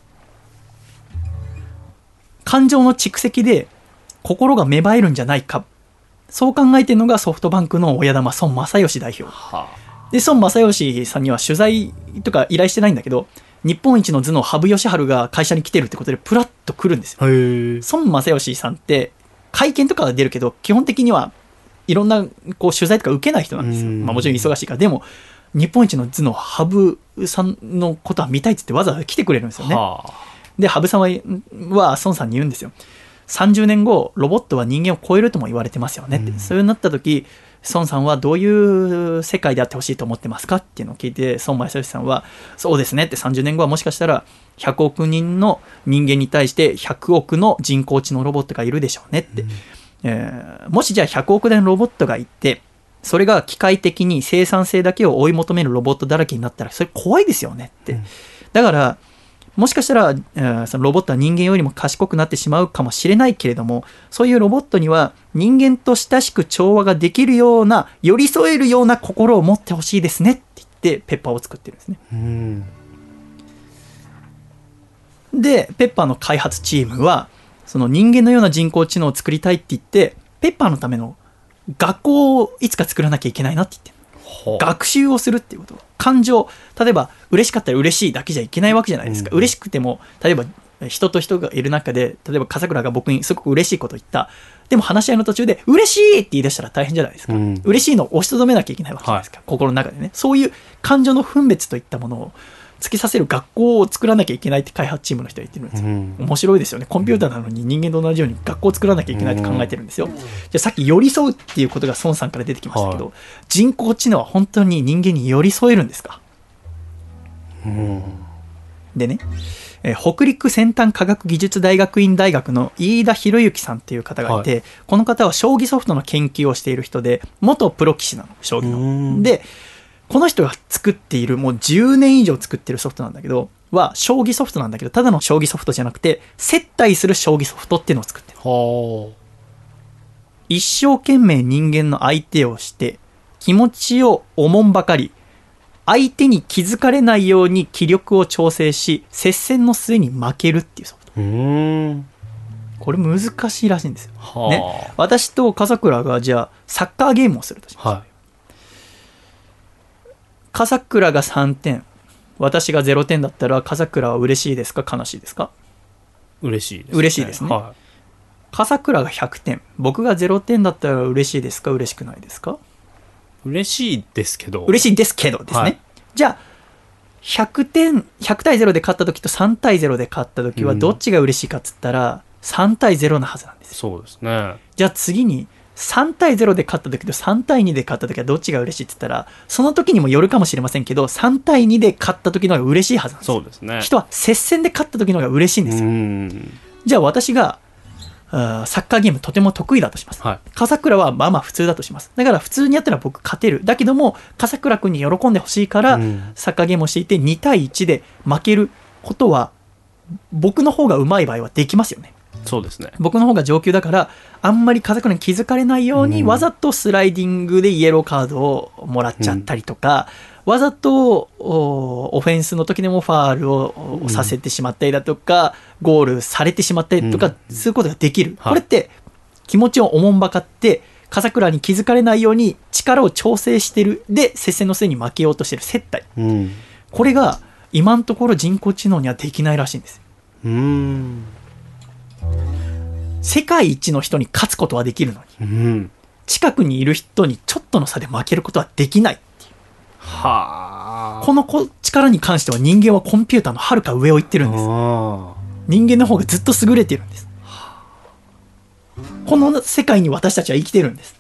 感情の蓄積で心が芽生えるんじゃないか、そう考えてるのがソフトバンクの親玉孫正義代表、はあ、で孫正義さんには取材とか依頼してないんだけど日本一の頭脳羽生善治が会社に来てるってことでプラッと来るんですよ。孫正義さんって会見とかは出るけど基本的にはいろんなこう取材とか受けない人なんですよ。まあ、もちろん忙しいから。でも日本一の頭脳羽生さんのことは見たいって言ってわざわざ来てくれるんですよね。はあ、で羽生さんはは孫さんに言うんですよ。さんじゅうねんごロボットは人間を超えるとも言われてますよねって、うん、そういうなった時孫さんはどういう世界であってほしいと思ってますかっていうのを聞いて孫正義さんはそうですねって、さんじゅうねんごはもしかしたらひゃくおくにんの人間に対してひゃくおくの人工知能ロボットがいるでしょうねって、うん、えー、もしじゃあひゃくおくでのロボットがいてそれが機械的に生産性だけを追い求めるロボットだらけになったらそれ怖いですよねって、うん、だからもしかしたら、えー、そのロボットは人間よりも賢くなってしまうかもしれないけれどもそういうロボットには人間と親しく調和ができるような寄り添えるような心を持ってほしいですねって言ってペッパーを作ってるんですね。うん、でペッパーの開発チームはその人間のような人工知能を作りたいって言ってペッパーのための学校をいつか作らなきゃいけないなって言ってる。学習をするっていうこと、感情、例えば嬉しかったら嬉しいだけじゃいけないわけじゃないですか、うん、嬉しくても例えば人と人がいる中で例えば笠倉が僕にすごく嬉しいことを言った、でも話し合いの途中で嬉しいって言い出したら大変じゃないですか、うん、嬉しいのを押しとどめなきゃいけないわけじゃないですか、はい、心の中でね。そういう感情の分別といったものを突きさせる学校を作らなきゃいけないって開発チームの人は言ってるんですよ、うん、面白いですよね。コンピューターなのに人間と同じように学校を作らなきゃいけないって考えてるんですよ、うん、じゃあさっき寄り添うっていうことが孫さんから出てきましたけど、はい、人工知能は本当に人間に寄り添えるんですか、うん、でね、えー、北陸先端科学技術大学院大学の飯田博之さんっていう方がいて、はい、この方は将棋ソフトの研究をしている人で元プロ棋士なの、将棋の。でこの人が作っているもうじゅうねん以上作ってるソフトなんだけどは将棋ソフトなんだけどただの将棋ソフトじゃなくて接待する将棋ソフトっていうのを作ってる。はあ、一生懸命人間の相手をして気持ちをおもんばかり相手に気づかれないように気力を調整し接戦の末に負けるっていうソフト。うーん、これ難しいらしいんですよ、はあね、私と笠倉がじゃあサッカーゲームをするとします、はい、笠倉がさんてん私がゼロてんだったら笠倉は嬉しいですか悲しいですか。 嬉しいですね。 嬉しいですね、はい、笠倉がひゃくてん僕がゼロてんだったら嬉しいですか嬉しくないですか。 嬉しいですけど嬉しいですけどですね、はい、じゃあひゃくてんひゃくたいゼロで勝った時とさんたいゼロで勝った時はどっちが嬉しいかっつったら、うん、さんたいゼロなはずなんですよ。 そうですね。 じゃあ次にさんたいゼロで勝った時とさんたいにで勝った時はどっちが嬉しいって言ったらその時にもよるかもしれませんけどさんたいにで勝った時の方が嬉しいはずなんですよ。 そうですね。 人は接戦で勝った時の方が嬉しいんですよ。うん、じゃあ私があサッカーゲームとても得意だとします、はい、笠倉はまあまあ普通だとします。だから普通にやったら僕勝てる。だけども笠倉君に喜んでほしいから、うん、サッカーゲームをしていてにたいいちで負けることは僕の方が上手い場合はできますよね。 そうですね。 僕の方が上級だからあんまり笠倉に気づかれないように、うん、わざとスライディングでイエローカードをもらっちゃったりとか、うん、わざとオフェンスの時でもファールをさせてしまったりだとか、うん、ゴールされてしまったりとか、うん、そういうことができる、はい、これって気持ちをおもんばかって笠倉に気づかれないように力を調整してるで接戦の末に負けようとしてる接待、うん、これが今のところ人工知能にはできないらしいんです。うーん、世界一の人に勝つことはできるのに、うん、近くにいる人にちょっとの差で負けることはできないっていう。はあ。この力に関しては人間はコンピューターのはるか上を行ってるんです。 人間の方がずっと優れてるんです。この世界に私たちは生きてるんです。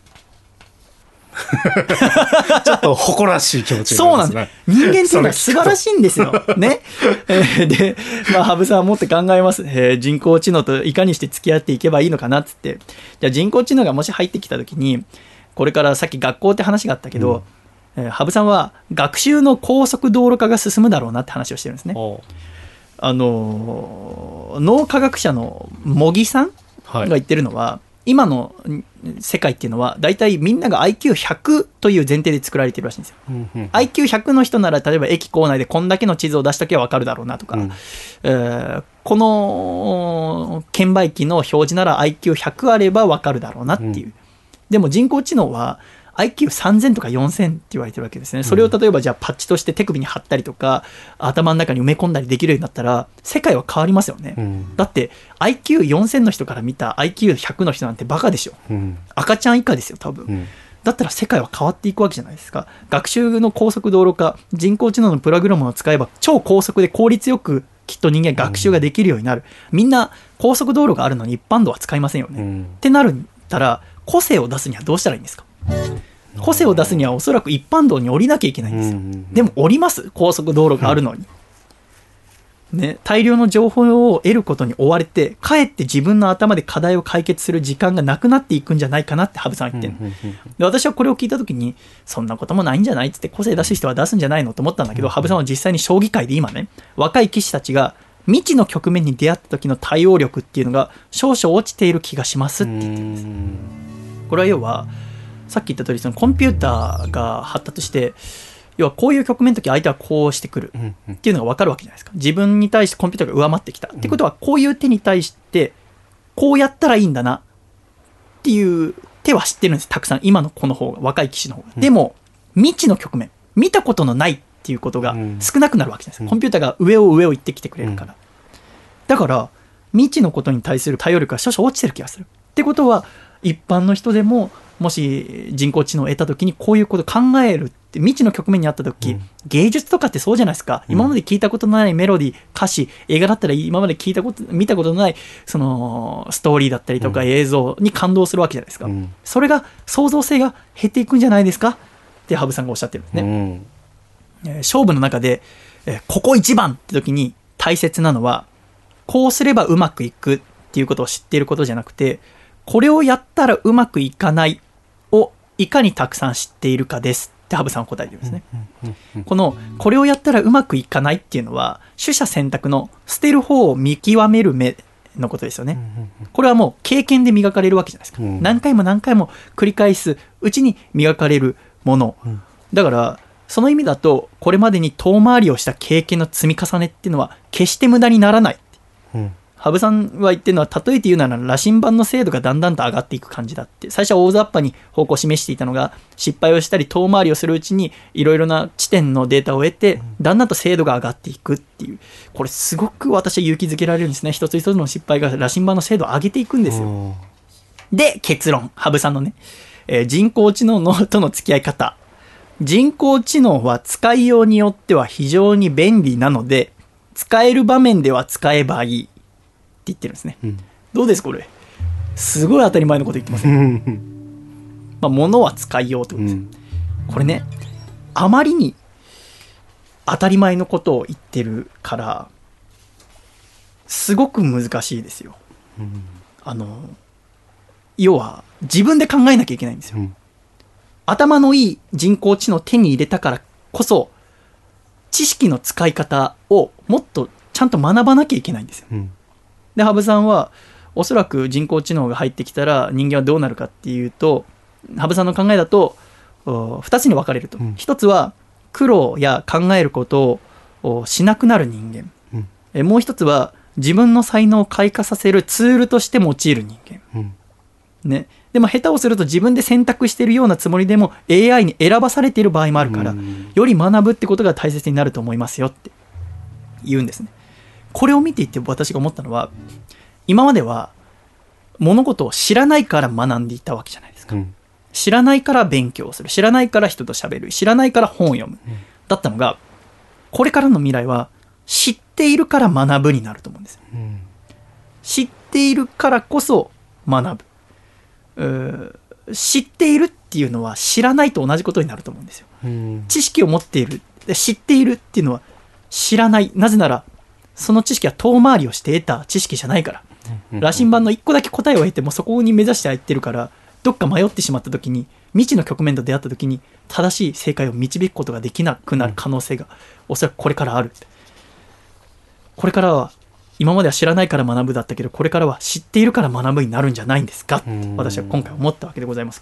ちょっと誇らしい気持ちにそうなりますね。 なんです。人間っていうのは素晴らしいんですよ。ね。えー、で、まあ、羽生さんはもって考えます。えー、人工知能といかにして付き合っていけばいいのかなっつって。じゃあ人工知能がもし入ってきたときに、これからさっき学校って話があったけど、うん、えー、羽生さんは学習の高速道路化が進むだろうなって話をしてるんですね。あのー、脳科学者の茂木さんが言ってるのは、はい、今の世界っていうのは大体みんなが アイキューひゃく という前提で作られてるらしいんですよ、うんうん、アイキューひゃく の人なら例えば駅構内でこんだけの地図を出しとけば分かるだろうなとか、うん、えー、この券売機の表示なら アイキューひゃく あれば分かるだろうなっていう、うん、でも人工知能は アイキューさんぜん とかよんせんって言われてるわけですね。それを例えばじゃあパッチとして手首に貼ったりとか頭の中に埋め込んだりできるようになったら世界は変わりますよね、うん、だって アイキューよんせん の人から見た アイキューひゃく の人なんてバカでしょ、うん、赤ちゃん以下ですよ多分、うん、だったら世界は変わっていくわけじゃないですか。学習の高速道路化、人工知能のプログラムを使えば超高速で効率よくきっと人間学習ができるようになる、うん、みんな高速道路があるのに一般道は使いませんよね、うん、ってなるったら個性を出すにはどうしたらいいんですか。個性を出すにはおそらく一般道に降りなきゃいけないんですよ、うんうんうん、でも降ります？高速道路があるのに、うんね、大量の情報を得ることに追われてかえって自分の頭で課題を解決する時間がなくなっていくんじゃないかなって羽生さんは言ってる、うんうんうん、で私はこれを聞いた時にそんなこともないんじゃないっつって個性出す人は出すんじゃないのと思ったんだけど、うんうん、羽生さんは実際に将棋界で今ね若い棋士たちが未知の局面に出会った時の対応力っていうのが少々落ちている気がしますって言ってるんです。これは要はさっき言った通りそのコンピューターが発達して要はこういう局面の時相手はこうしてくるっていうのが分かるわけじゃないですか。自分に対してコンピューターが上回ってきたってことはこういう手に対してこうやったらいいんだなっていう手は知ってるんです。たくさん今のこの方が若い棋士の方が。でも未知の局面見たことのないっていうことが少なくなるわけじゃないですか。コンピューターが上を上を行ってきてくれるから。だから未知のことに対する対応力が少々落ちてる気がするってことは一般の人でももし人工知能を得た時にこういうことを考えるって未知の局面にあった時、うん、芸術とかってそうじゃないですか、うん、今まで聞いたことのないメロディ歌詞映画だったら今まで聞いたこと見たことのないそのストーリーだったりとか映像に感動するわけじゃないですか、うん、それが創造性が減っていくんじゃないですかって羽生さんがおっしゃってるんですね、うんえー、勝負の中で、えー、ここ一番って時に大切なのはこうすればうまくいくっていうことを知っていることじゃなくてこれをやったらうまくいかないをいかにたくさん知っているかですって羽生さんは答えてるんですね。このこれをやったらうまくいかないっていうのは取捨選択の捨てる方を見極める目のことですよね。これはもう経験で磨かれるわけじゃないですか。何回も何回も繰り返すうちに磨かれるものだからその意味だとこれまでに遠回りをした経験の積み重ねっていうのは決して無駄にならない。羽生さんは言ってるのは例えて言うなら羅針盤の精度がだんだんと上がっていく感じだって最初は大雑把に方向を示していたのが失敗をしたり遠回りをするうちにいろいろな地点のデータを得てだんだんと精度が上がっていくっていうこれすごく私は勇気づけられるんですね。一つ一つの失敗が羅針盤の精度を上げていくんですよ。で結論羽生さんのね、えー、人工知能のとの付き合い方人工知能は使いようによっては非常に便利なので使える場面では使えばいいって言ってるんですね、うん、どうですこれすごい当たり前のこと言ってますねまあ物は使いようってことです、うん、これねあまりに当たり前のことを言ってるからすごく難しいですよ、うん、あの要は自分で考えなきゃいけないんですよ、うん、頭のいい人工知能を手に入れたからこそ知識の使い方をもっとちゃんと学ばなきゃいけないんですよ、うんで羽生さんはおそらく人工知能が入ってきたら人間はどうなるかっていうと羽生さんの考えだとふたつに分かれると、うん、ひとつは苦労や考えることをしなくなる人間、うん、えもう一つは自分の才能を開花させるツールとして用いる人間、うんね、でも下手をすると自分で選択しているようなつもりでも エーアイ に選ばされている場合もあるから、うん、より学ぶってことが大切になると思いますよって言うんですね。これを見ていて私が思ったのは今までは物事を知らないから学んでいたわけじゃないですか、うん、知らないから勉強する知らないから人と喋る知らないから本を読む、うん、だったのがこれからの未来は知っているから学ぶになると思うんですよ、うん、 知っているからこそ学ぶ。知っているっていうのは知らないと同じことになると思うんですよ。うん、知識を持っている、知っているっていうのは知らない。なぜならその知識は遠回りをして得た知識じゃないから。うん、羅針盤のいっこだけ答えを得てもそこに目指してやってるから、どっか迷ってしまった時に、未知の局面と出会った時に正しい正解を導くことができなくなる可能性がおそらくこれからある。これからは今までは知らないから学ぶだったけど、これからは知っているから学ぶになるんじゃないんですか、私は今回思ったわけでございます。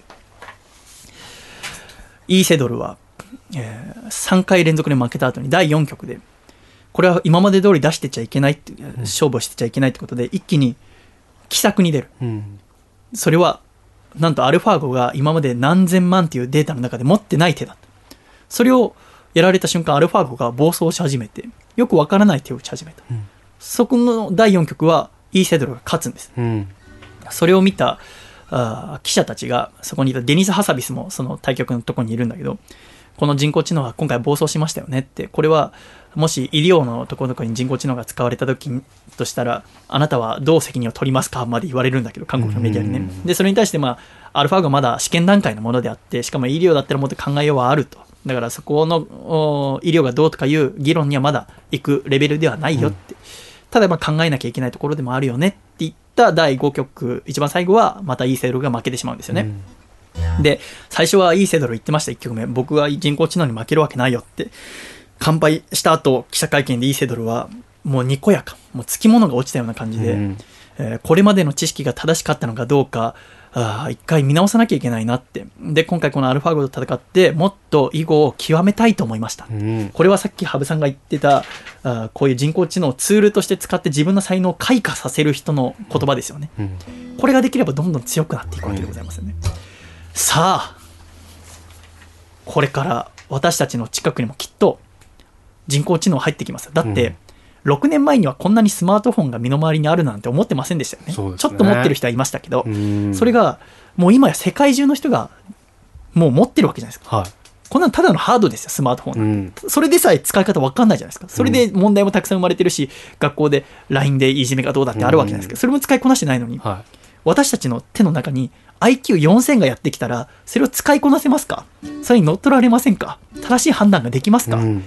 イーセドルは、えー、さんかい連続で負けた後にだいよんきょくで、これは今まで通り出してちゃいけないって、勝負をしてちゃいけないってことで一気に奇策に出る、うん、それはなんとアルファーゴが今まで何千万っていうデータの中で持ってない手だった。それをやられた瞬間、アルファーゴが暴走し始めて、よくわからない手を打ち始めた、うん、そこのだいよんきょくはイーセドルが勝つんです、うん、それを見たあ記者たちが、そこにいたデニス・ハサビスもその対局のところにいるんだけど、この人工知能は今回暴走しましたよねって、これはもし医療のところどころに人工知能が使われた時としたら、あなたはどう責任を取りますかまで言われるんだけど、韓国のメディアにね。でそれに対して、まあ、アルファーゴはまだ試験段階のものであって、しかも医療だったらもっと考えようはあると。だからそこの医療がどうとかいう議論にはまだ行くレベルではないよって、うん、ただまあ考えなきゃいけないところでもあるよねって言っただいごきょく、一番最後はまたイーセドルが負けてしまうんですよね、うん、で最初はイーセドル言ってました。いっきょくめ、僕は人工知能に負けるわけないよって完敗した後、記者会見でイーセドルはもうにこやか、もうつきものが落ちたような感じで、うんえー、これまでの知識が正しかったのかどうか、あ一回見直さなきゃいけないなって。で今回このアルファーゴと戦ってもっと囲碁を極めたいと思いました、うん、これはさっき羽生さんが言ってたあこういう人工知能をツールとして使って自分の才能を開花させる人の言葉ですよね、うん、これができればどんどん強くなっていくわけでございますよね、うん、さあこれから私たちの近くにもきっと人工知能入ってきます。だって、うんろくねんまえにはこんなにスマートフォンが身の回りにあるなんて思ってませんでしたよ ね, ねちょっと持ってる人はいましたけど、それがもう今や世界中の人がもう持ってるわけじゃないですか、はい、こんなのただのハードですよスマートフォン、うん、それでさえ使い方分かんないじゃないですか。それで問題もたくさん生まれてるし、学校で ライン でいじめがどうだってあるわけじゃないですか。それも使いこなしてないのに、はい、私たちの手の中に アイキューよんせん がやってきたらそれを使いこなせますか？それに乗っ取られませんか？正しい判断ができますか？うん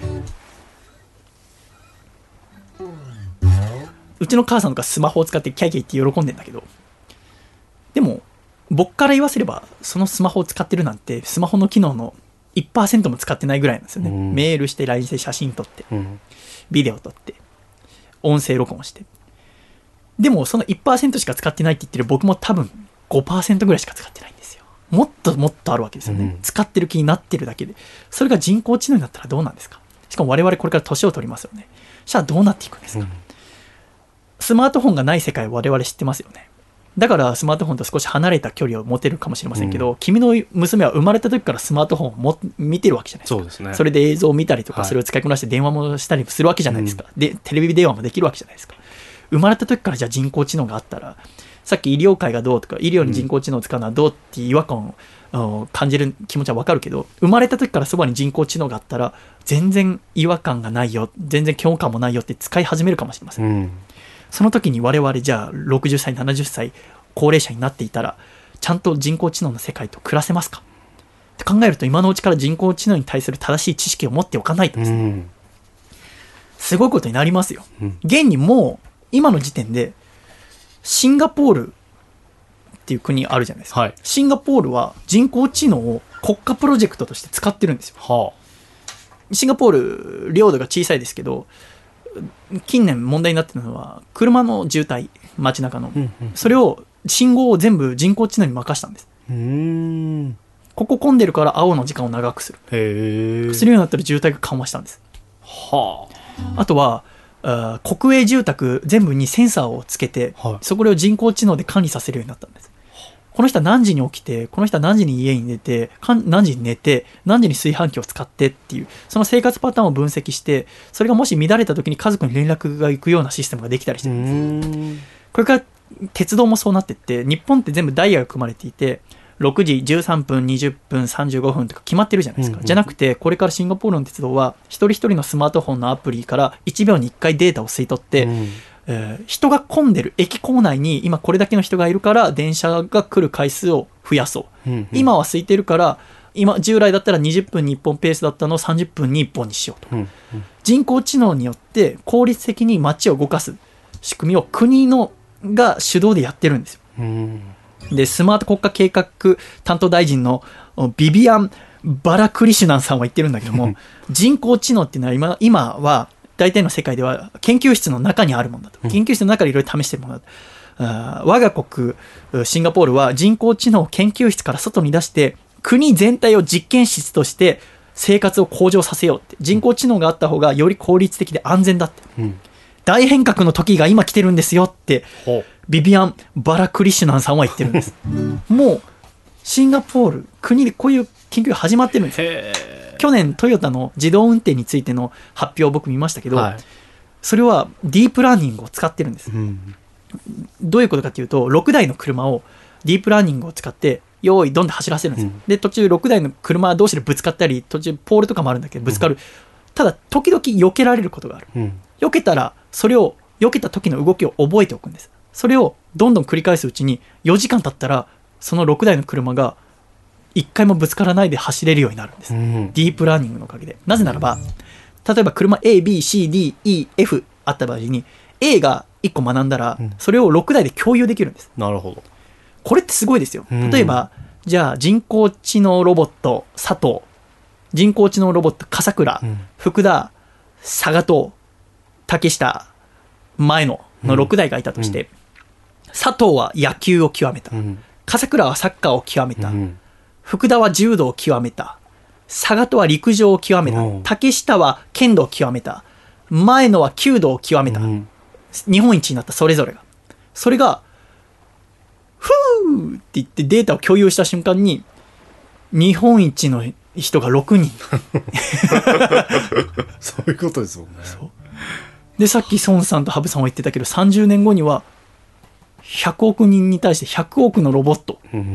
うちの母さんとかスマホを使ってキャイキャイって喜んでんだけど、でも僕から言わせればそのスマホを使ってるなんてスマホの機能の いちパーセント も使ってないぐらいなんですよね、うん、メールして ライン して写真撮って、うん、ビデオ撮って音声録音して、でもその いちパーセント しか使ってないって言ってる僕も多分 ごパーセント ぐらいしか使ってないんですよ。もっともっとあるわけですよね、うん、使ってる気になってるだけで。それが人工知能になったらどうなんですか？しかも我々これから年を取りますよね。じゃあどうなっていくんですか？うん、スマートフォンがない世界を我々知ってますよね。だからスマートフォンと少し離れた距離を持てるかもしれませんけど、うん、君の娘は生まれた時からスマートフォンをも見てるわけじゃないですか。そうですね。それで映像を見たりとか、はい、それを使いこなして電話もしたりするわけじゃないですか、うん、でテレビ電話もできるわけじゃないですか。生まれた時からじゃあ人工知能があったら、さっき医療界がどうとか医療に人工知能を使うのはどうっていう違和感を感じる気持ちは分かるけど、生まれた時からそばに人工知能があったら全然違和感がないよ、全然共感もないよって使い始めるかもしれません、うん、その時に我々じゃあろくじゅっさいななじゅっさい高齢者になっていたらちゃんと人工知能の世界と暮らせますかって考えると、今のうちから人工知能に対する正しい知識を持っておかないとですね、うん、すごいことになりますよ、うん、現にもう今の時点でシンガポールっていう国あるじゃないですか、はい、シンガポールは人工知能を国家プロジェクトとして使ってるんですよ、はあ、シンガポール領土が小さいですけど近年問題になっているのは車の渋滞、街中の、うんうん、それを信号を全部人工知能に任したんです。うーん、ここ混んでるから青の時間を長くする、へー、するようになったら渋滞が緩和したんです、はあ、あとはあ国営住宅全部にセンサーをつけて、はい、そこを人工知能で管理させるようになったんです。この人は何時に起きて、この人は何時に家に寝て、何時に寝て、何時に炊飯器を使ってっていう、その生活パターンを分析して、それがもし乱れた時に家族に連絡が行くようなシステムができたりしてるんです。うーん、これから鉄道もそうなっていって、日本って全部ダイヤが組まれていて、ろくじじゅうさんぷん、にじゅっぷん、さんじゅうごふんとか決まってるじゃないですか、うんうん、じゃなくてこれからシンガポールの鉄道は一人一人のスマートフォンのアプリからいちびょうにいっかいデータを吸い取って、うん、 えー、人が混んでる駅構内に今これだけの人がいるから電車が来る回数を増やそう、うんうん、今は空いてるから今従来だったらにじゅっぷんにいっぽんペースだったのをさんじゅっぷんにいっぽんにしようと、うんうん、人工知能によって効率的に街を動かす仕組みを国のが主導でやってるんですよ、うん、でスマート国家計画担当大臣のビビアン・バラクリシュナンさんは言ってるんだけども人工知能っていうのは 今, 今は大体の世界では研究室の中にあるものだと、研究室の中でいろいろ試してるものだと、あ我が国シンガポールは人工知能を研究室から外に出して国全体を実験室として生活を向上させようって、人工知能があった方がより効率的で安全だって、うん、大変革の時が今来てるんですよってビビアン・バラクリシュナンさんは言ってるんですもうシンガポール国でこういう研究が始まってるんです。へ去年トヨタの自動運転についての発表を僕見ましたけど、はい、それはディープラーニングを使ってるんです、うん、どういうことかというとろくだいの車をディープラーニングを使って用意ドンで走らせるんですよ、うん、で途中ろくだいの車同士でぶつかったり途中ポールとかもあるんだけどぶつかる、うん、ただ時々避けられることがある、うん、避けたらそれを避けた時の動きを覚えておくんです。それをどんどん繰り返すうちによじかん経ったらそのろくだいの車がいっかいもぶつからないで走れるようになるんです、うん、ディープラーニングのおかげで。なぜならば例えば車 エービーシーディーイーエフ あった場合に A がいっこ学んだらそれをろくだいで共有できるんです、 うん、なるほど。 これってすごいですよ。例えば、うん、じゃあ人工知能ロボット佐藤、人工知能ロボット笠倉、うん、福田、佐賀藤、竹下、前野のろくだいがいたとして、うん、佐藤は野球を極めた、うん、笠倉はサッカーを極めた、うん、福田は柔道を極めた、佐賀とは陸上を極めた、うん、竹下は剣道を極めた、前野は弓道を極めた、うん、日本一になった。それぞれがそれがふーって言ってデータを共有した瞬間に日本一の人がろくにんそういうことですもんね。そうでさっき孫さんと羽生さんは言ってたけどさんじゅうねんごにはひゃくおくにんに対してひゃくおくのロボット。うん、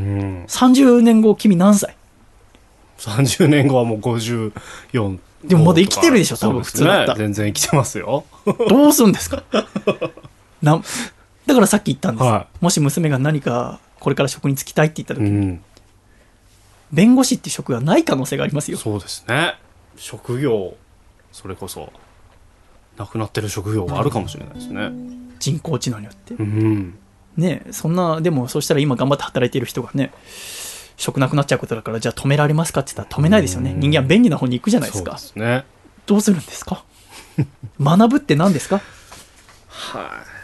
さんじゅうねんご君何歳？ さんじゅうねんごはもうごじゅうよん。 でもまだ生きてるでしょ多分普通だったら、 ね、全然生きてますよどうするんですかなだからさっき言ったんです、はい、もし娘が何かこれから職に就きたいって言った時に、うん、弁護士っていう職がない可能性がありますよ。 そうですね。職業それこそなくなってる職業があるかもしれないですね、うん、 人工知能によって、うん、ねそんな。でもそうしたら今頑張って働いている人がね職なくなっちゃうことだからじゃあ止められますかって言ったら止めないですよね。人間は便利な方に行くじゃないですか。 そうですね。 どうするんですか学ぶって何ですかはい、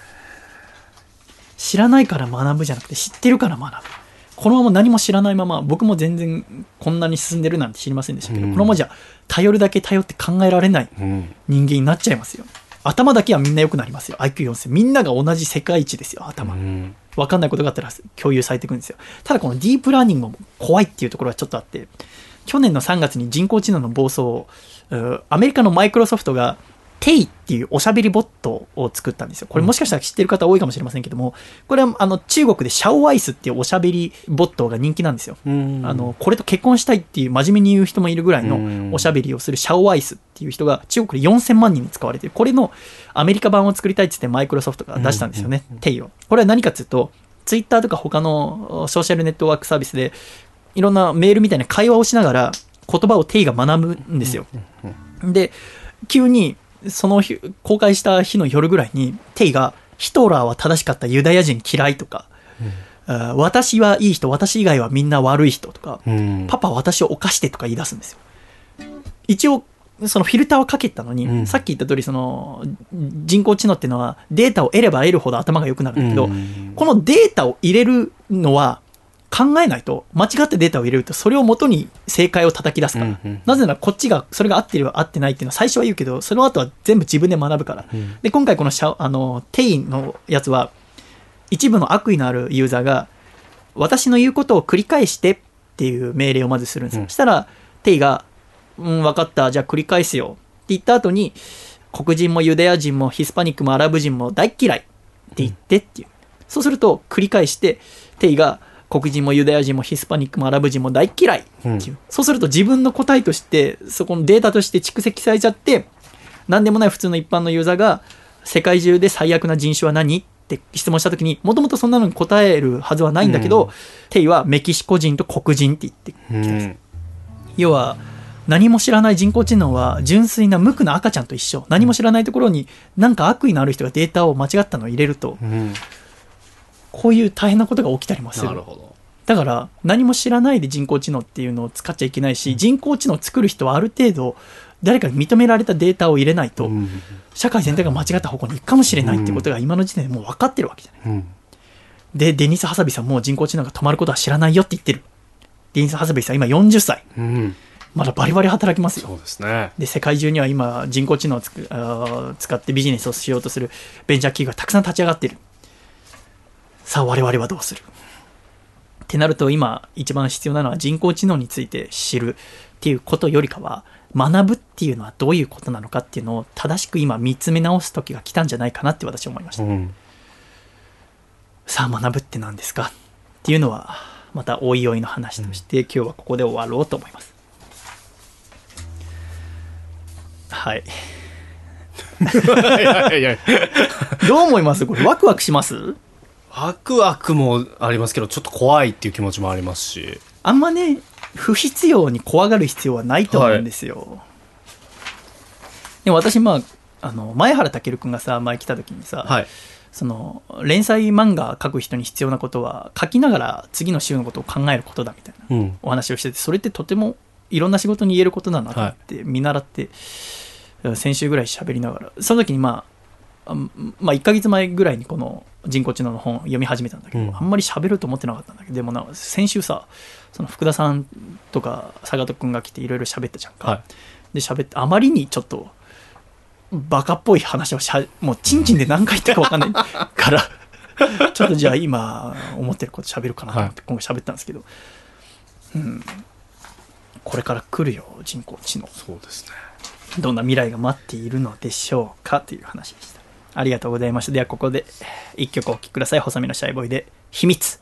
知らないから学ぶじゃなくて知ってるから学ぶ。このまま何も知らないまま僕も全然こんなに進んでるなんて知りませんでしたけど、うん、このままじゃ頼るだけ頼って考えられない人間になっちゃいますよ。頭だけはみんな良くなりますよ。 アイキューよんせん みんなが同じ世界一ですよ。頭、うん、分かんないことがあったら共有されていくんですよ。ただこのディープラーニングも怖いっていうところはちょっとあって、去年のさんがつに人工知能の暴走をアメリカのマイクロソフトがテイっていうおしゃべりボットを作ったんですよ。これもしかしたら知ってる方多いかもしれませんけども、これはあの中国でシャオワイスっていうおしゃべりボットが人気なんですよ。あのこれと結婚したいっていう真面目に言う人もいるぐらいのおしゃべりをするシャオワイスっていう人が中国でよんせんまんにんに使われている。これのアメリカ版を作りたいって言ってマイクロソフトが出したんですよね、テイを。これは何かっていうとツイッターとか他のソーシャルネットワークサービスでいろんなメールみたいな会話をしながら言葉をテイが学ぶんですよ。で急にその日公開した日の夜ぐらいにテイがヒトラーは正しかった、ユダヤ人嫌いとか、うん、私はいい人、私以外はみんな悪い人とか、うん、パパ私を犯してとか言い出すんですよ。一応そのフィルターをかけたのに、うん、さっき言った通りその人工知能っていうのはデータを得れば得るほど頭が良くなるんだけど、うん、このデータを入れるのは考えないと、間違ってデータを入れるとそれを元に正解を叩き出すから、うんうん、なぜならこっちがそれが合っている合ってないっていうのは最初は言うけどその後は全部自分で学ぶから、うん、で今回このシャあのテイのやつは一部の悪意のあるユーザーが私の言うことを繰り返してっていう命令をまずするんですよ、うん、そしたらテイがうん分かったじゃあ繰り返すよって言った後に黒人もユダヤ人もヒスパニックもアラブ人も大嫌いって言ってっていう、うん、そうすると繰り返してテイが黒人もユダヤ人もヒスパニックもアラブ人も大嫌いっていう、うん、そうすると自分の答えとしてそこのデータとして蓄積されちゃって何でもない普通の一般のユーザーが世界中で最悪な人種は何って質問した時に、もともとそんなのに答えるはずはないんだけど、うん、テイはメキシコ人と黒人って言ってきます、うん、要は何も知らない人工知能は純粋な無垢な赤ちゃんと一緒。何も知らないところに何か悪意のある人がデータを間違ったのを入れると、うん、こういう大変なことが起きたりもする。 なるほど。 だから何も知らないで人工知能っていうのを使っちゃいけないし、うん、人工知能を作る人はある程度誰かに認められたデータを入れないと、うん、社会全体が間違った方向に行くかもしれないっていうことが今の時点でもう分かってるわけじゃない、うん、でデニス・ハサビさんも人工知能が止まることは知らないよって言ってる。デニス・ハサビさん今よんじゅっさい、うん、まだバリバリ働きますよ。 そうですね。 で世界中には今人工知能をつくあ使ってビジネスをしようとするベンチャー企業がたくさん立ち上がっている。さあ我々はどうするってなると、今一番必要なのは人工知能について知るっていうことよりかは、学ぶっていうのはどういうことなのかっていうのを正しく今見つめ直す時が来たんじゃないかなって私は思いました、うん、さあ学ぶって何ですかっていうのはまたおいおいの話として、うん、今日はここで終わろうと思います。はいいやいやどう思いますこれ。ワクワクします？ ワクワクもありますけど、ちょっと怖いっていう気持ちもありますし、 あんまね不必要に怖がる必要はないと思うんですよ、はい、でも私、まあ、あの前原健君がさ前来た時にさ、はい、その連載漫画描く人に必要なことは書きながら次の週のことを考えることだみたいなお話をしてて、それってとてもいろんな仕事に言えることだなと思って見習って、はい、先週ぐらい喋りながら、その時にまあ、まあ、いっかげつまえぐらいにこの人工知能の本を読み始めたんだけど、うん、あんまり喋ると思ってなかったんだけど、でもな先週さその福田さんとか坂戸くんが来ていろいろ喋ったじゃんか、はい、で喋ってあまりにちょっとバカっぽい話をしはもうチンチンで何回言ったか分かんないからちょっとじゃあ今思ってること喋るかなと思って今回喋ったんですけど、はい、うん、これから来るよ人工知能。 そうですね。 どんな未来が待っているのでしょうかという話でした。ありがとうございました。ではここで一曲お聴きください。細身のシャイボーイで秘密。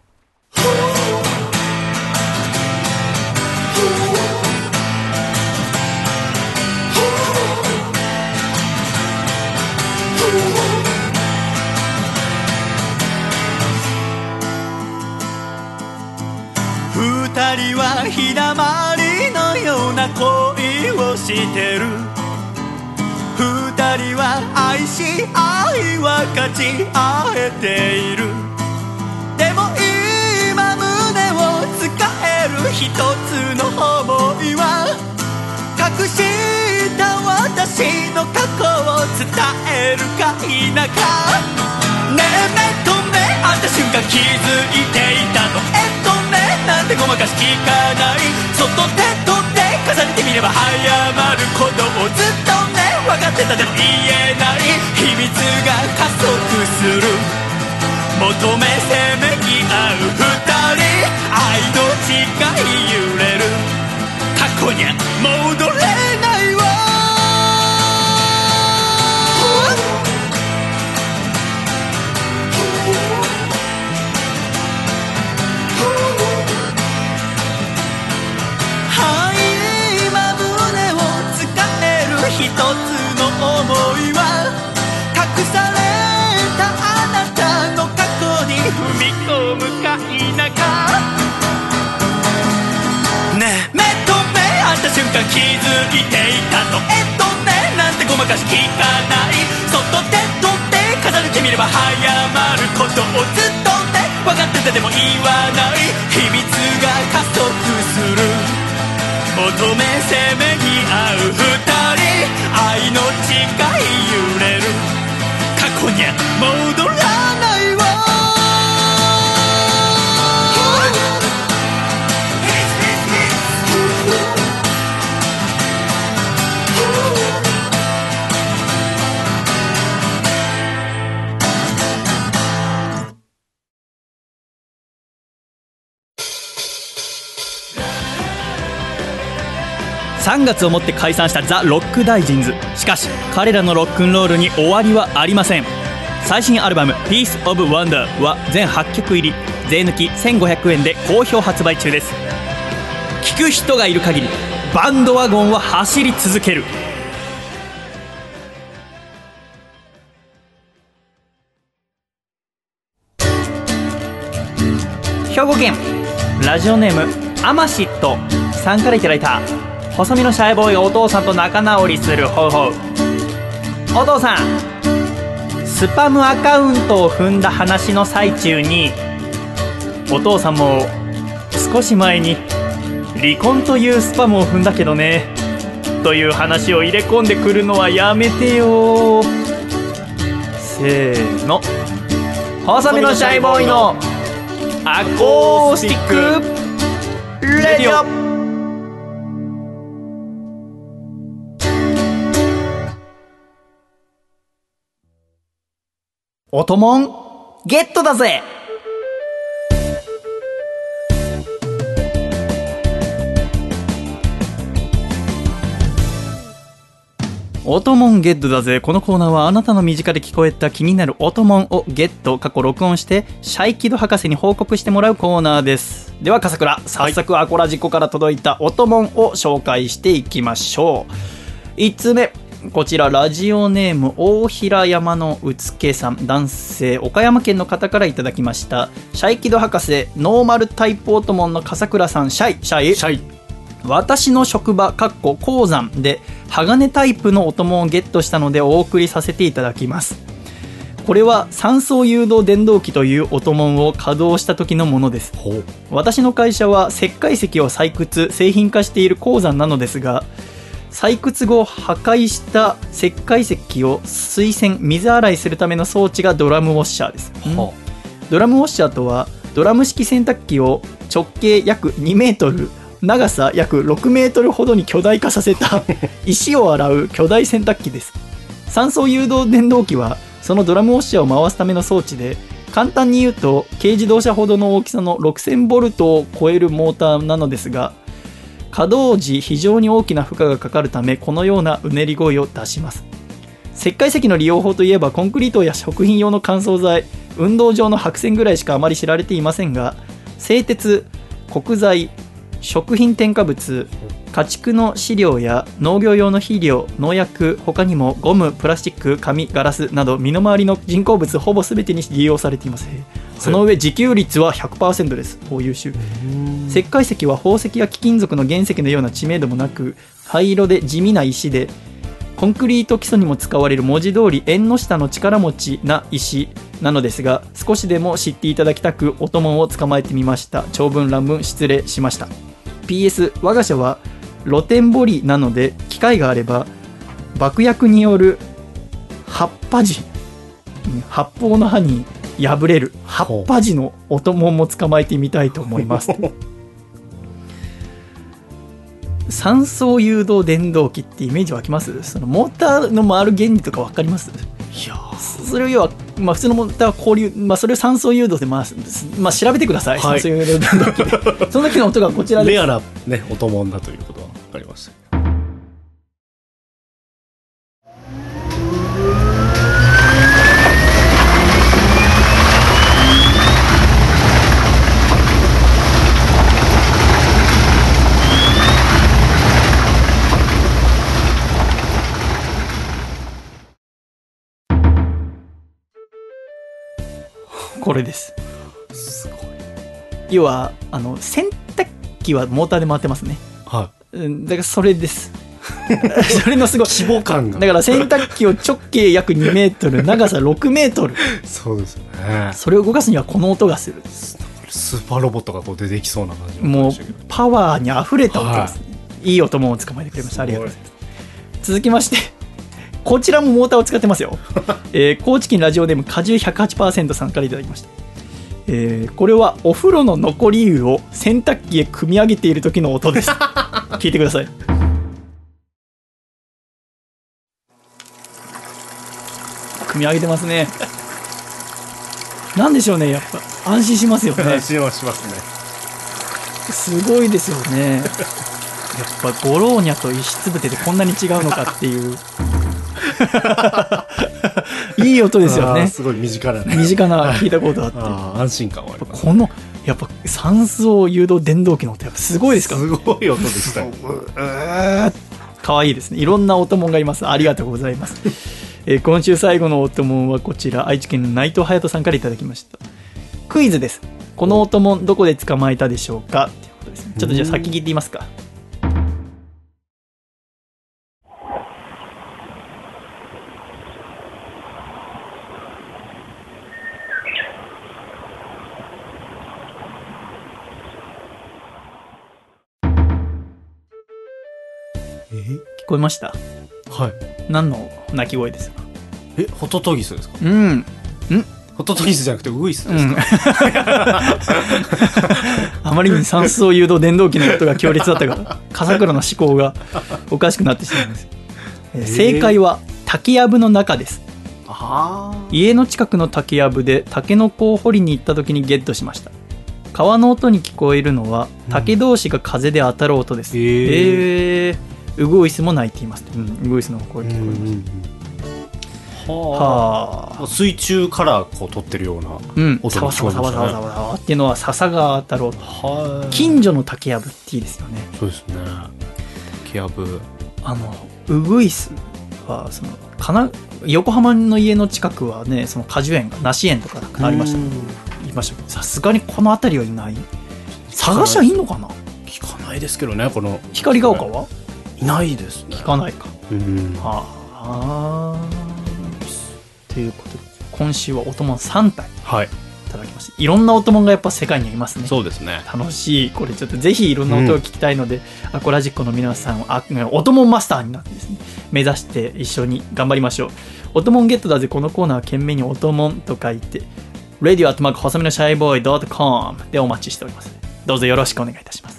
二人は日だまりのような恋をしてる。二人は愛し愛は勝ち合えている。でも今胸を使える一つの想いは、隠した私の過去を伝えるか否か。ねえ目と目会った瞬間気づいていたの。えっとねなんてごまかし聞かない。そっと手と手重ねてみれば早まることをずっとね分かってた。でも言えない秘密が加速する。求めせめぎ合う二人、愛の誓い揺れる。過去には戻れないわ。一つの想いは、隠されたあなたの過去に踏み込むか否か。ねえ目と目会った瞬間気づいていたの。えっとねなんてごまかし聞かない。そっと手と手重ねてみれば早まることをずっとね分かっててでも言わない。秘密が加速する。求めせめぎ合う二人、愛の誓い揺れる。過去には戻らないわ。 さんがつをもって解散したザ・ロックダイジンズ。しかし彼らのロックンロールに終わりはありません。最新アルバム Piece of Wonder は全はっきょく入り、税抜きせんごひゃくえんで好評発売中です。聴く人がいる限りバンドワゴンは走り続ける。 県ラジオネームアマシットさんからいただいた細身のシャイボーイがお父さんと仲直りするホウホウ。お父さん、スパムアカウントを踏んだ話の最中にお父さんも少し前に離婚というスパムを踏んだけどねという話を入れ込んでくるのはやめてよ。せーの、細身のシャイボーイのアコースティックレディオ。おともんゲットだぜ。おともんゲットだぜ。このコーナーはあなたの身近で聞こえた気になるおともんをゲット過去録音してシャイキド博士に報告してもらうコーナーです。では笠倉、早速アコラジコから届いたおともんを紹介していきましょう。いつつめ、こちらラジオネーム大平山のうつけさん、男性、岡山県の方からいただきました。シャイキド博士、ノーマルタイプおともんの笠倉さん、シャイシャイシャイ。 私の職場かっこ鉱山で鋼タイプのおともんをゲットしたのでお送りさせていただきます。これは酸素誘導電動機というおともんを稼働した時のものです。私の会社は石灰石を採掘製品化している鉱山なのですが、採掘後破壊した石灰石を水洗水洗いするための装置がドラムウォッシャーです。ドラムウォッシャーとはドラム式洗濯機を直径約にメートル、長さ約ろくメートルほどに巨大化させた石を洗う巨大洗濯機です。酸素誘導電動機はそのドラムウォッシャーを回すための装置で、簡単に言うと軽自動車ほどの大きさのろくせんボルトを超えるモーターなのですが、稼働時非常に大きな負荷がかかるためこのようなうねり声を出します。石灰石の利用法といえばコンクリートや食品用の乾燥剤、運動場の白線ぐらいしかあまり知られていませんが、製鉄、木材、食品添加物、家畜の飼料や農業用の肥料、農薬、他にもゴム、プラスチック、紙、ガラスなど身の回りの人工物ほぼ全てに利用されています。その上自給率は ひゃくパーセント です。優秀。石灰石は宝石や貴金属の原石のような知名度もなく、灰色で地味な石で、コンクリート基礎にも使われる文字通り縁の下の力持ちな石なのですが、少しでも知っていただきたくおともんを捕まえてみました。長文乱文失礼しました。 ピーエス 我が社は露天掘りなので機会があれば爆薬による葉っぱ地、発泡の刃に破れる葉っぱ地のおともんも捕まえてみたいと思います酸素誘導電動機ってイメージ湧きます？そのモーターの回る原理とか分かります？いやそれを要は、まあ、普通のモーターは交流、まあ、それを酸素誘導で回すんです、まあ、調べてください、はい、酸素誘導電動機でその時の音がこちらです。 レアな、ね、おともんだということは分かりました。 これです。すごい。要はあの洗濯機はモーターで回ってますね。はい。だからそれです。それのすごい規模感が。 だから洗濯機を直径約にメートル、長さろくメートル。 そうですよね。 それを動かすにはこの音がする。 スーパーロボットがこう出てきそうな感じ。 もうパワーにあふれた音です、ね。はい、いい音も捕まえてくれました。ありがとうございます。続きまして。こちらもモーターを使ってますよ、えー、高知県ラジオネーム果汁 ひゃくはちパーセント さんからいただきました、えー、これはお風呂の残り湯を洗濯機へ汲み上げている時の音です聞いてください。汲み上げてますね。なんでしょうね、やっぱ安心しますよね。 安心はしますね。 すごいですよね。やっぱゴローニャと石つぶてでこんなに違うのかっていういい音ですよね。 すごい身近なね。 身近な聞いたことあって。 あ安心感はあります。 このやっぱ酸素誘導電動機の音やっぱすごいですか。 すごい音でしたよ。 かわいいですね。いろんな音もんがいます。ありがとうございます。えー、今週最後の音もんはこちら愛知県の内藤隼人さんからいただきました。クイズです。 この音もどこで捕まえたでしょうかっていうことですね。ちょっとじゃあ先聞いてみますか。 え聞こえました？ はい。 何の鳴き声ですか？ え、ホトトギスですか？ うん。んホトトギスじゃなくてウグイスですか？うん、 あまりに酸素誘導電動機の音が強烈だったから笠倉の思考がおかしくなってしまうんです。えー、正解は竹やぶの中です。 あ家の近くの竹やぶでタケノコを掘りに行った時にゲットしました。川の音に聞こえるのは竹同士が風で当たる音です。うん、えー、ウグイスも鳴いています、うん、ウグイスの声聞こえました。うんうんはあ、水中からこう撮ってるような音が聞こえましたね。サワサワサワサワサワっていうのは笹が当たる音。は近所の竹やぶっていいですよね。 そうですね。竹やぶ。あのウグイスはそのかな横浜の家の近くはね、その果樹園が梨園とかありました言いましたけど、さすがにこの辺りはいない。探しはいいのかな。 聞かないですけどね。この光が丘はいないですね。 聞かないか。 うん。 はあ。ということで今週は音門さんたいいただきました。はい、いろんな音門がやっぱ世界にありますね。 そうですね。 楽しい。これちょっとぜひいろんな音を聞きたいので、うん、アコラジックの皆さんは音門マスターになってですね、目指して一緒に頑張りましょう。音門ゲットだぜ。このコーナーは懸命に音門と書いて レディオ アットマーク 細身のシャイボーイ ドットコム でお待ちしております。どうぞよろしくお願いいたします。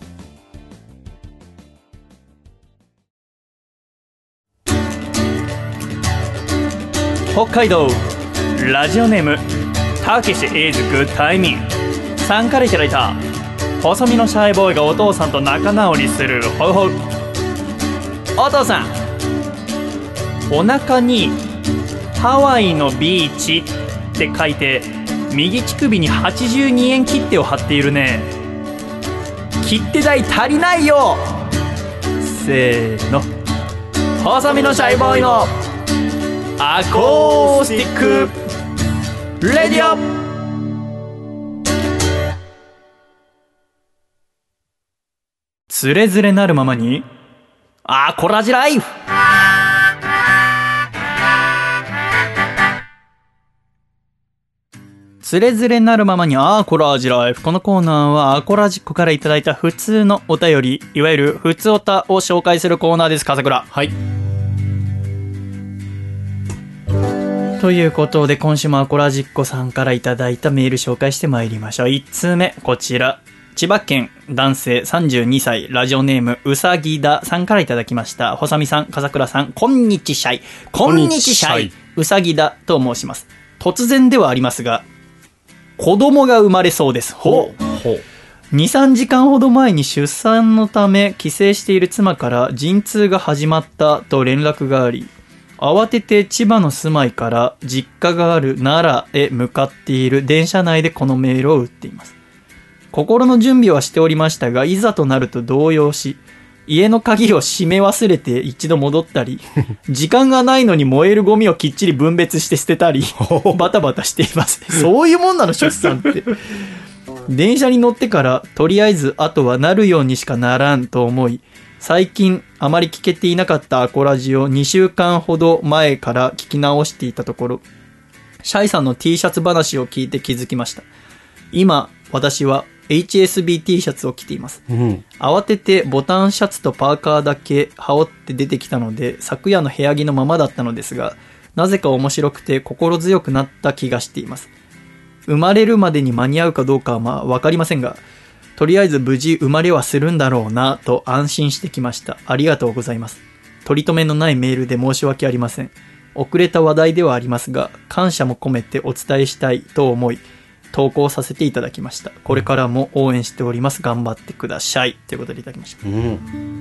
北海道ラジオネームたけし is good timing さんからいただいた細身のシャイボーイがお父さんと仲直りするほうほう。お父さん、お腹にハワイのビーチって書いて右乳首にはちじゅうにえん切手を貼っているね。切手代足りないよ。せーの、細身のシャイボーイのアコースティックレディオ。つれづれなるままにアコラジライフ。つれづれなるままにアコラジライフ。このコーナーはアコラジックからいただいた普通のお便り、いわゆる普通おたを紹介するコーナーです。笠倉。 はい。 ということで今週もアコラジッコさんからいただいたメール紹介してまいりましょう。いち通目こちら、千葉県男性さんじゅうにさいラジオネームうさぎださんからいただきました。細見さん、笠倉さん、こんにちしゃい。こんにちしゃい。うさぎだと申します。突然ではありますが子供が生まれそうです。ほうほう。にさんじかんほど前に出産のため帰省している妻から陣痛が始まったと連絡があり、慌てて千葉の住まいから実家がある奈良へ向かっている電車内でこのメールを打っています。心の準備はしておりましたが、いざとなると動揺し、家の鍵を閉め忘れて一度戻ったり、時間がないのに燃えるゴミをきっちり分別して捨てたり、バタバタしています。そういうもんなの、出産って。電車に乗ってから、とりあえずあとはなるようにしかならんと思い、最近あまり聞けていなかったアコラジをにしゅうかんほど前から聞き直していたところ、シャイさんの T シャツ話を聞いて気づきました。今、私はエイチエスビー T シャツを着ています、うん、慌ててボタンシャツとパーカーだけ羽織って出てきたので、昨夜の部屋着のままだったのですが、なぜか面白くて心強くなった気がしています。生まれるまでに間に合うかどうかはまあ分かりませんが、とりあえず無事生まれはするんだろうなと安心してきました。ありがとうございます。取り留めのないメールで申し訳ありません。遅れた話題ではありますが、感謝も込めてお伝えしたいと思い投稿させていただきました。これからも応援しております。頑張ってください。ということでいただきました、うん、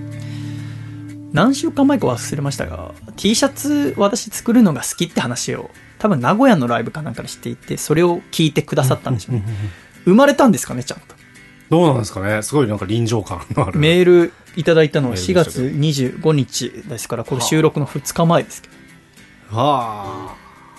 何週間前か忘れましたが T シャツ私作るのが好きって話を多分名古屋のライブかなんかでしていて、それを聞いてくださったんでしょうね。生まれたんですかね、ちゃんと。 どうなんですかね。すごいなんか臨場感のあるメールいただいたのはしがつにじゅうごにちですから、これ収録のふつかまえですけど、 はあ、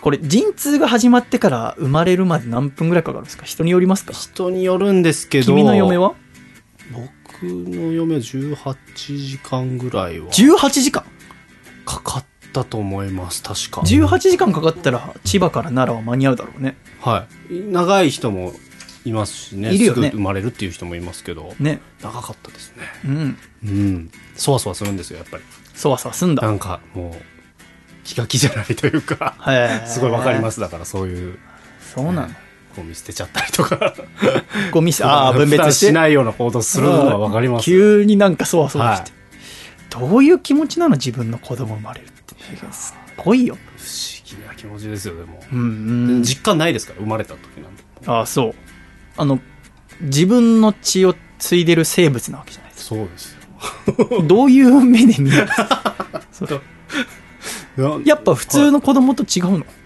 これ陣痛が始まってから生まれるまで何分ぐらいかかるんですか？人によりますか？ 人によるんですけど。 君の嫁は？ 僕の嫁はじゅうはちじかんぐらいはじゅうはちじかんかかったと思います。確かじゅうはちじかんかかったら千葉から奈良は間に合うだろうね。 はい、長い人もいますしね。 いるよね。 すぐ生まれるっていう人もいますけど、 ね、 長かったですね。 うんうん、そわそわするんですよやっぱり。 そわそわすんだ。 なんかもう気が気じゃないというかすごいわかります。だからそういうそうなの、 ね、ゴミ捨てちゃったりとかゴミああ分別してしないような行動するのはわかります。 急になんかそわそわして、 はい、 どういう気持ちなの自分の子供生まれるって。すごいよ。 不思議な気持ちですよ。でも、 うんうん、 実感ないですから生まれた時なんで。 ああそう、あの自分の血を継いでる生物なわけじゃないですか。 そうですよどういう目で見るそれやっぱ普通の子供と違うの？はい、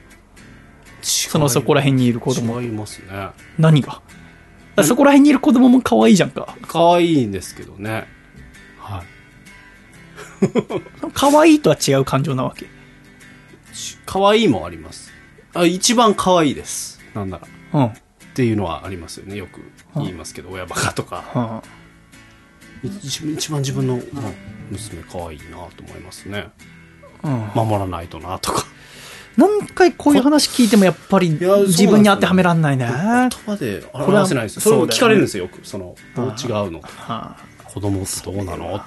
そのそこら辺にいる子供。 違いますね。 何が？そこら辺にいる子供も可愛いじゃんか。 可愛いんですけどね。はい。 可愛いとは違う感情なわけ。 可愛いもあります。あ、一番可愛いです。なんなら。 うん。 っていうのはありますよね。よく言いますけど、うん、親バカとか。うん、一, 一番自分の、うん、娘可愛いなと思いますね。うん、守らないとなとか。 何回こういう話聞いてもやっぱり自分に当てはめらんないね。 言葉で表せないですよ。それを聞かれるんですよ。よくそのどう違うのとか、子供ってどうなのって。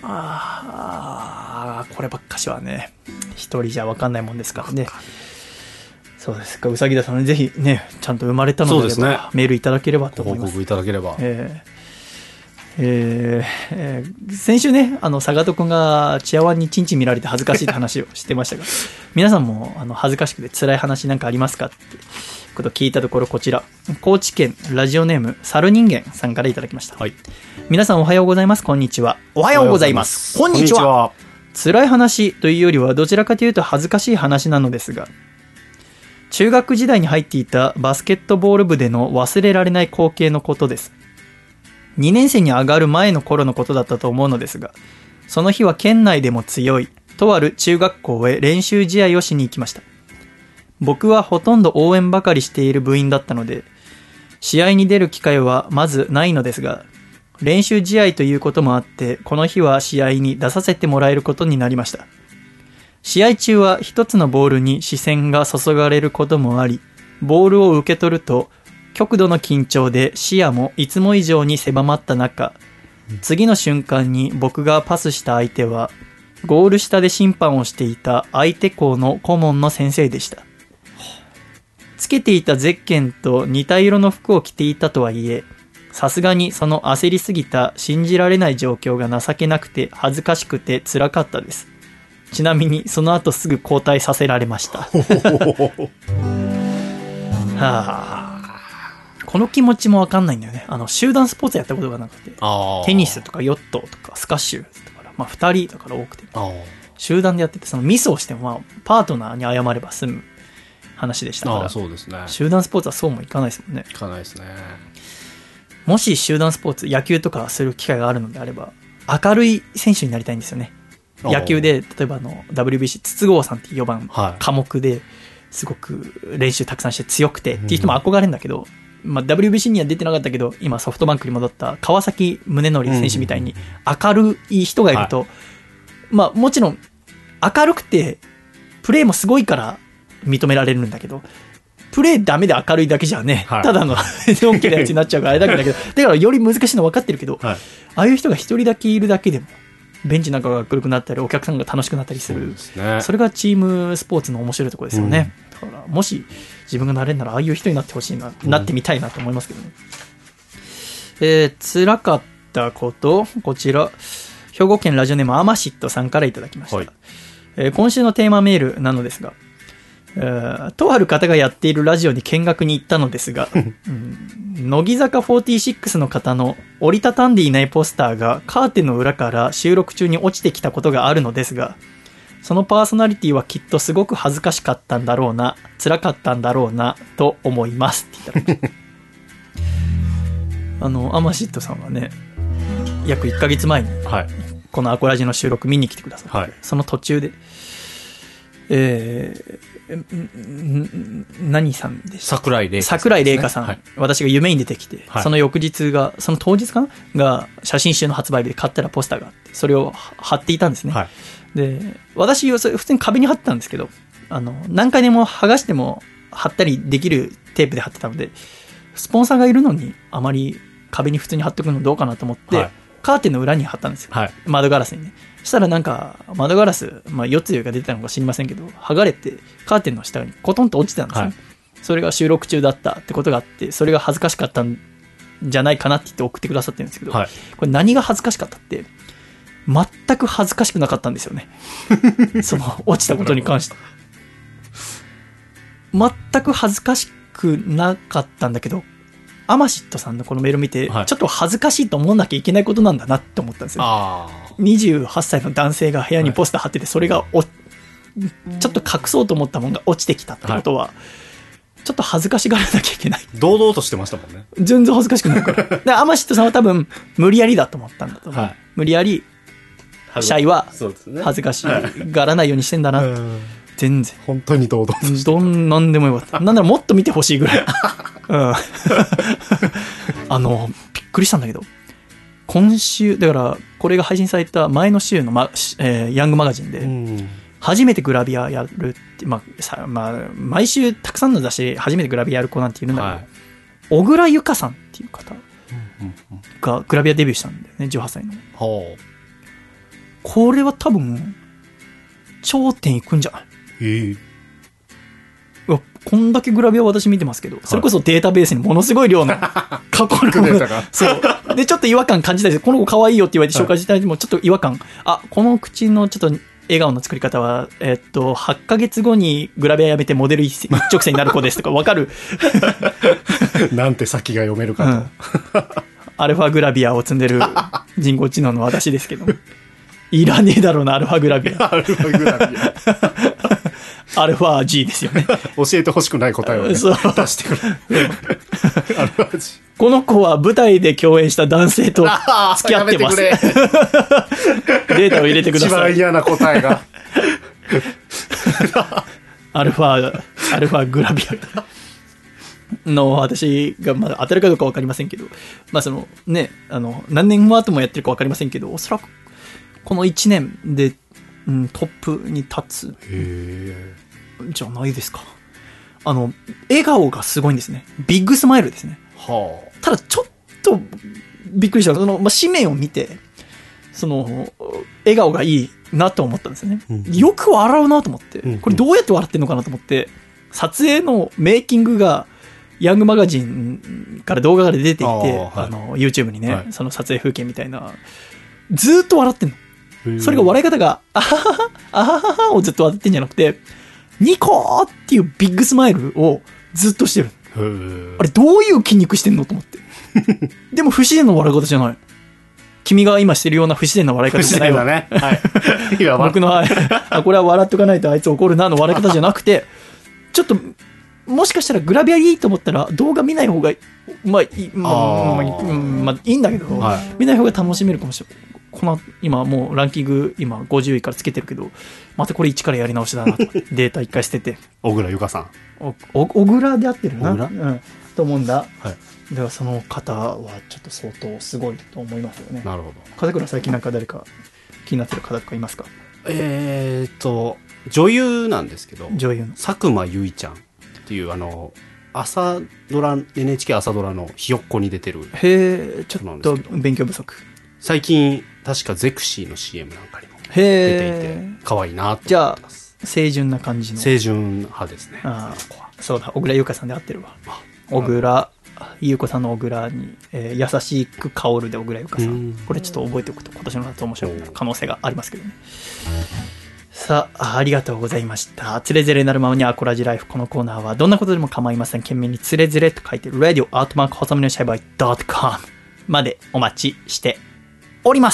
ああ、こればっかしはね、一人じゃ分かんないもんですからね。そうですか。うさぎださん、ぜひね、ちゃんと生まれたのであれば、そうですね、メールいただければと思います。 ご報告いただければ。 えーえーえー、先週ね、あの佐賀とくんがチアワンにチンチン見られて恥ずかしいって話をしてましたが、皆さんもあの恥ずかしくて辛い話なんかありますかってことを聞いたところ、こちら高知県ラジオネーム猿人間さんからいただきました。はい、皆さんおはようございます。こんにちは。おはようございます。こんにちは。辛い話というよりはどちらかというと恥ずかしい話なのですが、中学時代に入っていたバスケットボール部での忘れられない光景のことです。にねん生に上がる前の頃のことだったと思うのですが、その日は県内でも強いとある中学校へ練習試合をしに行きました。僕はほとんど応援ばかりしている部員だったので、試合に出る機会はまずないのですが、練習試合ということもあって、この日は試合に出させてもらえることになりました。試合中は一つのボールに視線が注がれることもあり、ボールを受け取ると極度の緊張で視野もいつも以上に狭まった中、次の瞬間に僕がパスした相手はゴール下で審判をしていた相手校の顧問の先生でした。つけていたゼッケンと似た色の服を着ていたとはいえ、さすがにその焦りすぎた信じられない状況が情けなくて恥ずかしくて辛かったです。ちなみにその後すぐ交代させられました。はあ、この気持ちも分かんないんだよね。あの集団スポーツやったことがなくて、テニスとかヨットとかスカッシュとか、まあ、ふたりだから多くて、集団でやってて、そのミスをしても、まあ、パートナーに謝れば済む話でしたから。 あ、そうですね、 集団スポーツはそうもいかないですもんね。 いかないですね。 もし集団スポーツ、野球とかする機会があるのであれば、明るい選手になりたいんですよね。野球で例えばあの ダブリュービーシー 筒香さんっていうよばん、はい、科目ですごく練習たくさんして強くてっていう人も憧れるんだけど、まあ、ダブリュービーシー には出てなかったけど今ソフトバンクに戻った川崎宗則選手みたいに明るい人がいると、はい、まあもちろん明るくてプレーもすごいから認められるんだけど、プレーダメで明るいだけじゃね、はい、ただののんきなやつになっちゃうからあれだけど、だからより難しいの分かってるけど、はい、ああいう人が一人だけいるだけでもベンチなんかが明るくなったりお客さんが楽しくなったりする。 そうですね、それがチームスポーツの面白いところですよね、うん、だからもし自分がなれるならああいう人になってほしいな、うん、なってみたいなと思いますけどね。えー、辛かったこと、こちら兵庫県ラジオネームアマシットさんからいただきました、はい。えー、今週のテーマメールなのですが、えー、とある方がやっているラジオに見学に行ったのですが、うん、乃木坂フォーティーシックスの方の折りたたんでいないポスターがカーテンの裏から収録中に落ちてきたことがあるのですが、そのパーソナリティはきっとすごく恥ずかしかったんだろうな、辛かったんだろうなと思いますって言ったらあのアマシットさんはね、約いっかげつまえにこのアコラジの収録見に来てくださって、はい、その途中でえー、何さんでした桜井玲香さん、ね、 桜井玲香さん、はい、私が夢に出てきて、はい、その翌日がその当日かなが写真集の発売日で買ったらポスターがあってそれを貼っていたんですね、はい、で私は普通に壁に貼ってたんですけどあの何回でも剥がしても貼ったりできるテープで貼ってたのでスポンサーがいるのにあまり壁に普通に貼っておくのどうかなと思って、はい、カーテンの裏に貼ったんですよ、はい、窓ガラスにね。したらなんか窓ガラス、まあ、よっつが出てたのか知りませんけど剥がれてカーテンの下にコトンと落ちてたんですね、はい、それが収録中だったってことがあってそれが恥ずかしかったんじゃないかなって言って送ってくださってるんですけど、はい、これ何が恥ずかしかったって全く恥ずかしくなかったんですよねその落ちたことに関して全く恥ずかしくなかったんだけどアマシットさんのこのメールを見て、はい、ちょっと恥ずかしいと思わなきゃいけないことなんだなって思ったんですよ。あにじゅうはっさいの男性が部屋にポスター貼ってて、それがおちょっと隠そうと思ったものが落ちてきたってことは、はい、ちょっと恥ずかしがらなきゃいけない。 堂々としてましたもんね。 全然恥ずかしくないから。でアマシットさんは多分無理やりだと思ったんだと思う。はい、無理やりシャイは恥ずかしがらないようにしてんだなって。全然本当に堂々としてどんなんでもよかった。なんならもっと見てほしいぐらい、うん、あのびっくりしたんだけど今週だからこれが配信された前の週の、まえー、ヤングマガジンで初めてグラビアやるって、まあさまあ、毎週たくさんの雑誌初めてグラビアやる子なんているんだけど、はい、小倉優香さんっていう方がグラビアデビューしたんだよねじゅうはっさいの、はあ、これは多分頂点いくんじゃない。えー、こんだけグラビア私見てますけど、はい、それこそデータベースにものすごい量の過去のそうでちょっと違和感感じたりしてこの子可愛いよって言われて紹介していただいてもちょっと違和感、はい、あこの口のちょっと笑顔の作り方は、えー、っとはちかげつごにグラビアやめてモデル一直線になる子ですとか分かるなんて先が読めるかと、うん、 アルファグラビアを積んでる人工知能の私ですけどいらねえだろうなアルファグラビアアルファグラビアアルファ G ですよね。 教えてほしくない答えを、ね、そう出してくるアルファ G。 この子は舞台で共演した男性と付き合ってますデータを入れてください。 一番嫌な答えがアルファアルファグラビアの私がまだ当たるかどうか分かりませんけど、まあそのね、あの何年も後もやってるか分かりませんけど、おそらくこのいちねんで、うん、トップに立つじゃないですか。あの笑顔がすごいんですね。ビッグスマイルですね、はあ、ただちょっとびっくりしたその、まあ、紙面を見てその笑顔がいいなと思ったんですよね、うん、よく笑うなと思って、うん、これどうやって笑ってんのかなと思って撮影のメイキングがヤングマガジンから動画が出ていて、あ、はい、あの YouTube にね、はい、その撮影風景みたいなずっと笑ってんの。それが笑い方があはははあはははをずっと笑ってんじゃなくてニコーっていうビッグスマイルをずっとしてる。あれどういう筋肉してんのと思ってでも不自然な笑い方じゃない。君が今してるような不自然な笑い方じゃないわ。不自然だね、はい、僕のあこれは笑っとかないとあいつ怒るなの笑い方じゃなくてちょっともしかしたらグラビアいいと思ったら動画見ない方がまあいい、まあまあまあ、いいんだけど、はい、見ない方が楽しめるかもしれない。この今もうランキング今ごじゅういからつけてるけどまたこれいちからやり直しだなとデータいっかい捨てて小倉優香さんお小倉で合ってるな、うん、と思うんだ、はい、ではその方はちょっと相当すごいと思いますよね。 なるほど。 風倉最近なんか誰か気になってる方とかいますか？ えーっと女優なんですけど女優の佐久間由衣ちゃんっていうあの朝ドラ エヌエイチケー 朝ドラのひよっこに出てる。 へえ、ちょっと勉強不足。 最近確かゼクシーの シーエム なんかにも出ていて可愛いなと思ってます。 じゃあ清純な感じの清純派ですね。 ああそうだ小倉優香さんで合ってるわ。小倉優子さんの小倉に、えー、優しく香るで小倉優香さん。これちょっと覚えておくと今年の夏面白くなる可能性がありますけどね。さあ、ありがとうございました。つれづれなるままにアコラジライフ。このコーナーはどんなことでも構いません。懸命につれづれと書いて ラディオ アットマーク 細身のシャイボーイ ドットコム までお待ちしております。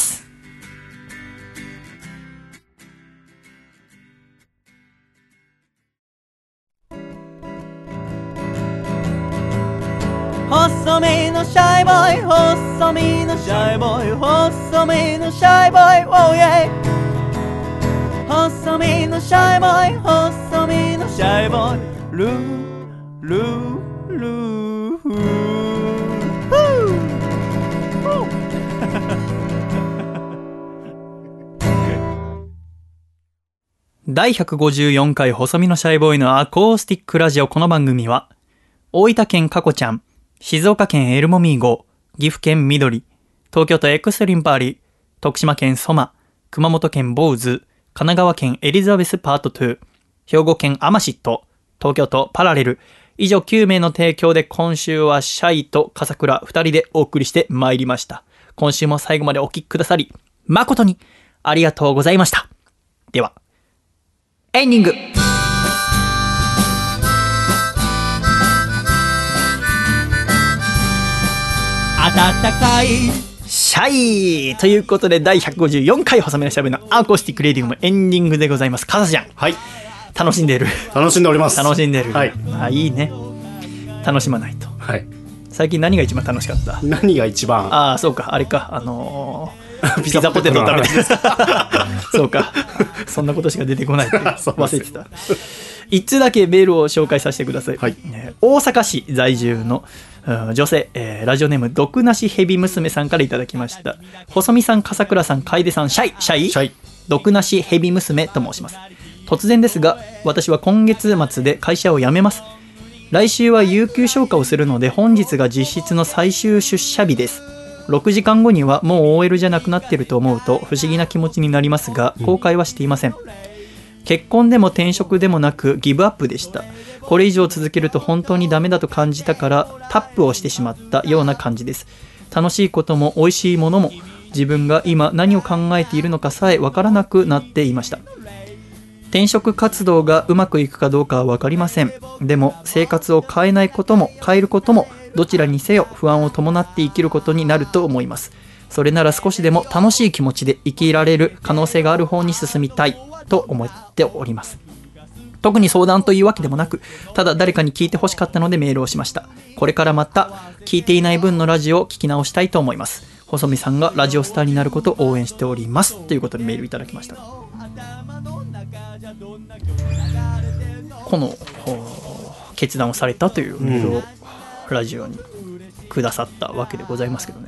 細身のシャイボーイ細身のシャイボーイ細身のシャイボーイ oh yeah 細細身のシャイボーイ細身のシャイボーイルールールーフーだいひゃくごじゅうよんかい細身のシャイボーイのアコースティックラジオ。この番組は大分県かこちゃん、静岡県エルモミーゴ、岐阜県緑、東京都エクストリンパーリ、徳島県ソマ、熊本県ボウズ、神奈川県エリザベスパートに、兵庫県アマシット、東京都パラレル、以上きゅうめいの提供で今週はシャイと笠倉ふたりでお送りしてまいりました。今週も最後までお聞きくださり誠にありがとうございました。ではエンディング。 暖かいシャイということでだいひゃくごじゅうよんかい細めのしゃべりのアコースティックレディオのエンディングでございます。かさちゃん、 はい、 楽しんでる？ 楽しんでおります。 楽しんでる、 はい、 あ、いいね。楽しまないと。 はい。 最近何が一番楽しかった？ 何が一番？ ああ、そうか、あれか、あのー、ピザポテト食べてそうか、そんなことしか出てこないって忘れてた。一通だけメールを紹介させてください、はい。大阪市在住の女性、えー、ラジオネーム毒なしヘビ娘さんからいただきました。細見さん、笠倉さん、楓さん、シャイシャイシャイ毒なしヘビ娘と申します。突然ですが、私は今月末で会社を辞めます。来週は有給消化をするので、本日が実質の最終出社日です。ろくじかんごにはもう オーエル じゃなくなっていると思うと不思議な気持ちになりますが、後悔はしていません。結婚でも転職でもなくギブアップでした。これ以上続けると本当にダメだと感じたからタップをしてしまったような感じです。楽しいことも美味しいものも自分が今何を考えているのかさえわからなくなっていました。転職活動がうまくいくかどうかは分かりません。でも生活を変えないことも変えることもどちらにせよ不安を伴って生きることになると思います。それなら少しでも楽しい気持ちで生きられる可能性がある方に進みたいと思っております。特に相談というわけでもなく、ただ誰かに聞いてほしかったのでメールをしました。これからまた聞いていない分のラジオを聞き直したいと思います。細見さんがラジオスターになることを応援しておりますということでメールいただきました。この決断をされたというメールをラジオにくださったわけでございますけどね。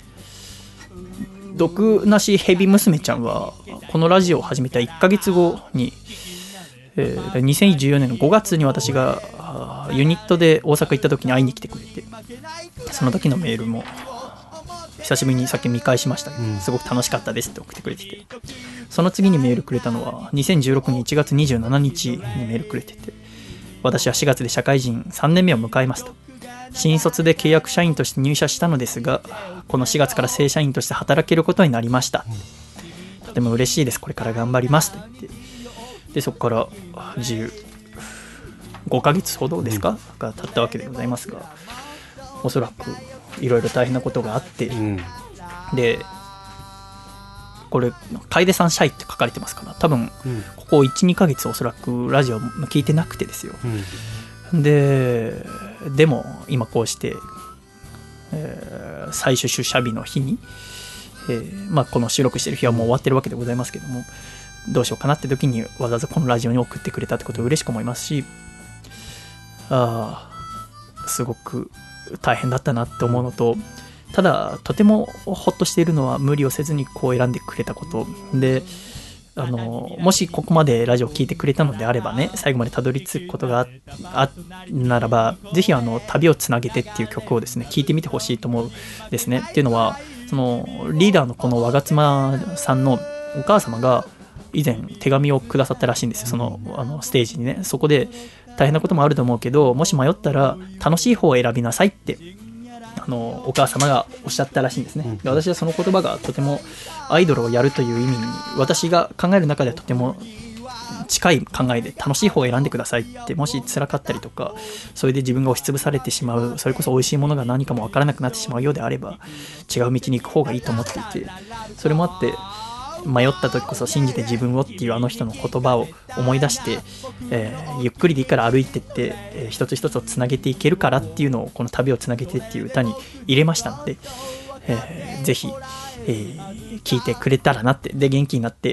毒なしヘビ娘ちゃんはこのラジオを始めたいっかげつごに、えー、にせんじゅうよねんのごがつに私がユニットで大阪行った時に会いに来てくれて、その時のメールも久しぶりにさっき見返しました、うん、すごく楽しかったですって送ってくれてて、その次にメールくれたのはにせんじゅうろくねんいちがつにじゅうしちにちにメールくれてて、私はしがつで社会人さんねんめを迎えますと。新卒で契約社員として入社したのですが、このしがつから正社員として働けることになりました。とても嬉しいです。これから頑張りますと言って、でそこからじゅうごかげつほどですか、うん、が経ったわけでございますが、おそらくいろいろ大変なことがあって、うん、でこれ楓さんシャイって書かれてますから、多分ここ いちにかげつおそらくラジオ聞いてなくてですよ、うん、ででも今こうして、えー、最終出社日の日に、えーまあ、この収録してる日はもう終わってるわけでございますけども、どうしようかなって時にわざわざこのラジオに送ってくれたってことを嬉しく思いますし、あすごく大変だったなって思うのと、ただとてもほっとしているのは無理をせずにこう選んでくれたことで、あのもしここまでラジオを聞いてくれたのであればね、最後までたどり着くことが あ, あならばぜひあの旅をつなげてっていう曲をですね聞いてみてほしいと思うですね。っていうのは、そのリーダーのこの我妻さんのお母様が以前手紙をくださったらしいんですよ。そのあのステージにね、そこで大変なこともあると思うけど、もし迷ったら楽しい方を選びなさいってあのお母様がおっしゃったらしいんですね。で私はその言葉がとてもアイドルをやるという意味に私が考える中ではとても近い考えで、楽しい方を選んでくださいって、もし辛かったりとかそれで自分が押しつぶされてしまう、それこそ美味しいものが何かも分からなくなってしまうようであれば違う道に行く方がいいと思っていて、それもあって迷った時こそ信じて自分をっていうあの人の言葉を思い出して、えー、ゆっくりでいいから歩いてって、えー、一つ一つをつなげていけるからっていうのをこの旅をつなげてっていう歌に入れましたので、えー、ぜひ、えー、聞いてくれたらなって、で元気になって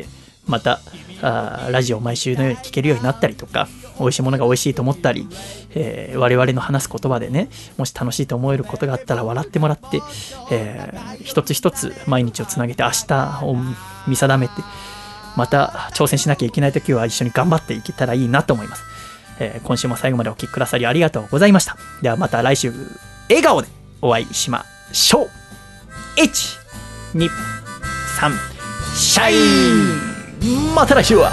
またあラジオを毎週のように聞けるようになったりとか、美味しいものが美味しいと思ったり、えー、我々の話す言葉でね、もし楽しいと思えることがあったら笑ってもらって、えー、一つ一つ毎日をつなげて明日を見定めて、また挑戦しなきゃいけないときは一緒に頑張っていけたらいいなと思います。えー、今週も最後までお聞きくださりありがとうございました。ではまた来週笑顔でお会いしましょう。いち、に、さん、シャイン。また来週は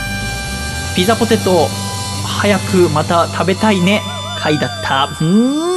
ピザポテト早くまた食べたいね回だった。んー